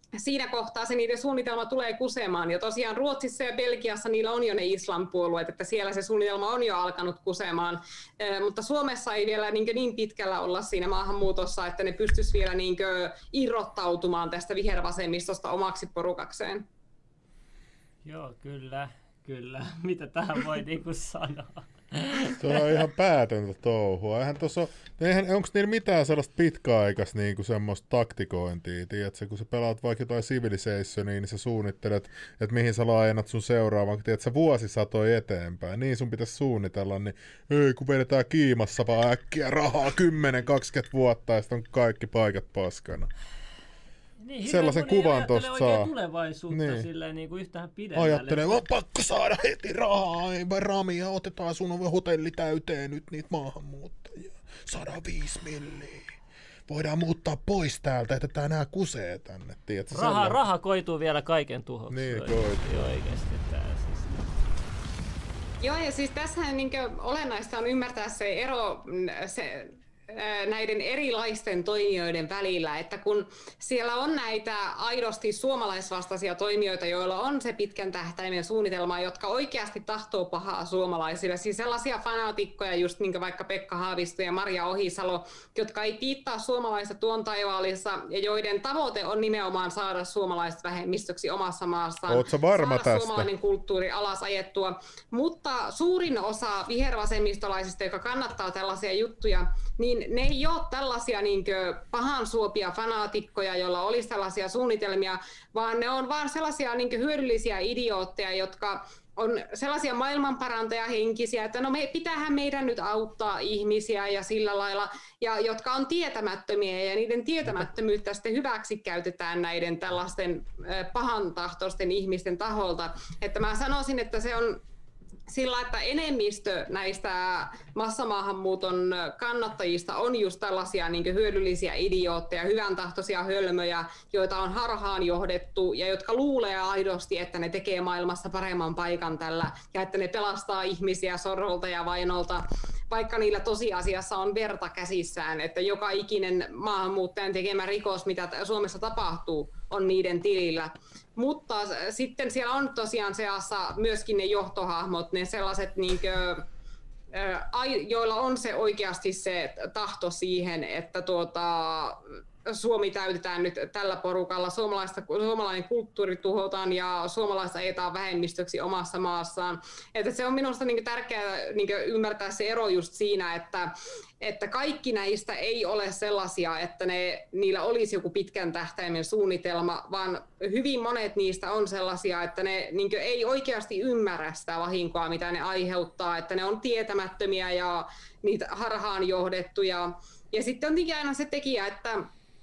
B: siinä kohtaa se niiden suunnitelma tulee kusemaan. Ja tosiaan Ruotsissa ja Belgiassa niillä on jo ne islampuolueet, että siellä se suunnitelma on jo alkanut kusemaan. Eh, mutta Suomessa ei vielä niin, niin pitkällä olla siinä maahanmuutossa, että ne pystyisi vielä niin irrottautumaan tästä vihervasemmistosta omaksi porukakseen.
A: Joo, kyllä, kyllä. Mitä tähän voi niinku sanoa?
C: Se on ihan päätöntä touhua. Eihän tossa, eihän, onko niillä mitään sellaista pitkäaikaista niinku semmoista taktikointia, tiedätkö? Kun sä pelaat vaikka jotain Civilizationia, niin sä suunnittelet, että mihin sä laajennat sun seuraavan, tiedätkö, vuosisatoi eteenpäin. Niin sun pitäisi suunnitella, niin ei kun vedetään kiimassa vaan äkkiä rahaa kymmenen kaksikymmentä vuotta ja sitten on kaikki paikat paskana.
A: Niin,
C: sellaisen kuvan tosta saa.
A: Tulevaisuutta niin. Silleen niin kuin yhtään pidemmälle.
C: Ajattelee, on pakko saada heti rahaa, ei vaan ramia, otetaan sun hotelli täyteen nyt niitä maahanmuuttajia. sata viisi milliä. Voidaan muuttaa pois täältä, että tää nää kusee tänne. Tiedätkö,
A: raha, raha koituu vielä kaiken tuhoksi.
C: Niin koituu.
A: Oikeasti tää siis.
B: Joo, ja siis tässähän niin olennaista on ymmärtää se ero, se, näiden erilaisten toimijoiden välillä, että kun siellä on näitä aidosti suomalaisvastaisia toimijoita, joilla on se pitkän tähtäimen suunnitelma, jotka oikeasti tahtoo pahaa suomalaisille, siis sellaisia fanaatikkoja, just niin kuin vaikka Pekka Haavisto ja Maria Ohisalo, jotka ei piittaa suomalaista tuon taivaallissa ja joiden tavoite on nimenomaan saada suomalaiset vähemmistöksi omassa maassaan.
C: Ootko varma
B: saada
C: tästä?
B: Suomalainen kulttuuri alas ajettua, mutta suurin osa vihervasemmistolaisista, jotka kannattaa tällaisia juttuja, niin ne ei ole tällaisia niin pahansuopia fanaatikkoja, joilla olisi tällaisia suunnitelmia, vaan ne on vaan sellaisia niin hyödyllisiä idiootteja, jotka on sellaisia maailmanparantajahenkisiä, että no me, pitäähän meidän nyt auttaa ihmisiä ja sillä lailla, ja jotka on tietämättömiä, ja niiden tietämättömyyttä sitten hyväksi käytetään näiden tällaisten pahantahtoisten ihmisten taholta. Että mä sanoisin, että se on sillä, että enemmistö näistä massamaahanmuuton kannattajista on just tällaisia niin kuin hyödyllisiä idiootteja, hyvän tahtoisia hölmöjä, joita on harhaan johdettu ja jotka luulee aidosti, että ne tekee maailmassa paremman paikan tällä ja että ne pelastaa ihmisiä sorrolta ja vainolta, vaikka niillä tosiasiassa on verta käsissään, että joka ikinen maahanmuuttajan tekemä rikos, mitä Suomessa tapahtuu, on niiden tilillä. Mutta sitten siellä on tosiaan seassa myöskin ne johtohahmot, ne sellaiset, niinkö, joilla on se oikeasti se tahto siihen, että tuota, Suomi täytetään nyt tällä porukalla, suomalaista, suomalainen kulttuuri tuhotaan ja suomalaista ajetaan vähemmistöksi omassa maassaan. Että se on minusta niin tärkeää niin ymmärtää se ero just siinä, että, että kaikki näistä ei ole sellaisia, että ne, niillä olisi joku pitkän tähtäimen suunnitelma, vaan hyvin monet niistä on sellaisia, että ne niin ei oikeasti ymmärrä sitä vahinkoa, mitä ne aiheuttaa, että ne on tietämättömiä ja niitä harhaan johdettuja. Ja sitten on tietenkin aina se tekijä, että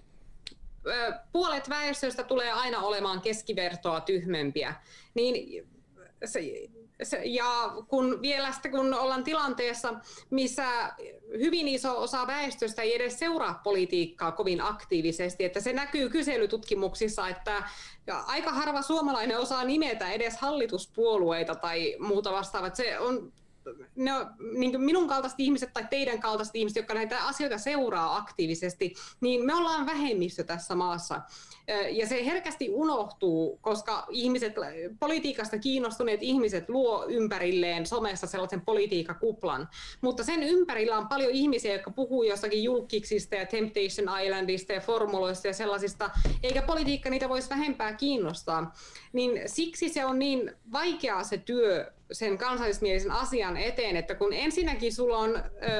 B: puolet väestöstä tulee aina olemaan keskivertoa tyhmempiä. Niin se, se, ja kun vielä sitten kun ollaan tilanteessa, missä hyvin iso osa väestöstä ei edes seuraa politiikkaa kovin aktiivisesti, että se näkyy kyselytutkimuksissa, että aika harva suomalainen osaa nimetä edes hallituspuolueita tai muuta vastaavaa. Se on ne on, niin minun kaltaiset ihmiset tai teidän kaltaiset ihmiset, jotka näitä asioita seuraa aktiivisesti, niin me ollaan vähemmistö tässä maassa. Ja se herkästi unohtuu, koska ihmiset, politiikasta kiinnostuneet ihmiset luo ympärilleen somessa sellaisen politiikkakuplan. Mutta sen ympärillä on paljon ihmisiä, jotka puhuu jostakin julkiksista ja Temptation Islandista ja formuloista ja sellaisista, eikä politiikka niitä voisi vähempää kiinnostaa. Niin siksi se on niin vaikeaa se työ sen kansallismielisen asian eteen, että kun ensinnäkin sulla on ö,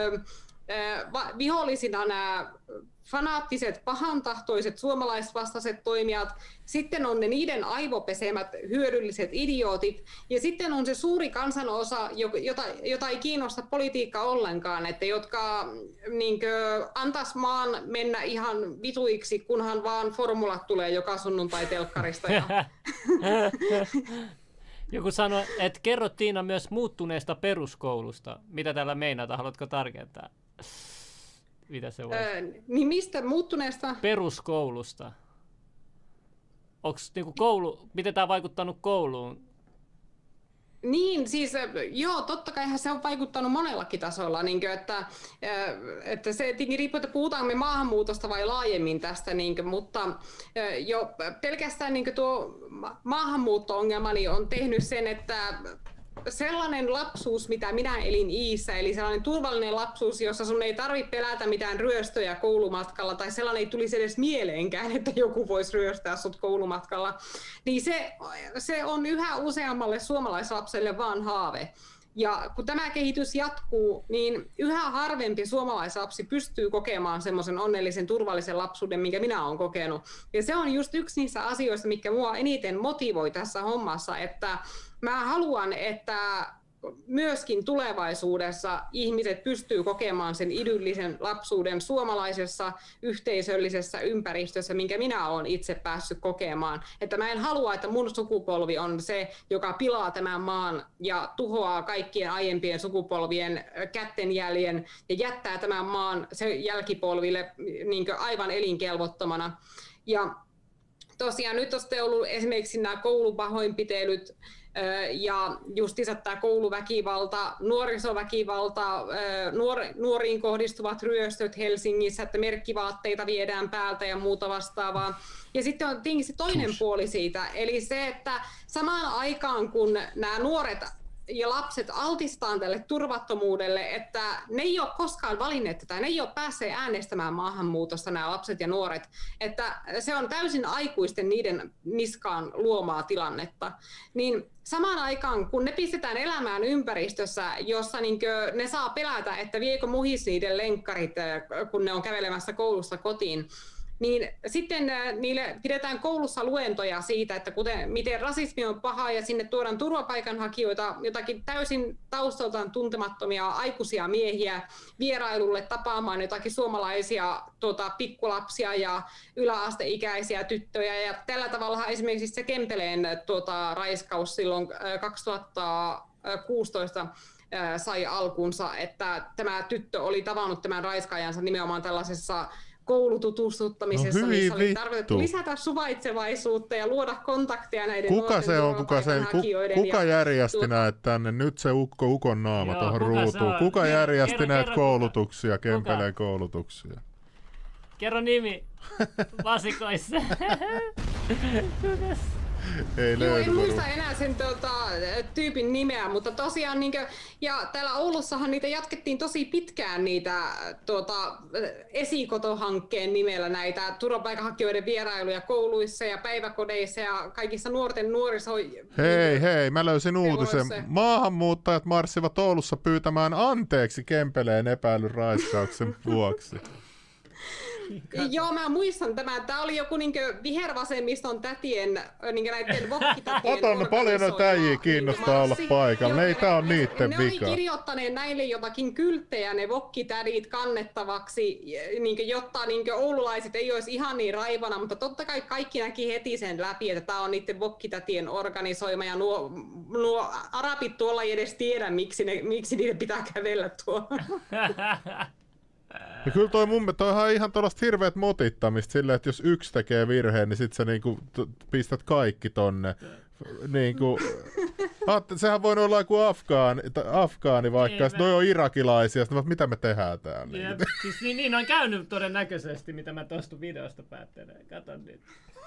B: ö, vihollisina nämä fanaattiset, pahantahtoiset suomalaisvastaiset toimijat, sitten on ne niiden aivopesemät hyödylliset idiootit, ja sitten on se suuri kansanosa, jota, jota ei kiinnosta politiikka ollenkaan, että jotka niinkö, antais maan mennä ihan vituiksi, kunhan vaan formulat tulee joka sunnuntai telkkarista. Ja...
A: Joku sanoi, että kerro Tiina myös muuttuneesta peruskoulusta. Mitä täällä meinataan? Haluatko tarkentaa? Mitä se voi?
B: Öö, niin mistä muuttuneesta?
A: Peruskoulusta. Onko niinku koulu, miten tämä on vaikuttanut kouluun?
B: Niin, siis joo, totta kai se on vaikuttanut monellakin tasolla, niin kuin, että, että se tietenkin riippuu, että puhutaanko me maahanmuutosta vai laajemmin tästä, niin kuin, mutta jo pelkästään niin kuin tuo maahanmuutto-ongelma niin on tehnyt sen, että sellainen lapsuus, mitä minä elin Iissä, eli sellainen turvallinen lapsuus, jossa sun ei tarvitse pelätä mitään ryöstöjä koulumatkalla, tai sellainen ei tulisi edes mieleenkään, että joku voisi ryöstää sut koulumatkalla, niin se, se on yhä useammalle suomalaislapselle vaan haave. Ja kun tämä kehitys jatkuu, niin yhä harvempi suomalaislapsi pystyy kokemaan semmoisen onnellisen, turvallisen lapsuuden, minkä minä olen kokenut. Ja se on just yksi niistä asioista, mikä mua eniten motivoi tässä hommassa, että mä haluan, että myöskin tulevaisuudessa ihmiset pystyy kokemaan sen idyllisen lapsuuden suomalaisessa yhteisöllisessä ympäristössä, minkä minä olen itse päässyt kokemaan. Että mä en halua, että mun sukupolvi on se, joka pilaa tämän maan ja tuhoaa kaikkien aiempien sukupolvien kättenjäljen ja jättää tämän maan sen jälkipolville niin kuin aivan elinkelvottomana. Ja tosiaan nyt on sitten ollut esimerkiksi nämä koulupahoinpitelyt, ja justiinsa tämä kouluväkivalta, nuorisoväkivalta, nuor, nuoriin kohdistuvat ryöstöt Helsingissä, että merkkivaatteita viedään päältä ja muuta vastaavaa. Ja sitten on tietenkin se toinen puoli siitä, eli se, että samaan aikaan kun nämä nuoret ja lapset altistaan tälle turvattomuudelle, että ne ei ole koskaan valinneet tätä, ne ei ole päässeet äänestämään maahanmuutosta nämä lapset ja nuoret, että se on täysin aikuisten niiden niskaan luomaa tilannetta, niin samaan aikaan, kun ne pistetään elämään ympäristössä, jossa niinkö ne saa pelätä, että viekö muhis niiden lenkkarit, kun ne on kävelemässä koulusta kotiin, niin sitten niille pidetään koulussa luentoja siitä, että kuten, miten rasismi on paha ja sinne tuodaan turvapaikanhakijoita, jotakin täysin taustaltaan tuntemattomia aikuisia miehiä vierailulle tapaamaan jotakin suomalaisia tuota, pikkulapsia ja yläasteikäisiä tyttöjä. Ja tällä tavalla esimerkiksi se Kempeleen tuota, raiskaus silloin kaksituhattakuusitoista sai alkunsa, että tämä tyttö oli tavannut tämän raiskaajansa nimenomaan tällaisessa koulututustuttamisessa,
C: no
B: missä oli tarkoitettu lisätä suvaitsevaisuutta ja luoda kontakteja näiden
C: kuka se on, kuka, se, kuka järjesti tuota... näitä tänne? Nyt se ukko, ukon naama Joo, tuohon ruutuun. Kuka Ker- järjesti kerro, näitä kerro, koulutuksia, Kempeleen kuka? koulutuksia?
A: Kerro nimi vasikoissa.
C: Ei
B: Joo, en muista enää sen tuota, tyypin nimeä, mutta tosiaan niin kuin, ja täällä Oulussahan niitä jatkettiin tosi pitkään niitä tuota, esikotohankkeen nimellä näitä turvapaikanhakijoiden vierailuja kouluissa ja päiväkodeissa ja kaikissa nuorten nuoriso...
C: Hei, hei, mä löysin uutisen. Maahanmuuttajat marssivat Oulussa pyytämään anteeksi Kempeleen epäilyn raiskauksen vuoksi.
B: Joo, mä muistan tämän. Tämä oli joku niinkö vihervasemmiston tätien, niinkö näiden vokkitätien
C: Otan paljon noita äijiä kiinnostaa olla paikalla. Ei tää on niitten
B: ne
C: vika.
B: Ne oli kirjoittaneet näille jotakin kylttejä, ne vokkitädit kannettavaksi, niinkö, jotta niinkö oululaiset ei olisi ihan niin raivana, mutta totta kai kaikki näki heti sen läpi, että tämä on niiden vokkitätien organisoima, ja nuo, nuo arabit tuolla ei edes tiedä, miksi, ne, miksi niiden pitää kävellä tuolla.
C: Ja kyllä toi mun mielestä on ihan tuollaista hirveät motittamista silleen, että jos yksi tekee virheen, niin sit sä niinku t- pistät kaikki tonne. Niinku, sehän voi olla joku afgaani, afgaani vaikka, niin, noi on irakilaisia, sitten mitä me tehdään täällä.
A: Jep, siis niin, niin on käynyt todennäköisesti, mitä mä tuosta videosta päättelen. Kato nyt.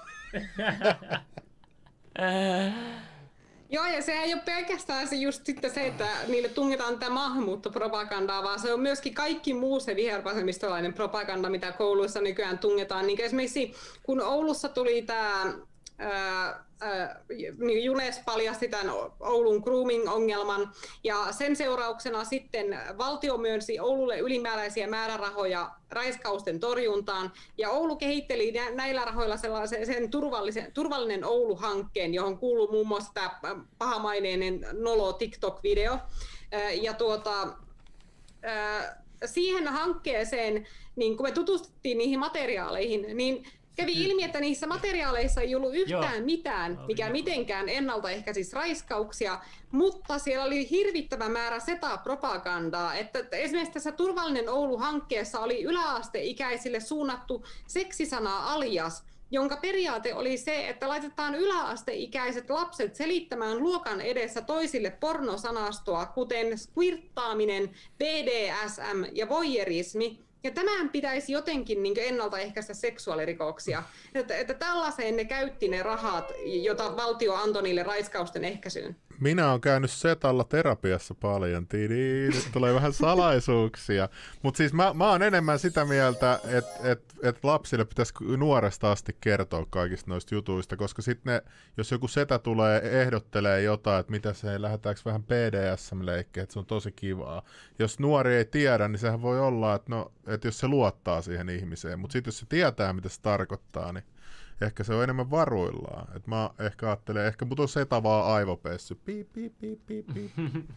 B: Joo, ja se ei ole pelkästään se just sitten se, että niille tungetaan tätä maahanmuuttopropagandaa, vaan se on myöskin kaikki muu se vihervasemmistolainen propaganda, mitä kouluissa nykyään tungetaan. Niin esimerkiksi kun Oulussa tuli tämä, ää, ää, Junes paljasti tämän Oulun grooming-ongelman, ja sen seurauksena sitten valtio myönsi Oululle ylimääräisiä määrärahoja raiskausten torjuntaan, ja Oulu kehitteli näillä rahoilla sellaisen sen turvallisen, turvallinen Oulu-hankkeen, johon kuuluu muun muassa tämä pahamaineinen nolo TikTok-video, ja tuota, siihen hankkeeseen, niin kun me tutustuttiin niihin materiaaleihin, niin kävi ilmi, että niissä materiaaleissa ei ollut yhtään Joo. mitään, mikä mitenkään ennaltaehkäisisi raiskauksia, mutta siellä oli hirvittävä määrä seta-propagandaa. Että esimerkiksi tässä Turvallinen Oulu-hankkeessa oli yläasteikäisille suunnattu seksisana alias, jonka periaate oli se, että laitetaan yläasteikäiset lapset selittämään luokan edessä toisille pornosanastoa, kuten squirttaaminen, B D S M ja voyeurismi. Ja tämän pitäisi jotenkin niin ennaltaehkäistä seksuaalirikoksia. Että, että tällaiseen ne käytti ne rahat, jota valtio antoi niille raiskausten ehkäisyyn.
C: Minä olen käynyt Setalla terapiassa paljon. Tidi, nyt tulee vähän salaisuuksia. Mutta siis mä, mä oon enemmän sitä mieltä, että et, et lapsille pitäisi nuoresta asti kertoa kaikista noista jutuista, koska sitten ne, jos joku setä tulee ehdottelee jotain, että mitä se, lähdetäänkö vähän B D S M-leikkeen, että se on tosi kivaa. Jos nuori ei tiedä, niin sehän voi olla, että, no, että jos se luottaa siihen ihmiseen, mutta sitten jos se tietää, mitä se tarkoittaa, niin ehkä se on enemmän varuillaan. Et mä ehkä ajattelen, ehkä mut on seta vaan aivopessy. Piip, piip, piip, piip, piip.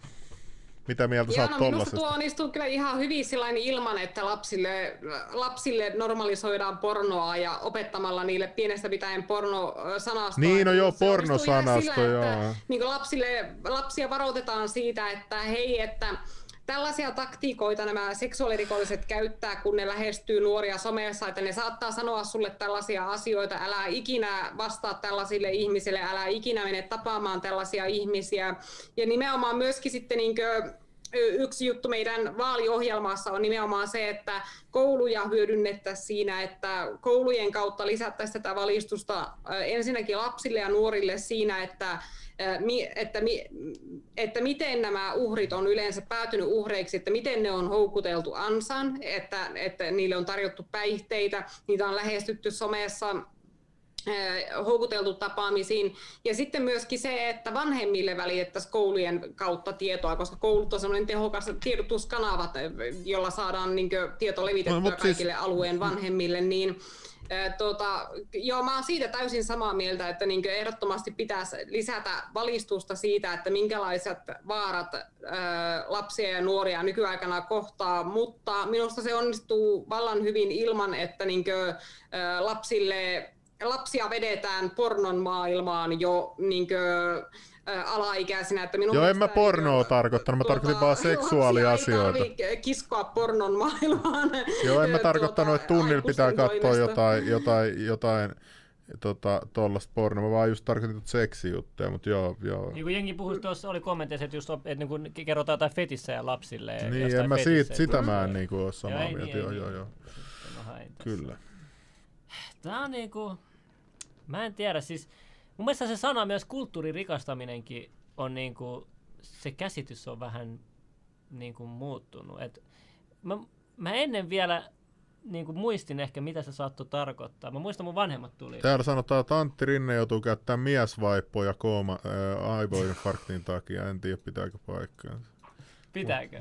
C: Mitä mieltä sä oot tollasesta?
B: Minusta tuo onnistuu kyllä ihan hyvin sillain ilman, että lapsille, lapsille normalisoidaan pornoa ja opettamalla niille pienestä pitäen pornosanastoa.
C: Niin, no joo,
B: se
C: pornosanasto,
B: sillä,
C: joo.
B: että, niin lapsille, lapsia varoitetaan siitä, että hei, että tällaisia taktiikoita nämä seksuaalirikolliset käyttää, kun ne lähestyy nuoria somessa, että ne saattaa sanoa sulle tällaisia asioita, älä ikinä vastaa tällaisille ihmisille, älä ikinä mene tapaamaan tällaisia ihmisiä. Ja nimenomaan myöskin sitten niin kuin yksi juttu meidän vaaliohjelmassa on nimenomaan se, että kouluja hyödynnettäisiin siinä, että koulujen kautta lisättäisiin tätä valistusta ensinnäkin lapsille ja nuorille siinä, että Että, että miten nämä uhrit on yleensä päätynyt uhreiksi, että miten ne on houkuteltu ansaan, että, että niille on tarjottu päihteitä, niitä on lähestytty somessa, houkuteltu tapaamisiin. Ja sitten myöskin se, että vanhemmille välitettäisiin koulujen kautta tietoa, koska koulut on sellainen tehokas tiedotuskanava, jolla saadaan niin kuin tieto levitettyä no, kaikille siis alueen vanhemmille, niin Tuota, joo, mä oon siitä täysin samaa mieltä, että niin ehdottomasti pitäisi lisätä valistusta siitä, että minkälaiset vaarat ää, lapsia ja nuoria nykyaikana kohtaa, mutta minusta se onnistuu vallan hyvin ilman, että niin kuin, ää, lapsille, lapsia vedetään pornon maailmaan jo niin kuin, alaikäisenä. Että
C: joo, en mä pornoa niin, tarkoittanut, mä tuota, tarkoitin vaan seksuaaliasioita.
B: Ei tarvitse kiskoa pornon maailmaan.
C: Joo, en mä tarkoittanut, tuota, että tunnilla pitää katsoa jotain, jotain, jotain tota, tollaista pornoa, mä vaan just tarkoitin seksijuttuja, mutta joo, joo.
A: Niin kuin jengi puhui tuossa, oli kommenteissa, että just että niin kun kerrotaan jotain fetissejä lapsille.
C: Niin, en mä siitä, sitä mä en niin ole samaa joo, mieltä, joo, joo, joo. Kyllä.
A: Tää on niinku, mä en tiedä, siis mun mielestä se sana myös kulttuurin rikastaminenkin on niinku, se käsitys on vähän niinku muuttunut. Et mä, mä ennen vielä niinku muistin ehkä, mitä se saattoi tarkoittaa. Mä muistan, mun vanhemmat tuli.
C: Täällä sanotaan, että Antti Rinne joutuu käyttämään miesvaippoja kooma ää, aivoinfarktin takia. En tiedä, pitääkö paikkaansa.
A: Pitääkö?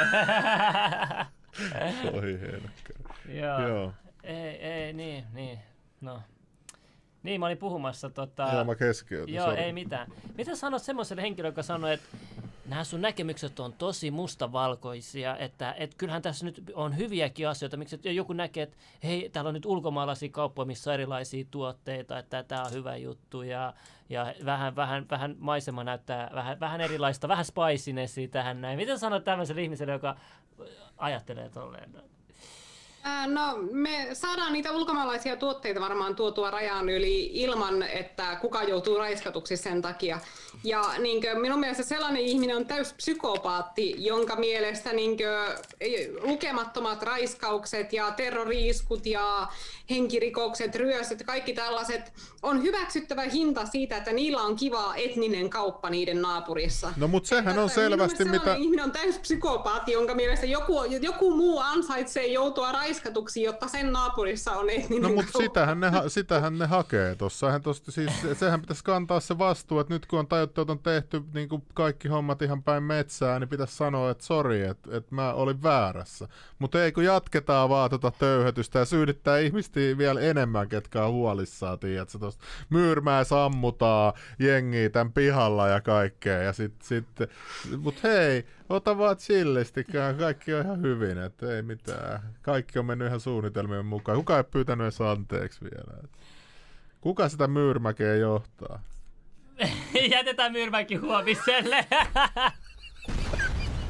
C: Oi helkkää.
A: Joo. Joo. Ei, ei, niin, niin. No. Niin, mä olin puhumassa tota...
C: Joo, mä keskeytin.
A: Joo,
C: sorry.
A: ei mitään. Mitä sanot semmoiselle henkilölle, joka sanoi, että nämä sun näkemykset on tosi mustavalkoisia, että et kyllähän tässä nyt on hyviäkin asioita, miksi joku näkee, että hei, täällä on nyt ulkomaalaisia kauppoja, missä on erilaisia tuotteita, että tämä on hyvä juttu ja, ja vähän, vähän, vähän maisema näyttää vähän, vähän erilaista, vähän spicinessiä tähän näin. Mitä sanot tämmöiselle ihmiselle, joka ajattelee tolleen?
B: No, me saadaan niitä ulkomaalaisia tuotteita varmaan tuotua rajan yli ilman, että kukaan joutuu raiskatuksi sen takia. Ja niin kuin, minun mielestä sellainen ihminen on täys psykopaatti, jonka mielestä niin kuin, lukemattomat raiskaukset ja terroriiskut ja henkirikokset, ryöstöt, kaikki tällaiset on hyväksyttävä hinta siitä, että niillä on kiva etninen kauppa niiden naapurissa.
C: No mutta sehän että, on selvästi mitä...
B: ihminen on täys psykopaatti, jonka mielestä joku, joku muu ansaitsee joutua raiskatuksi, jotta sen naapurissa on etninen
C: No mutta
B: kauppa.
C: sitähän ne, ha- sitähän ne hakee tuossa. Siis, sehän pitäisi kantaa se vastuu, että nyt kun on tajuttu, että on tehty niin kuin kaikki hommat ihan päin metsää, niin pitäisi sanoa, että sori, että, että mä olin väärässä. Mutta ei kun jatketaan vaan tota töyhötystä ja syydyttää ihmistä vielä enemmän, ketkä on huolissaan, tiedätkö, tuosta myyrmää sammutaan jengiä tämän pihalla ja kaikkea, ja sitten, sit, mut hei, ota vaan chillisti, kaikki on ihan hyvin, että ei mitään, kaikki on mennyt ihan suunnitelmien mukaan, kuka ei pyytänyt edes anteeksi vielä, kuka sitä Myyrmäkeä johtaa?
A: Jätetään Myyrmäki Huoviselle.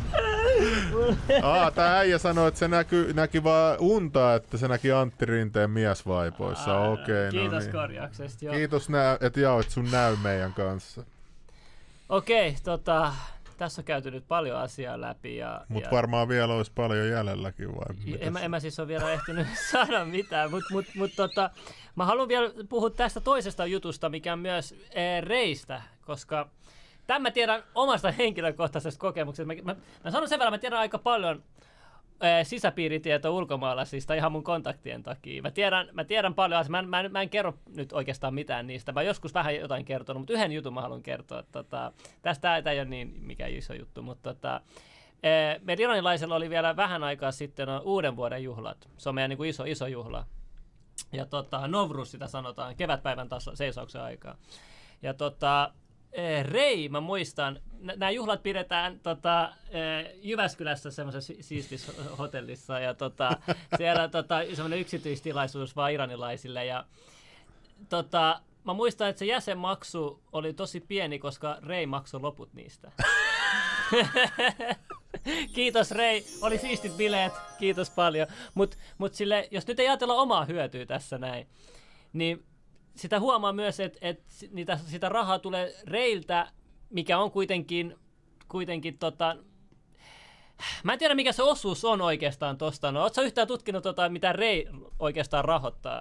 C: Aa, tää äijä sanoi, että se näky, näki vaan unta, että se näki Antti Rinteen miesvaipoissa. Okei, okay,
A: Kiitos
C: no niin.
A: korjauksesta. Joo.
C: Kiitos, nää, että jaoit sun näy meidän kanssa.
A: Okei, okay, tota, tässä on käyty nyt paljon asiaa läpi. Ja,
C: Mutta
A: ja...
C: varmaan vielä olisi paljon jäljelläkin, vai?
A: En mä, en mä siis ole vielä ehtinyt sanoa mitään, mutta mut, mut, tota, mä haluan vielä puhua tästä toisesta jutusta, mikä on myös ee, Reistä, koska tämän mä tiedän omasta henkilökohtaisesta kokemuksesta. Mä, mä, mä sanon sen verran, mä tiedän aika paljon ee, sisäpiiritietoa ulkomaalaisista ihan mun kontaktien takia. Mä tiedän, mä tiedän paljon asioita. Mä, en, mä, en, mä en kerro nyt oikeastaan mitään niistä. Mä joskus vähän jotain kertonut, mutta yhden jutun mä haluan kertoa. Tota, tästä ei ole niin mikään iso juttu, mutta tota, ee, meidän iranilaisella oli vielä vähän aikaa sitten no, uuden vuoden juhlat. Se on meidän niin kuin iso, iso juhla. Ja tota, Novruz sitä sanotaan, kevätpäivän taso, seisauksen aikaa. Ja tota, Rei, mä muistan, nämä juhlat pidetään tota, Jyväskylässä semmoisessa siistis hotellissa ja tota, siellä tota, semmoinen yksityistilaisuus vaan iranilaisille ja tota, mä muistan, että se jäsenmaksu oli tosi pieni, koska Rei maksoi loput niistä. Kiitos Rei, oli siistit bileet, kiitos paljon. Mutta mut sille, jos nyt ei ajatella omaa hyötyä tässä näin, niin sitä huomaa myös, että et niitä, sitä rahaa tulee Reiltä, mikä on kuitenkin, kuitenkin tota, mä en tiedä mikä se osuus on oikeastaan tosta. No, ootko sä yhtään tutkinut, tota, mitä Rei oikeastaan rahoittaa?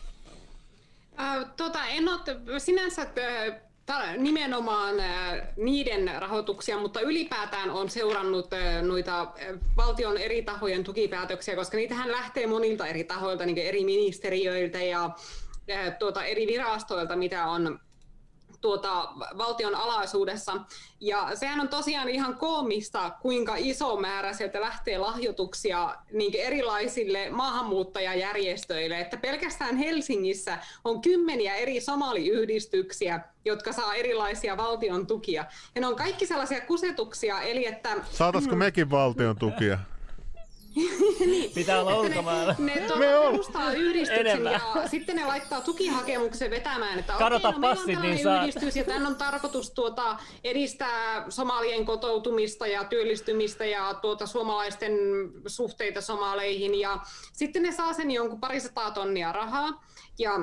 B: Äh, tota, en ole sinänsä äh, nimenomaan äh, niiden rahoituksia, mutta ylipäätään on seurannut äh, noita äh, valtion eri tahojen tukipäätöksiä, koska niitähän lähtee monilta eri tahoilta, niin eri ministeriöiltä ja Tuota, eri virastoilta, mitä on tuota, valtion alaisuudessa. Ja sehän on tosiaan ihan koomista, kuinka iso määrä sieltä lähtee lahjoituksia niin erilaisille maahanmuuttajajärjestöille. Että pelkästään Helsingissä on kymmeniä eri somaliyhdistyksiä, jotka saa erilaisia valtion tukia. Ja ne on kaikki sellaisia kusetuksia, eli että...
C: Saataisiko mekin valtion tukia?
A: niin, pitää olla ulkomailla.
B: Ne, ne tuota, perustaa yhdistyksen enemmän. Ja sitten ne laittaa tukihakemuksen vetämään, että okei, okay, no meillä on tällainen niin yhdistys ja tämän on tarkoitus tuota, edistää somalien kotoutumista ja työllistymistä ja tuota, suomalaisten suhteita somaleihin. Ja sitten ne saa sen jonkun parisataa tonnia rahaa. Ja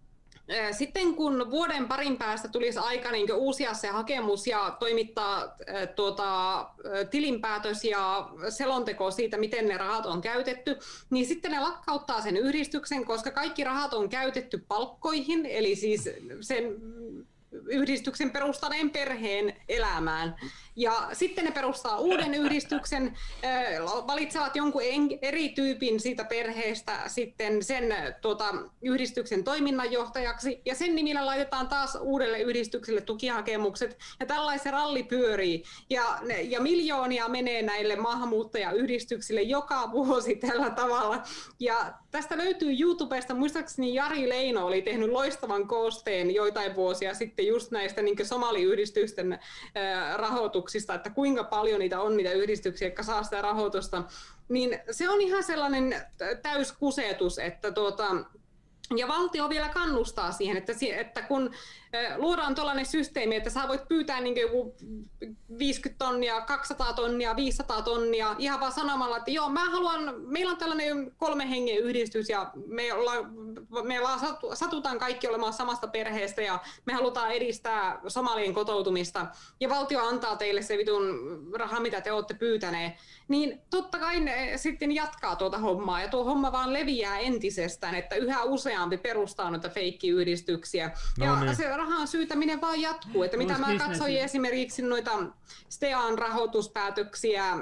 B: sitten kun vuoden parin päästä tulisi aika niin uusia se hakemus ja toimittaa tuota, tilinpäätös ja selonteko siitä, miten ne rahat on käytetty, niin sitten ne lakkauttaa sen yhdistyksen, koska kaikki rahat on käytetty palkkoihin, eli siis sen yhdistyksen perustaneen perheen elämään. Ja sitten ne perustaa uuden yhdistyksen, valitsevat jonkun eri tyypin siitä perheestä sitten sen tuota, yhdistyksen toiminnanjohtajaksi, ja sen nimillä laitetaan taas uudelle yhdistykselle tukihakemukset, ja tällainen ralli pyörii. Ja, ja miljoonia menee näille maahanmuuttajayhdistyksille joka vuosi tällä tavalla. Ja tästä löytyy YouTubesta, muistaakseni Jari Leino oli tehnyt loistavan koosteen joitain vuosia sitten just näistä niin somaliyhdistysten ää, rahoituksista, että kuinka paljon niitä on niitä yhdistyksiä, jotka saa sitä rahoitusta, niin se on ihan sellainen täyskusetus, että tuota, ja valtio vielä kannustaa siihen, että, että kun luodaan tuollainen systeemi, että sä voit pyytää niin joku viisikymmentä tonnia, kaksisataa tonnia, viisisataa tonnia, ihan vaan sanomalla, että joo, mä haluan, meillä on tällainen kolme hengen yhdistys ja me, ollaan, me ollaan, satutaan kaikki olemaan samasta perheestä ja me halutaan edistää somalien kotoutumista ja valtio antaa teille se vitun raha, mitä te olette pyytäneet, niin totta kai ne sitten jatkaa tuota hommaa ja tuo homma vaan leviää entisestään, että yhä useampi perustaa noita feikkiyhdistyksiä. No ja niin. Se rahan syytäminen vaan jatkuu, että mitä mä katsoin esimerkiksi noita Stean rahoituspäätöksiä,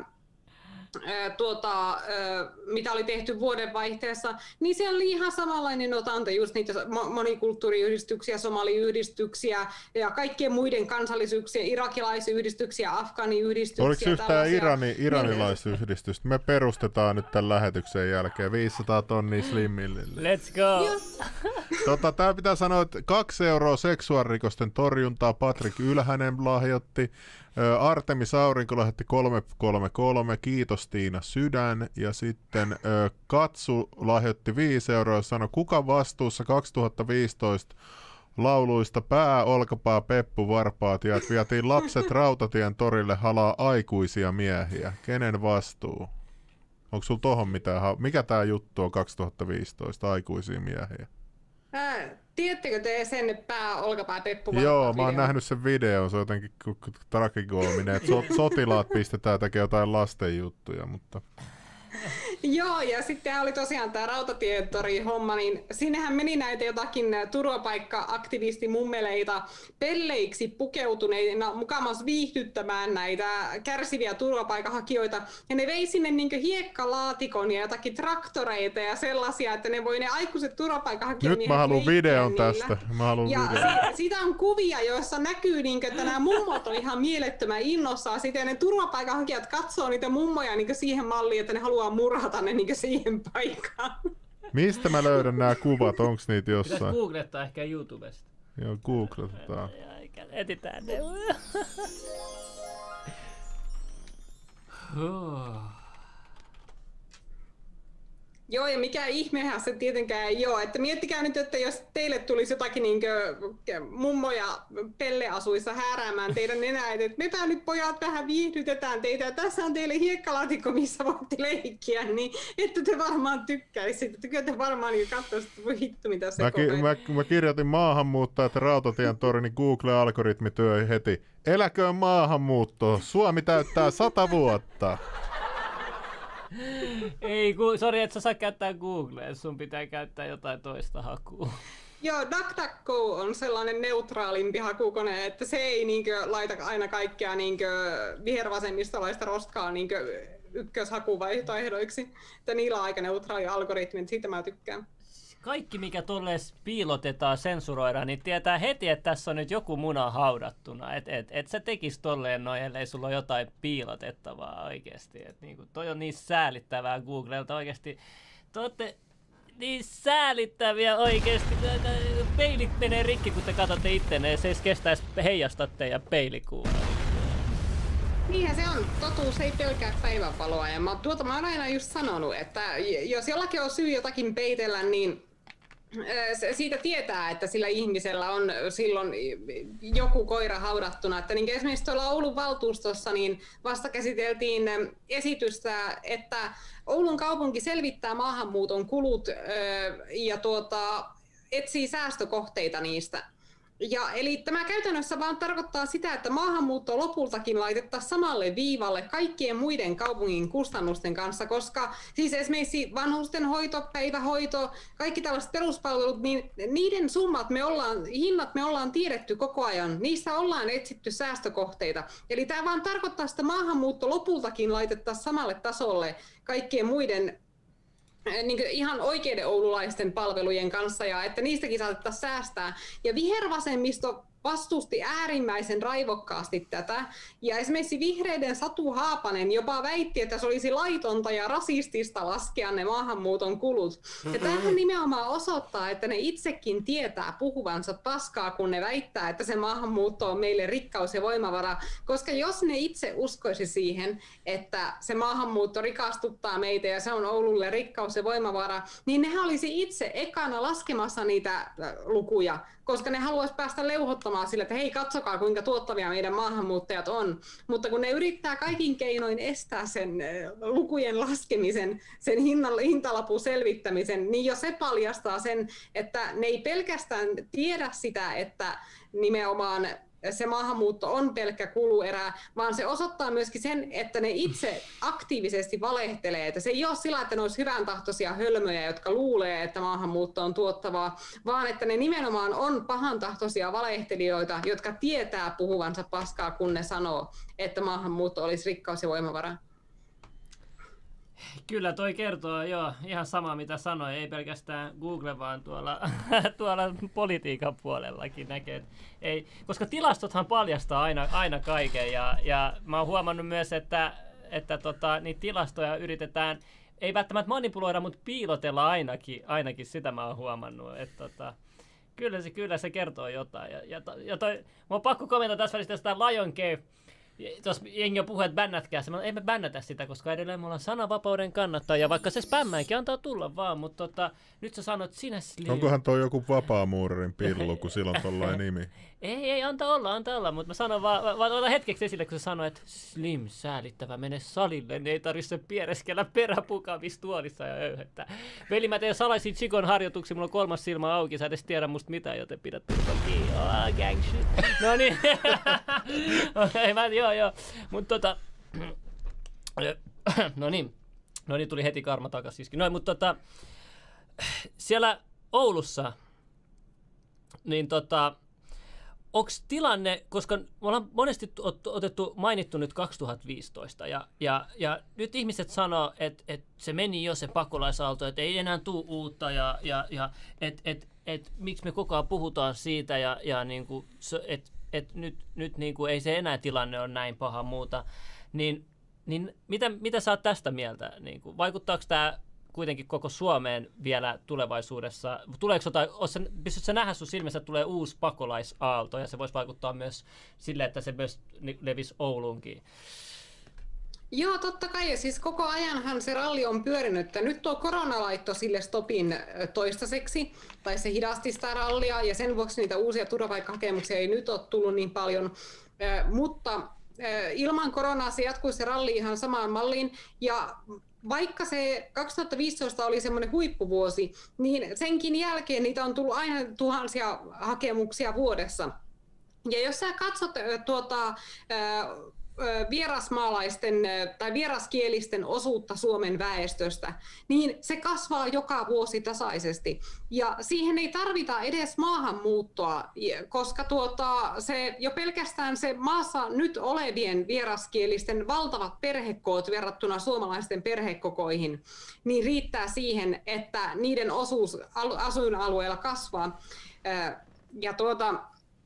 B: tuota, mitä oli tehty vuodenvaihteessa, niin siellä oli ihan samanlainen otanta, just niitä monikulttuuriyhdistyksiä, somaliyhdistyksiä ja kaikkien muiden kansallisuuksien, irakilaisyhdistyksiä, afgaaniyhdistyksiä.
C: Oliko yhtään Irani, iranilaisyhdistystä? Me perustetaan nyt tämän lähetyksen jälkeen viisisataa tonnia Slimmille.
A: Let's go!
C: Tota, tää pitää sanoa, että kaksi euroa seksuaalirikosten torjuntaa Patrik Ylhänen lahjoitti. Artemis Aurinko lähetti kolme kolme kolme, kiitos Tiina Sydän, ja sitten ö, Katsu lahjoitti viisi euroa ja sanoi, kuka vastuussa kaksituhattaviisitoista lauluista pää, olkapää, peppu, varpaat ja että vietiin lapset Rautatien torille halaa aikuisia miehiä. Kenen vastuu? Onko sulla tohon mitään? Ha- Mikä tää juttu on kaksituhattaviisitoista aikuisia miehiä?
B: Ää, tiedättekö te sen pää, olkapää, peppu, varpaat
C: Joo, mä oon
B: videon?
C: nähnyt sen videon, se on jotenkin ku- ku- tragikoominen, että so- sotilaat pistetään tekemään jotain lasten juttuja, mutta...
B: Joo, ja sitten oli tosiaan tämä Rautatietori-homma, niin sinnehän meni näitä jotakin turvapaikka-aktivistimummeleita pelleiksi pukeutuneina mukamas viihdyttämään näitä kärsiviä turvapaikanhakijoita. Ja ne vei sinne niin hiekkalaatikon ja jotakin traktoreita ja sellaisia, että ne voi ne aikuiset turvapaikanhakijat...
C: Nyt mä haluan videon
B: niillä.
C: tästä. Mä haluan
B: Ja
C: videon.
B: si- siitä on kuvia, joissa näkyy, niin kuin, että nämä mummot on ihan mielettömän innossaan. Sitten ne turvapaikanhakijat katsoo niitä mummoja niin siihen malliin, että ne haluaa murhata ne niin siihen paikkaan.
C: Mistä mä löydän nämä kuvat? Onks niitä
A: Pitäisi
C: jossain?
A: googlettaa ehkä YouTubesta.
C: Joo, googletetaan.
A: Etitään ne.
B: Joo, ja mikä ihmehän se tietenkään ei ole. Että miettikää nyt, että jos teille tulisi jotakin niinkö mummoja pelleasuissa hääräämään teidän nenää, että mepä nyt pojat vähän viihdytetään teitä, ja tässä on teille hiekkalaatikko, missä voitte leikkiä, niin ette te varmaan tykkäisitte. Kyllä te varmaan niin katsoisitte, voi hittu mitä se
C: Mä, ki- mä, mä kirjoitin maahanmuuttajat Rautatien tori, niin Google-algoritmi työi heti. Eläköön maahanmuutto, Suomi täyttää sata vuotta.
A: Ei, ku, sori, et sä saa käyttää Googlea, sun pitää käyttää jotain toista hakua.
B: Joo, DuckDuckGo on sellainen neutraalimpi hakukone, että se ei niinkö laita aina kaikkea niinkö vihervasemmistolaista roskaa niinkö ykköshakuvaihtoehdoiksi. Että niillä on aika neutraali algoritmi, että siitä mä tykkään.
A: Kaikki, mikä tolleen piilotetaan, sensuroidaan, niin tietää heti, että tässä on nyt joku muna haudattuna. Et, et, et sä tekis tolleen noin, ellei sulla ole jotain piilotettavaa oikeesti. Et niinku, toi on niin säälittävää Googlelta oikeesti. Te ootte niin säälittäviä oikeesti. Peilit menee rikki, kun te katsotte ittenne, ja se ei kestäisi heijastaa teidän peilikuvaa.
B: Niinhän se on. Totuus ei pelkää päivänvaloa. Ja mä, tuota, mä oon aina just sanonut, että jos jollakin on syy jotakin peitellä, niin siitä tietää, että sillä ihmisellä on silloin joku koira haudattuna. Että niin esimerkiksi tuolla Oulun valtuustossa niin vasta käsiteltiin esitystä, että Oulun kaupunki selvittää maahanmuuton kulut ja tuota, etsii säästökohteita niistä. Ja, eli tämä käytännössä vaan tarkoittaa sitä, että maahanmuutto lopultakin laitettaisiin samalle viivalle kaikkien muiden kaupungin kustannusten kanssa, koska siis esimerkiksi vanhustenhoito, päivähoito, kaikki tällaiset peruspalvelut, niin niiden summat me ollaan, hinnat me ollaan tiedetty koko ajan, niissä ollaan etsitty säästökohteita. Eli tämä vaan tarkoittaa, että maahanmuutto lopultakin laitettaisiin samalle tasolle kaikkien muiden niin ihan oikeiden oululaisten palvelujen kanssa ja että niistäkin saatettaisiin säästää. Ja vihervasemmisto vastusti äärimmäisen raivokkaasti tätä. Ja esimerkiksi vihreiden Satu Haapanen jopa väitti, että se olisi laitonta ja rasistista laskea ne maahanmuuton kulut. Ja tämähän nimenomaan osoittaa, että ne itsekin tietää puhuvansa paskaa, kun ne väittää, että se maahanmuutto on meille rikkaus ja voimavara. Koska jos ne itse uskoisi siihen, että se maahanmuutto rikastuttaa meitä ja se on Oululle rikkaus ja voimavara, niin ne olisi itse ekana laskemassa niitä lukuja, koska ne haluaisi päästä leuhottamaan sillä, että hei, katsokaa kuinka tuottavia meidän maahanmuuttajat on. Mutta kun ne yrittää kaikin keinoin estää sen lukujen laskemisen, sen hintalapun selvittämisen, niin jo se paljastaa sen, että ne ei pelkästään tiedä sitä, että nimenomaan se maahanmuutto on pelkkä kuluerä, vaan se osoittaa myöskin sen, että ne itse aktiivisesti valehtelee. Että se ei ole sillä, että ne olisi hyvän tahtoisia hölmöjä, jotka luulee, että maahanmuutto on tuottavaa, vaan että ne nimenomaan on pahantahtoisia valehtelijoita, jotka tietää puhuvansa paskaa, kun ne sanoo, että maahanmuutto olisi rikkaus ja voimavara.
A: Kyllä toi kertoo, joo, ihan sama mitä sanoin, ei pelkästään Google, vaan tuolla, tuolla politiikan puolellakin näkee. Ei, koska tilastothan paljastaa aina, aina kaiken ja, ja mä oon huomannut myös, että, että tota, niitä tilastoja yritetään, ei välttämättä manipuloida, mutta piilotella ainakin, ainakin sitä mä oon huomannut. Että, tota, kyllä, se, kyllä se kertoo jotain. Ja, ja, ja toi, mä oon pakko kommentoida tässä välissä sitä Lion Cave Tuossa jengi on puhuu, että bännätkää se. Ei me bännätä sitä, koska edelleen me ollaan sananvapauden kannattaja. Vaikka se spämmäänkin antaa tulla vaan, mutta tota, nyt sä sanoit sinä Slim.
C: Onkohan toi joku vapaamuurarin pillu, kun sillä on tollainen nimi?
A: Ei, ei, anta olla, anta olla, mutta mä sanon vaan, vaan ota hetkeksi esille, kun sä sanoit, että Slim, säälittävä, mene salille, niin ei tarvitse piereskellä peräpukamistuolissa ja öyhettää. Veli, mä teen salaisia chikon harjoituksia, mulla on kolmas silmä auki, sä edes tiedä musta mitään, joten pidät turvan kiinni. Oh, gang shit. No niin, ei mä, joo joo, mutta tota, no niin, no niin, tuli heti karma takas iski. Noin, mutta tota, siellä Oulussa, niin tota, onko tilanne, koska me ollaan monesti otettu, mainittu nyt kaksituhattaviisitoista, ja, ja, ja nyt ihmiset sanoo, että, että se meni jo se pakolaisaalto, että ei enää tule uutta, ja, ja, ja että et, et, miksi me koko ajan puhutaan siitä, ja, ja niin kuin, että et nyt, nyt niin kuin ei se enää tilanne ole näin paha muuta, niin, niin mitä, mitä sä oot tästä mieltä? Niin kuin, vaikuttaako tämä kuitenkin koko Suomeen vielä tulevaisuudessa? Tuleeko jotain, pystytkö sä nähdä sun silmissä, että tulee uusi pakolaisaalto, ja se voisi vaikuttaa myös sille, että se myös levisi Ouluunkin?
B: Joo, totta kai. Siis koko ajanhan se ralli on pyörinyt. Nyt tuo korona laittoi sille stopin toistaiseksi, tai se hidasti sitä rallia, ja sen vuoksi niitä uusia turvapaikkahakemuksia ei nyt ole tullut niin paljon. Mutta ilman koronaa se jatkui se ralli ihan samaan malliin, ja vaikka se kaksituhattaviisitoista oli semmoinen huippuvuosi, niin senkin jälkeen niitä on tullut aina tuhansia hakemuksia vuodessa. Ja jos sä katsot tuota, vierasmaalaisten tai vieraskielisten osuutta Suomen väestöstä, niin se kasvaa joka vuosi tasaisesti. Ja siihen ei tarvita edes maahanmuuttoa, koska tuota, se, jo pelkästään se maassa nyt olevien vieraskielisten valtavat perhekoot verrattuna suomalaisten perhekokoihin, niin riittää siihen, että niiden osuus asuinalueella kasvaa. Ja tuota,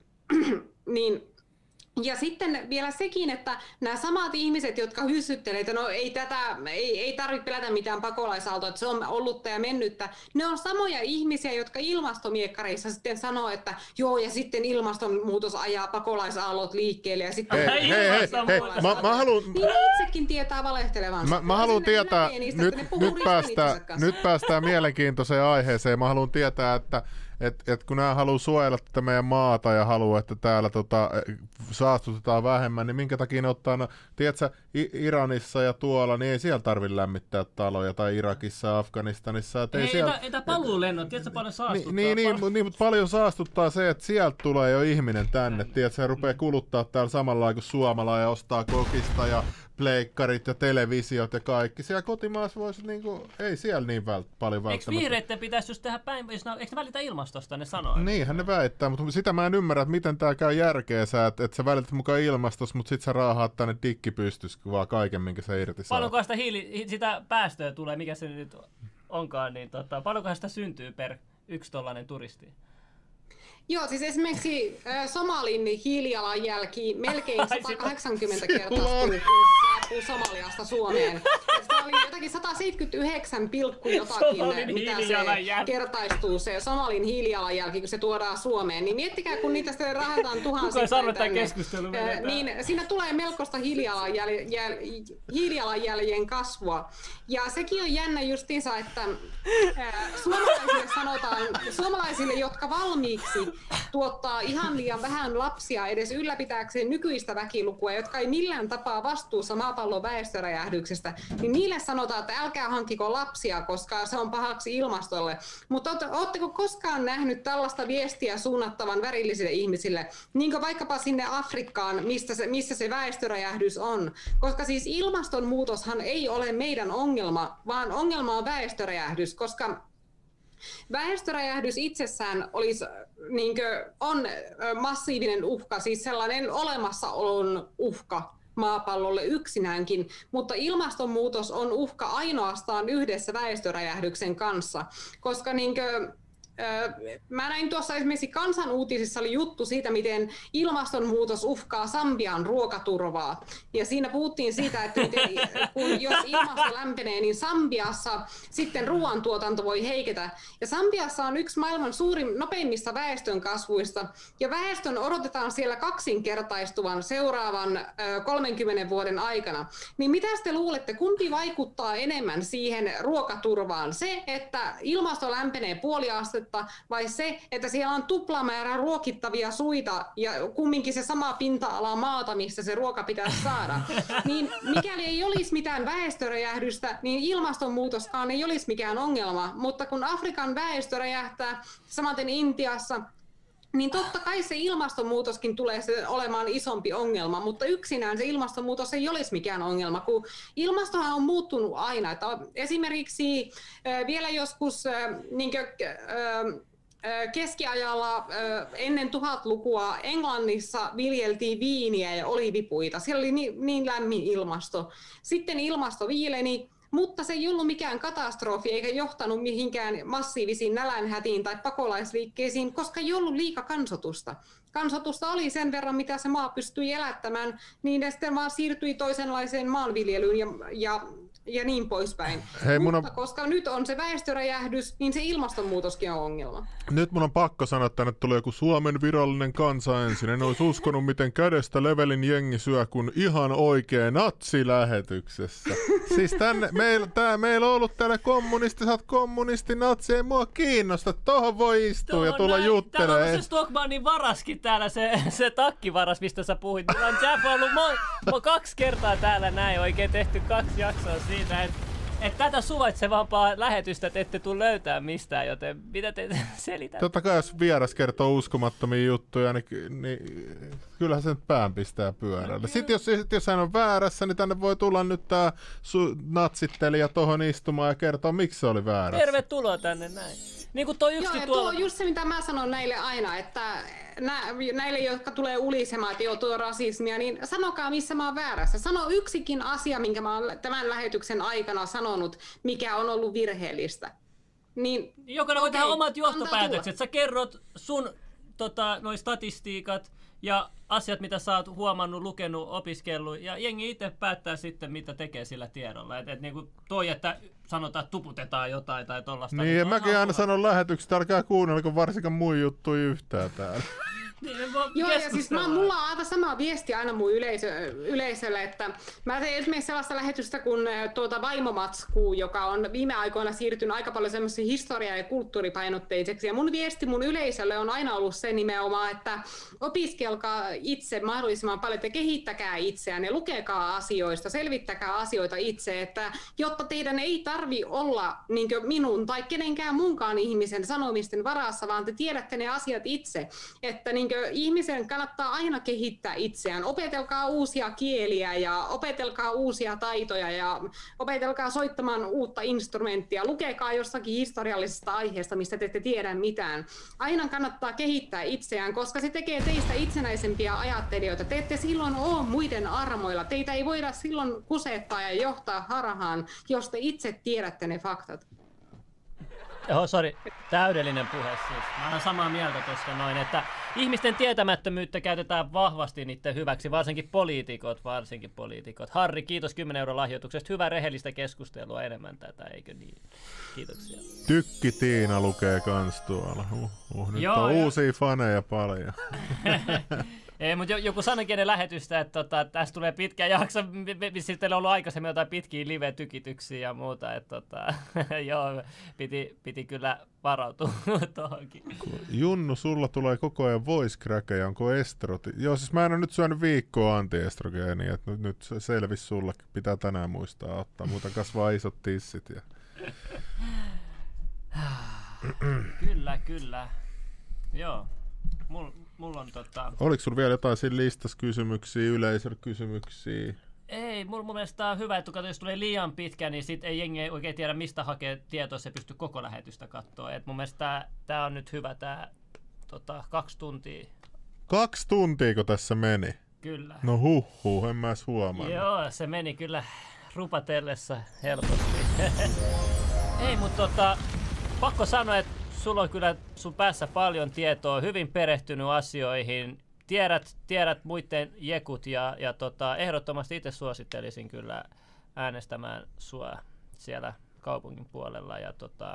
B: niin Ja sitten vielä sekin, että nämä samat ihmiset, jotka hyssyttelee, että no ei, tätä, ei, ei tarvitse pelätä mitään pakolaisaaltoa, että se on ollutta ja mennyttä, ne on samoja ihmisiä, jotka ilmastomiekkareissa sitten sanoo, että joo, ja sitten ilmastonmuutos ajaa pakolaisaallot liikkeelle, ja sitten...
C: Hei, hei, hei, hei, mä, mä haluan...
B: Niin itsekin tietää valehtelevansa.
C: Mä, mä haluan tietää, niistä, nyt, nyt, päästään, nyt päästään mielenkiintoiseen aiheeseen, mä haluan tietää, että Et, et kun nämä haluaa suojella tätä meidän maata ja haluaa, että täällä tota, saastutetaan vähemmän, niin minkä takia ne ottaa, no, tiedätkö, Iranissa ja tuolla, niin ei siellä tarvitse lämmittää taloja, tai Irakissa ja Afganistanissa. Et ei,
A: ei
C: siellä,
A: ei tämä paluulennot, tiedätkö paljon saastuttaa?
C: Niin, niin,
A: Pal-
C: niin, mutta paljon saastuttaa se, että sieltä tulee jo ihminen tänne, tiedätkö, se rupeaa kuluttaa täällä samalla kuin suomala ja ostaa kokista ja pleikkarit ja televisiot ja kaikki. Siellä kotimaassa voisi, niinku, ei siellä niin vält, paljon välttämättä.
A: Eikö vihreitten pitäisi just tehdä päin, eikö ne välitä ilmastosta, ne sanoo?
C: Niinhän ne väittää, mutta sitä mä en ymmärrä, että miten tää käy järkeä sä, että et sä välität mukaan ilmastosta, mutta sit sä raahaat tänne dikkipystys, vaan kaiken, minkä sä irti saa.
A: Paljonko sitä, hiili, sitä päästöä tulee, mikä se nyt onkaan, niin tota, paljonko sitä syntyy per yksi tollainen turisti? Joo, siis esimerkiksi äh, Somalin hiilijalanjälki melkein sata kahdeksankymmentä kertaistuu, kun se saapuu Somaliasta Suomeen. Se oli jotakin sata seitsemänkymmentäyhdeksän pilkku jotakin, Somalin
B: mitä se kertaistuu se Somalin hiilijalanjälki, kun se tuodaan Suomeen. Niin miettikää, kun niitä sitten rahataan tuhansittain tänne, äh, niin siinä tulee melkoista hiilijalanjäl- hiilijalanjäljen kasvua. Ja sekin on jännä justiinsa, että äh, suomalaisille sanotaan, suomalaisille, jotka valmiiksi tuottaa ihan liian vähän lapsia edes ylläpitääkseen nykyistä väkilukua, jotka ei millään tapaa vastuussa maapallon väestöräjähdyksestä, niin niille sanotaan, että älkää hankkiko lapsia, koska se on pahaksi ilmastolle. Mutta ootteko koskaan nähnyt tällaista viestiä suunnattavan värillisille ihmisille, niin kuin vaikkapa sinne Afrikkaan, mistä se, missä se väestöräjähdys on? Koska siis ilmastonmuutoshan ei ole meidän ongelma, vaan ongelma on väestöräjähdys, koska väestöräjähdys itsessään olisi, niin kuin, on massiivinen uhka, siis sellainen olemassaolon uhka maapallolle yksinäänkin, mutta ilmastonmuutos on uhka ainoastaan yhdessä väestöräjähdyksen kanssa, koska niin kuin, Mä näin tuossa esimerkiksi Kansan uutisissa oli juttu siitä, miten ilmastonmuutos uhkaa Sambian ruokaturvaa. Ja siinä puhuttiin siitä, että miten, kun jos ilmasto lämpenee, niin Sambiassa sitten ruoantuotanto voi heiketä. Ja Sambiassa on yksi maailman suurin, nopeimmista väestönkasvuista. Ja väestön odotetaan siellä kaksinkertaistuvan seuraavan kolmenkymmenen vuoden aikana. Niin mitä te luulette, kumpi vaikuttaa enemmän siihen ruokaturvaan? Se, että ilmasto lämpenee puoli astetta, vai se, että siellä on tuplamäärä ruokittavia suita ja kumminkin se sama pinta-ala maata, missä se ruoka pitäisi saada. Niin mikäli ei olisi mitään väestöräjähdystä, niin ilmastonmuutoskaan ei olisi mikään ongelma. Mutta kun Afrikan väestö räjähtää, samaten Intiassa, niin totta kai se ilmastonmuutoskin tulee olemaan isompi ongelma, mutta yksinään se ilmastonmuutos ei olisi mikään ongelma, kun ilmastohan on muuttunut aina. Että esimerkiksi vielä joskus niin kuin, keskiajalla ennen tuhatlukua Englannissa viljeltiin viiniä ja oliivipuita. Siellä oli niin, niin lämmin ilmasto. Sitten ilmasto viileni. Mutta se ei ollut mikään katastrofi eikä johtanut mihinkään massiivisiin nälänhätiin tai pakolaisliikkeisiin, koska ei ollut liika kansotusta. Kansotusta oli sen verran, mitä se maa pystyi elättämään, niin ne sitten vaan siirtyi toisenlaiseen maanviljelyyn ja, ja, ja niin poispäin. Hei, Mutta on... koska nyt on se väestöräjähdys, niin se ilmastonmuutoskin on ongelma.
C: Nyt mun on pakko sanoa, että tänne tulee joku Suomen virallinen kansa ensin. En olisi uskonut, miten kädestä levelin jengi syö, kun ihan oikea natsilähetyksessä. Siis tänne, meillä, tää, meillä on ollut täällä kommunisti, sä oot kommunisti, natsi, ei mua kiinnosta. Tohon voi istua Tuo ja tulla juttelemaan.
A: Täällä on se Stockmannin varaskin täällä, se, se takkivaras, mistä sä puhuit. On Jeff ollut mo- mo- kaksi kertaa täällä näin, oikein tehty kaksi jaksoa siitä, että et tätä suvaitsevampaa lähetystä te ette tule löytää mistään, joten mitä te selitätte?
C: Totta kai jos vieras kertoo uskomattomia juttuja, niin, niin kyllähän sen pään pistää pyörälle. No, sitten jos, jos hän on väärässä, niin tänne voi tulla nyt tää su- natsittelija tohon istumaan ja kertoa, miksi se oli väärässä.
A: Tervetuloa tänne näin. Niin kuin toi yksi
B: Joo,
A: tuolla...
B: tuo on just se, mitä mä sanon näille aina, että nä, näille, jotka tulee ulisemaan, että joo, tuo rasismia, niin sanokaa, missä mä oon väärässä. Sano yksikin asia, minkä mä oon tämän lähetyksen aikana sanonut, mikä on ollut virheellistä. Niin,
A: Jokainen voi tehdä omat johtopäätökset. Sä kerrot sun tota, noi statistiikat ja asiat, mitä sä oot huomannut, lukenut, opiskellut, ja jengi itse päättää sitten, mitä tekee sillä tiedolla. Et, et niinku toi, että sanotaan, että tuputetaan jotain tai tollaista.
C: Niin, ja mäkin aina sanon lähetykset, älkää kuunnella, varsinkaan mun juttuja yhtään täällä.
B: Niin, joo, ja siis mä, mulla on aivan sama viesti aina mun yleisö, yleisölle, että mä teen esimerkiksi sellaista lähetystä kuin tuota Vaimomatskuu, joka on viime aikoina siirtynyt aika paljon semmoisen historia- ja kulttuuripainotteiseksi, ja mun viesti mun yleisölle on aina ollut se nimenomaan, että opiskelkaa itse mahdollisimman paljon, että kehittäkää itseään ja lukekaa asioista, selvittäkää asioita itse, että jotta teidän ei tarvi olla niin kuin minun tai kenenkään munkaan ihmisen sanomisten varassa, vaan te tiedätte ne asiat itse, että niin ihmisen kannattaa aina kehittää itseään. Opetelkaa uusia kieliä ja opetelkaa uusia taitoja ja opetelkaa soittamaan uutta instrumenttia. Lukekaa jostakin historiallisesta aiheesta, mistä te ette tiedä mitään. Aina kannattaa kehittää itseään, koska se tekee teistä itsenäisempiä ajattelijoita. Te ette silloin ole muiden armoilla. Teitä ei voida silloin kusettaa ja johtaa harhaan, jos te itse tiedätte ne faktat.
A: Joo, sori. Täydellinen puhe siis. Mä olen samaa mieltä tuossa noin, että ihmisten tietämättömyyttä käytetään vahvasti niiden hyväksi, varsinkin poliitikot, varsinkin poliitikot. Harri, kiitos kymmenen euron lahjoituksesta. Hyvää rehellistä keskustelua enemmän tätä, eikö niin? Kiitoksia.
C: Tykki Tiina lukee kans tuolla. Uh, uh, nyt Joo, on ja... uusia faneja paljon.
A: Ei, mutta joku sanoikin ennen lähetystä, että tota, tässä tulee pitkä jakso, missä teillä on ollut aikaisemmin jotain pitkiä live-tykityksiä ja muuta, että tota, joo, piti, piti kyllä varautua tuohonkin.
C: Junnu, sulla tulee koko ajan voice crackeja, onko estroti? Joo, siis mä en ole nyt syönyt viikkoa antiestrogeenia, että nyt, nyt selvisi sulla, pitää tänään muistaa ottaa, muuta kasvaa isot tissit. Ja...
A: kyllä, kyllä, joo. Mul, mulla on tota...
C: Oliko sulla vielä jotain siinä listassa kysymyksiä, yleisökysymyksiä?
A: Ei, mun, mun mielestä on hyvä, että jos tulee liian pitkä, niin sit ei jengi oikein tiedä, mistä hakee tietoa, se pystyy koko lähetystä katsoa. Et mun mielestä tää, tää on nyt hyvä, tää tota, kaksi tuntia.
C: Kaksi tuntiako tässä meni?
A: Kyllä.
C: No huh huh, en mä edes huomannut.
A: Joo, se meni kyllä rupatellessa helposti. Ei, mutta tota, pakko sanoa, että sulla on kyllä sun päässä paljon tietoa, hyvin perehtynyt asioihin, tiedät, tiedät muiden jekut ja, ja tota, ehdottomasti itse suosittelisin kyllä äänestämään sua siellä kaupungin puolella. Ja tota,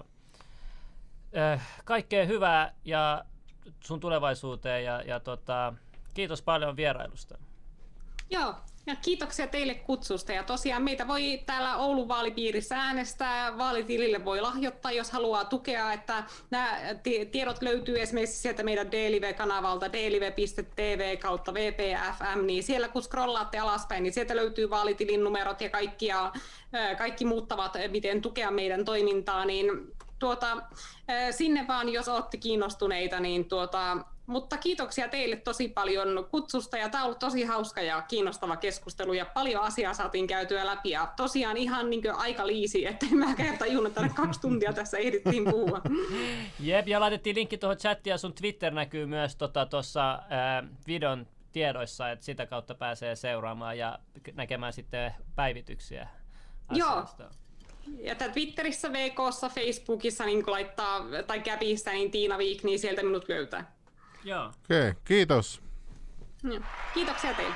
A: äh, kaikkea hyvää ja sun tulevaisuuteen ja, ja tota, kiitos paljon vierailusta.
B: Joo, ja kiitoksia teille kutsusta. Ja tosiaan meitä voi täällä Oulun vaalipiirissä äänestää, vaalitilille voi lahjoittaa, jos haluaa tukea, että nämä tiedot löytyy esimerkiksi sieltä meidän D L V-kanavalta d l v piste t v kautta v p f m, niin siellä kun scrollaatte alaspäin, niin sieltä löytyy vaalitilin numerot ja kaikki, ja kaikki muut tavat, miten tukea meidän toimintaa, niin tuota, sinne vaan, jos olette kiinnostuneita, niin tuota, mutta kiitoksia teille tosi paljon kutsusta ja tämä on ollut tosi hauska ja kiinnostava keskustelu ja paljon asiaa saatiin käytyä läpi ja tosiaan ihan niin kuin aika liisi, ettei mäkään tajunnut, että kaksi tuntia tässä ehdittiin puhua.
A: Jep, ja laitettiin linkki tuohon chattiin ja sun Twitter näkyy myös tuossa tota, videon tiedoissa, että sitä kautta pääsee seuraamaan ja näkemään sitten päivityksiä asioista. Joo.
B: Ja Twitterissä, V K:ssa, Facebookissa niin kun laittaa, tai Gabissa, niin Tiina Viik, niin sieltä minut löytää.
A: Joo.
C: Okei, okay, kiitos.
B: Ja, kiitoksia teille.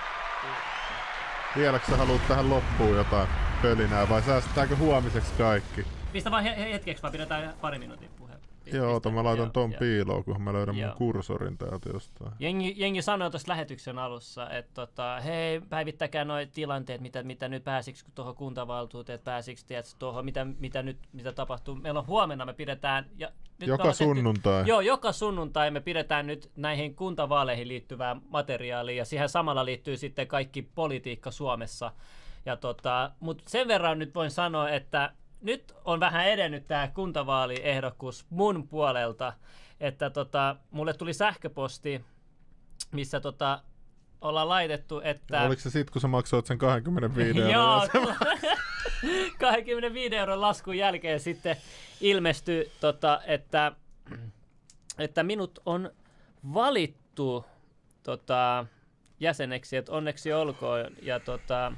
C: Vieläkö sä haluat tähän loppuun jotain pölinää vai säästetäänkö huomiseksi kaikki?
A: Pistä vaan hetkeksi, vaan pidetään pari minuutin puhe.
C: Joo, ota, mä laitan ton
A: joo.
C: piiloon, kunhan mä löydän
A: joo.
C: mun kursorin täältä jostain.
A: Jengi, jengi sanoi tuossa lähetyksen alussa, että tota, hei, päivittäkää noi tilanteet, mitä, mitä nyt pääsikö tuohon kuntavaaltuuteen, pääsikö tuohon, mitä, mitä nyt mitä tapahtuu. Meillä on huomenna, me pidetään... Ja nyt
C: joka
A: me
C: sunnuntai.
A: Tehty, joo, joka sunnuntai me pidetään nyt näihin kuntavaaleihin liittyvää materiaalia, ja siihen samalla liittyy sitten kaikki politiikka Suomessa. Ja tota, mutta sen verran nyt voin sanoa, että nyt on vähän edennyt tämä kuntavaaliehdokkuus mun puolelta, että tota, mulle tuli sähköposti, missä tota, ollaan laitettu, että...
C: Oliko se sit, kun sä maksoit sen kaksikymmentäviisi euroa?
A: Joo, kaksikymmentäviisi euron laskun jälkeen sitten ilmestyi, tota, että, että minut on valittu tota, jäseneksi, että onneksi olkoon. Ja tota,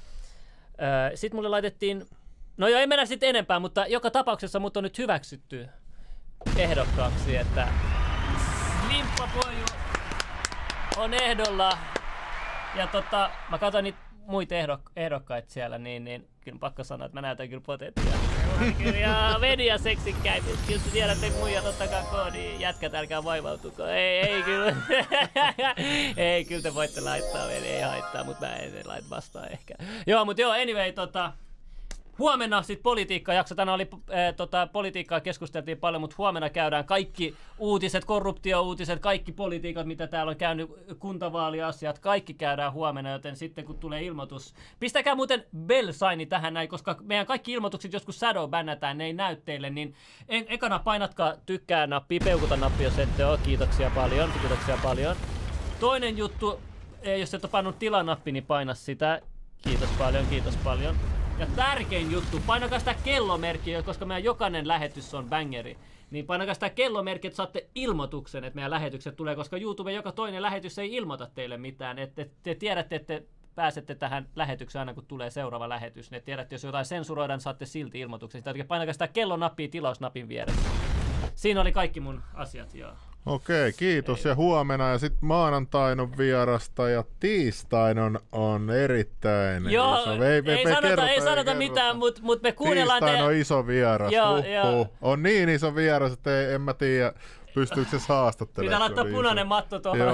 A: sitten mulle laitettiin... No joo, ei mennä sitten enempää, mutta joka tapauksessa mut on nyt hyväksytty ehdokkaaksi, että Slimppapoju on ehdolla. Ja tota, mä katsoin niitä muita ehdok- ehdokkaita siellä, niin, niin kyllä pakko sanoa, että mä näytän kyllä potentiaalia. Ja mediaseksikkäitä, kyllä te tiedätte, että muijat ottakaa koodi, jätkät älkää vaivautuko. Ei, ei kyllä. Ei, kyllä te voitte laittaa, ei haittaa, mutta mä en laita vastaan ehkä. Joo, mutta joo, anyway, tota... Huomenna sitten politiikka-jakso. Tänään oli äh, tota, politiikkaa keskusteltiin paljon, mutta huomenna käydään kaikki uutiset, korruptio-uutiset, kaikki politiikat, mitä täällä on käynyt, kuntavaaliasiat, kaikki käydään huomenna, joten sitten kun tulee ilmoitus, pistäkää muuten bell-signi tähän näin, koska meidän kaikki ilmoitukset joskus shadow-bännätään, ne ei näy teille, niin en, ekana painatkaa tykkää-nappia, peukuta-nappia, jos ette ole. Kiitoksia paljon, kiitoksia paljon. Toinen juttu, jos et ole pannut tilanappi, niin paina sitä. Kiitos paljon, kiitos paljon. Ja tärkein juttu, painakaa sitä kellomerkkiä, koska meidän jokainen lähetys on bangeri. Niin painakaa sitä kellomerkkiä, että saatte ilmoituksen, että meidän lähetykset tulee, koska YouTube joka toinen lähetys ei ilmoita teille mitään. Että te tiedätte, että te pääsette tähän lähetykseen aina, kun tulee seuraava lähetys. Ne tiedätte, jos jotain sensuroidaan, saatte silti ilmoituksen. Sitä painakaa sitä kellonappia tilausnapin vieressä. Siinä oli kaikki mun asiat, joo.
C: Okei, kiitos. Ei. Ja huomenna ja sitten maanantain on vierasta ja tiistain on, on erittäin
A: joo,
C: iso. Ei,
A: ei,
C: me,
A: ei
C: me
A: sanota,
C: kerrota,
A: ei sanota ei mitään, mutta mut me kuunnellaan...
C: Tiistain
A: te...
C: on iso vieras.
A: Joo, joo.
C: On niin iso vieras, että ei, en mä tiedä, pystyykö se haastattelemaan.
A: Pitää laittaa punainen matto tuohon.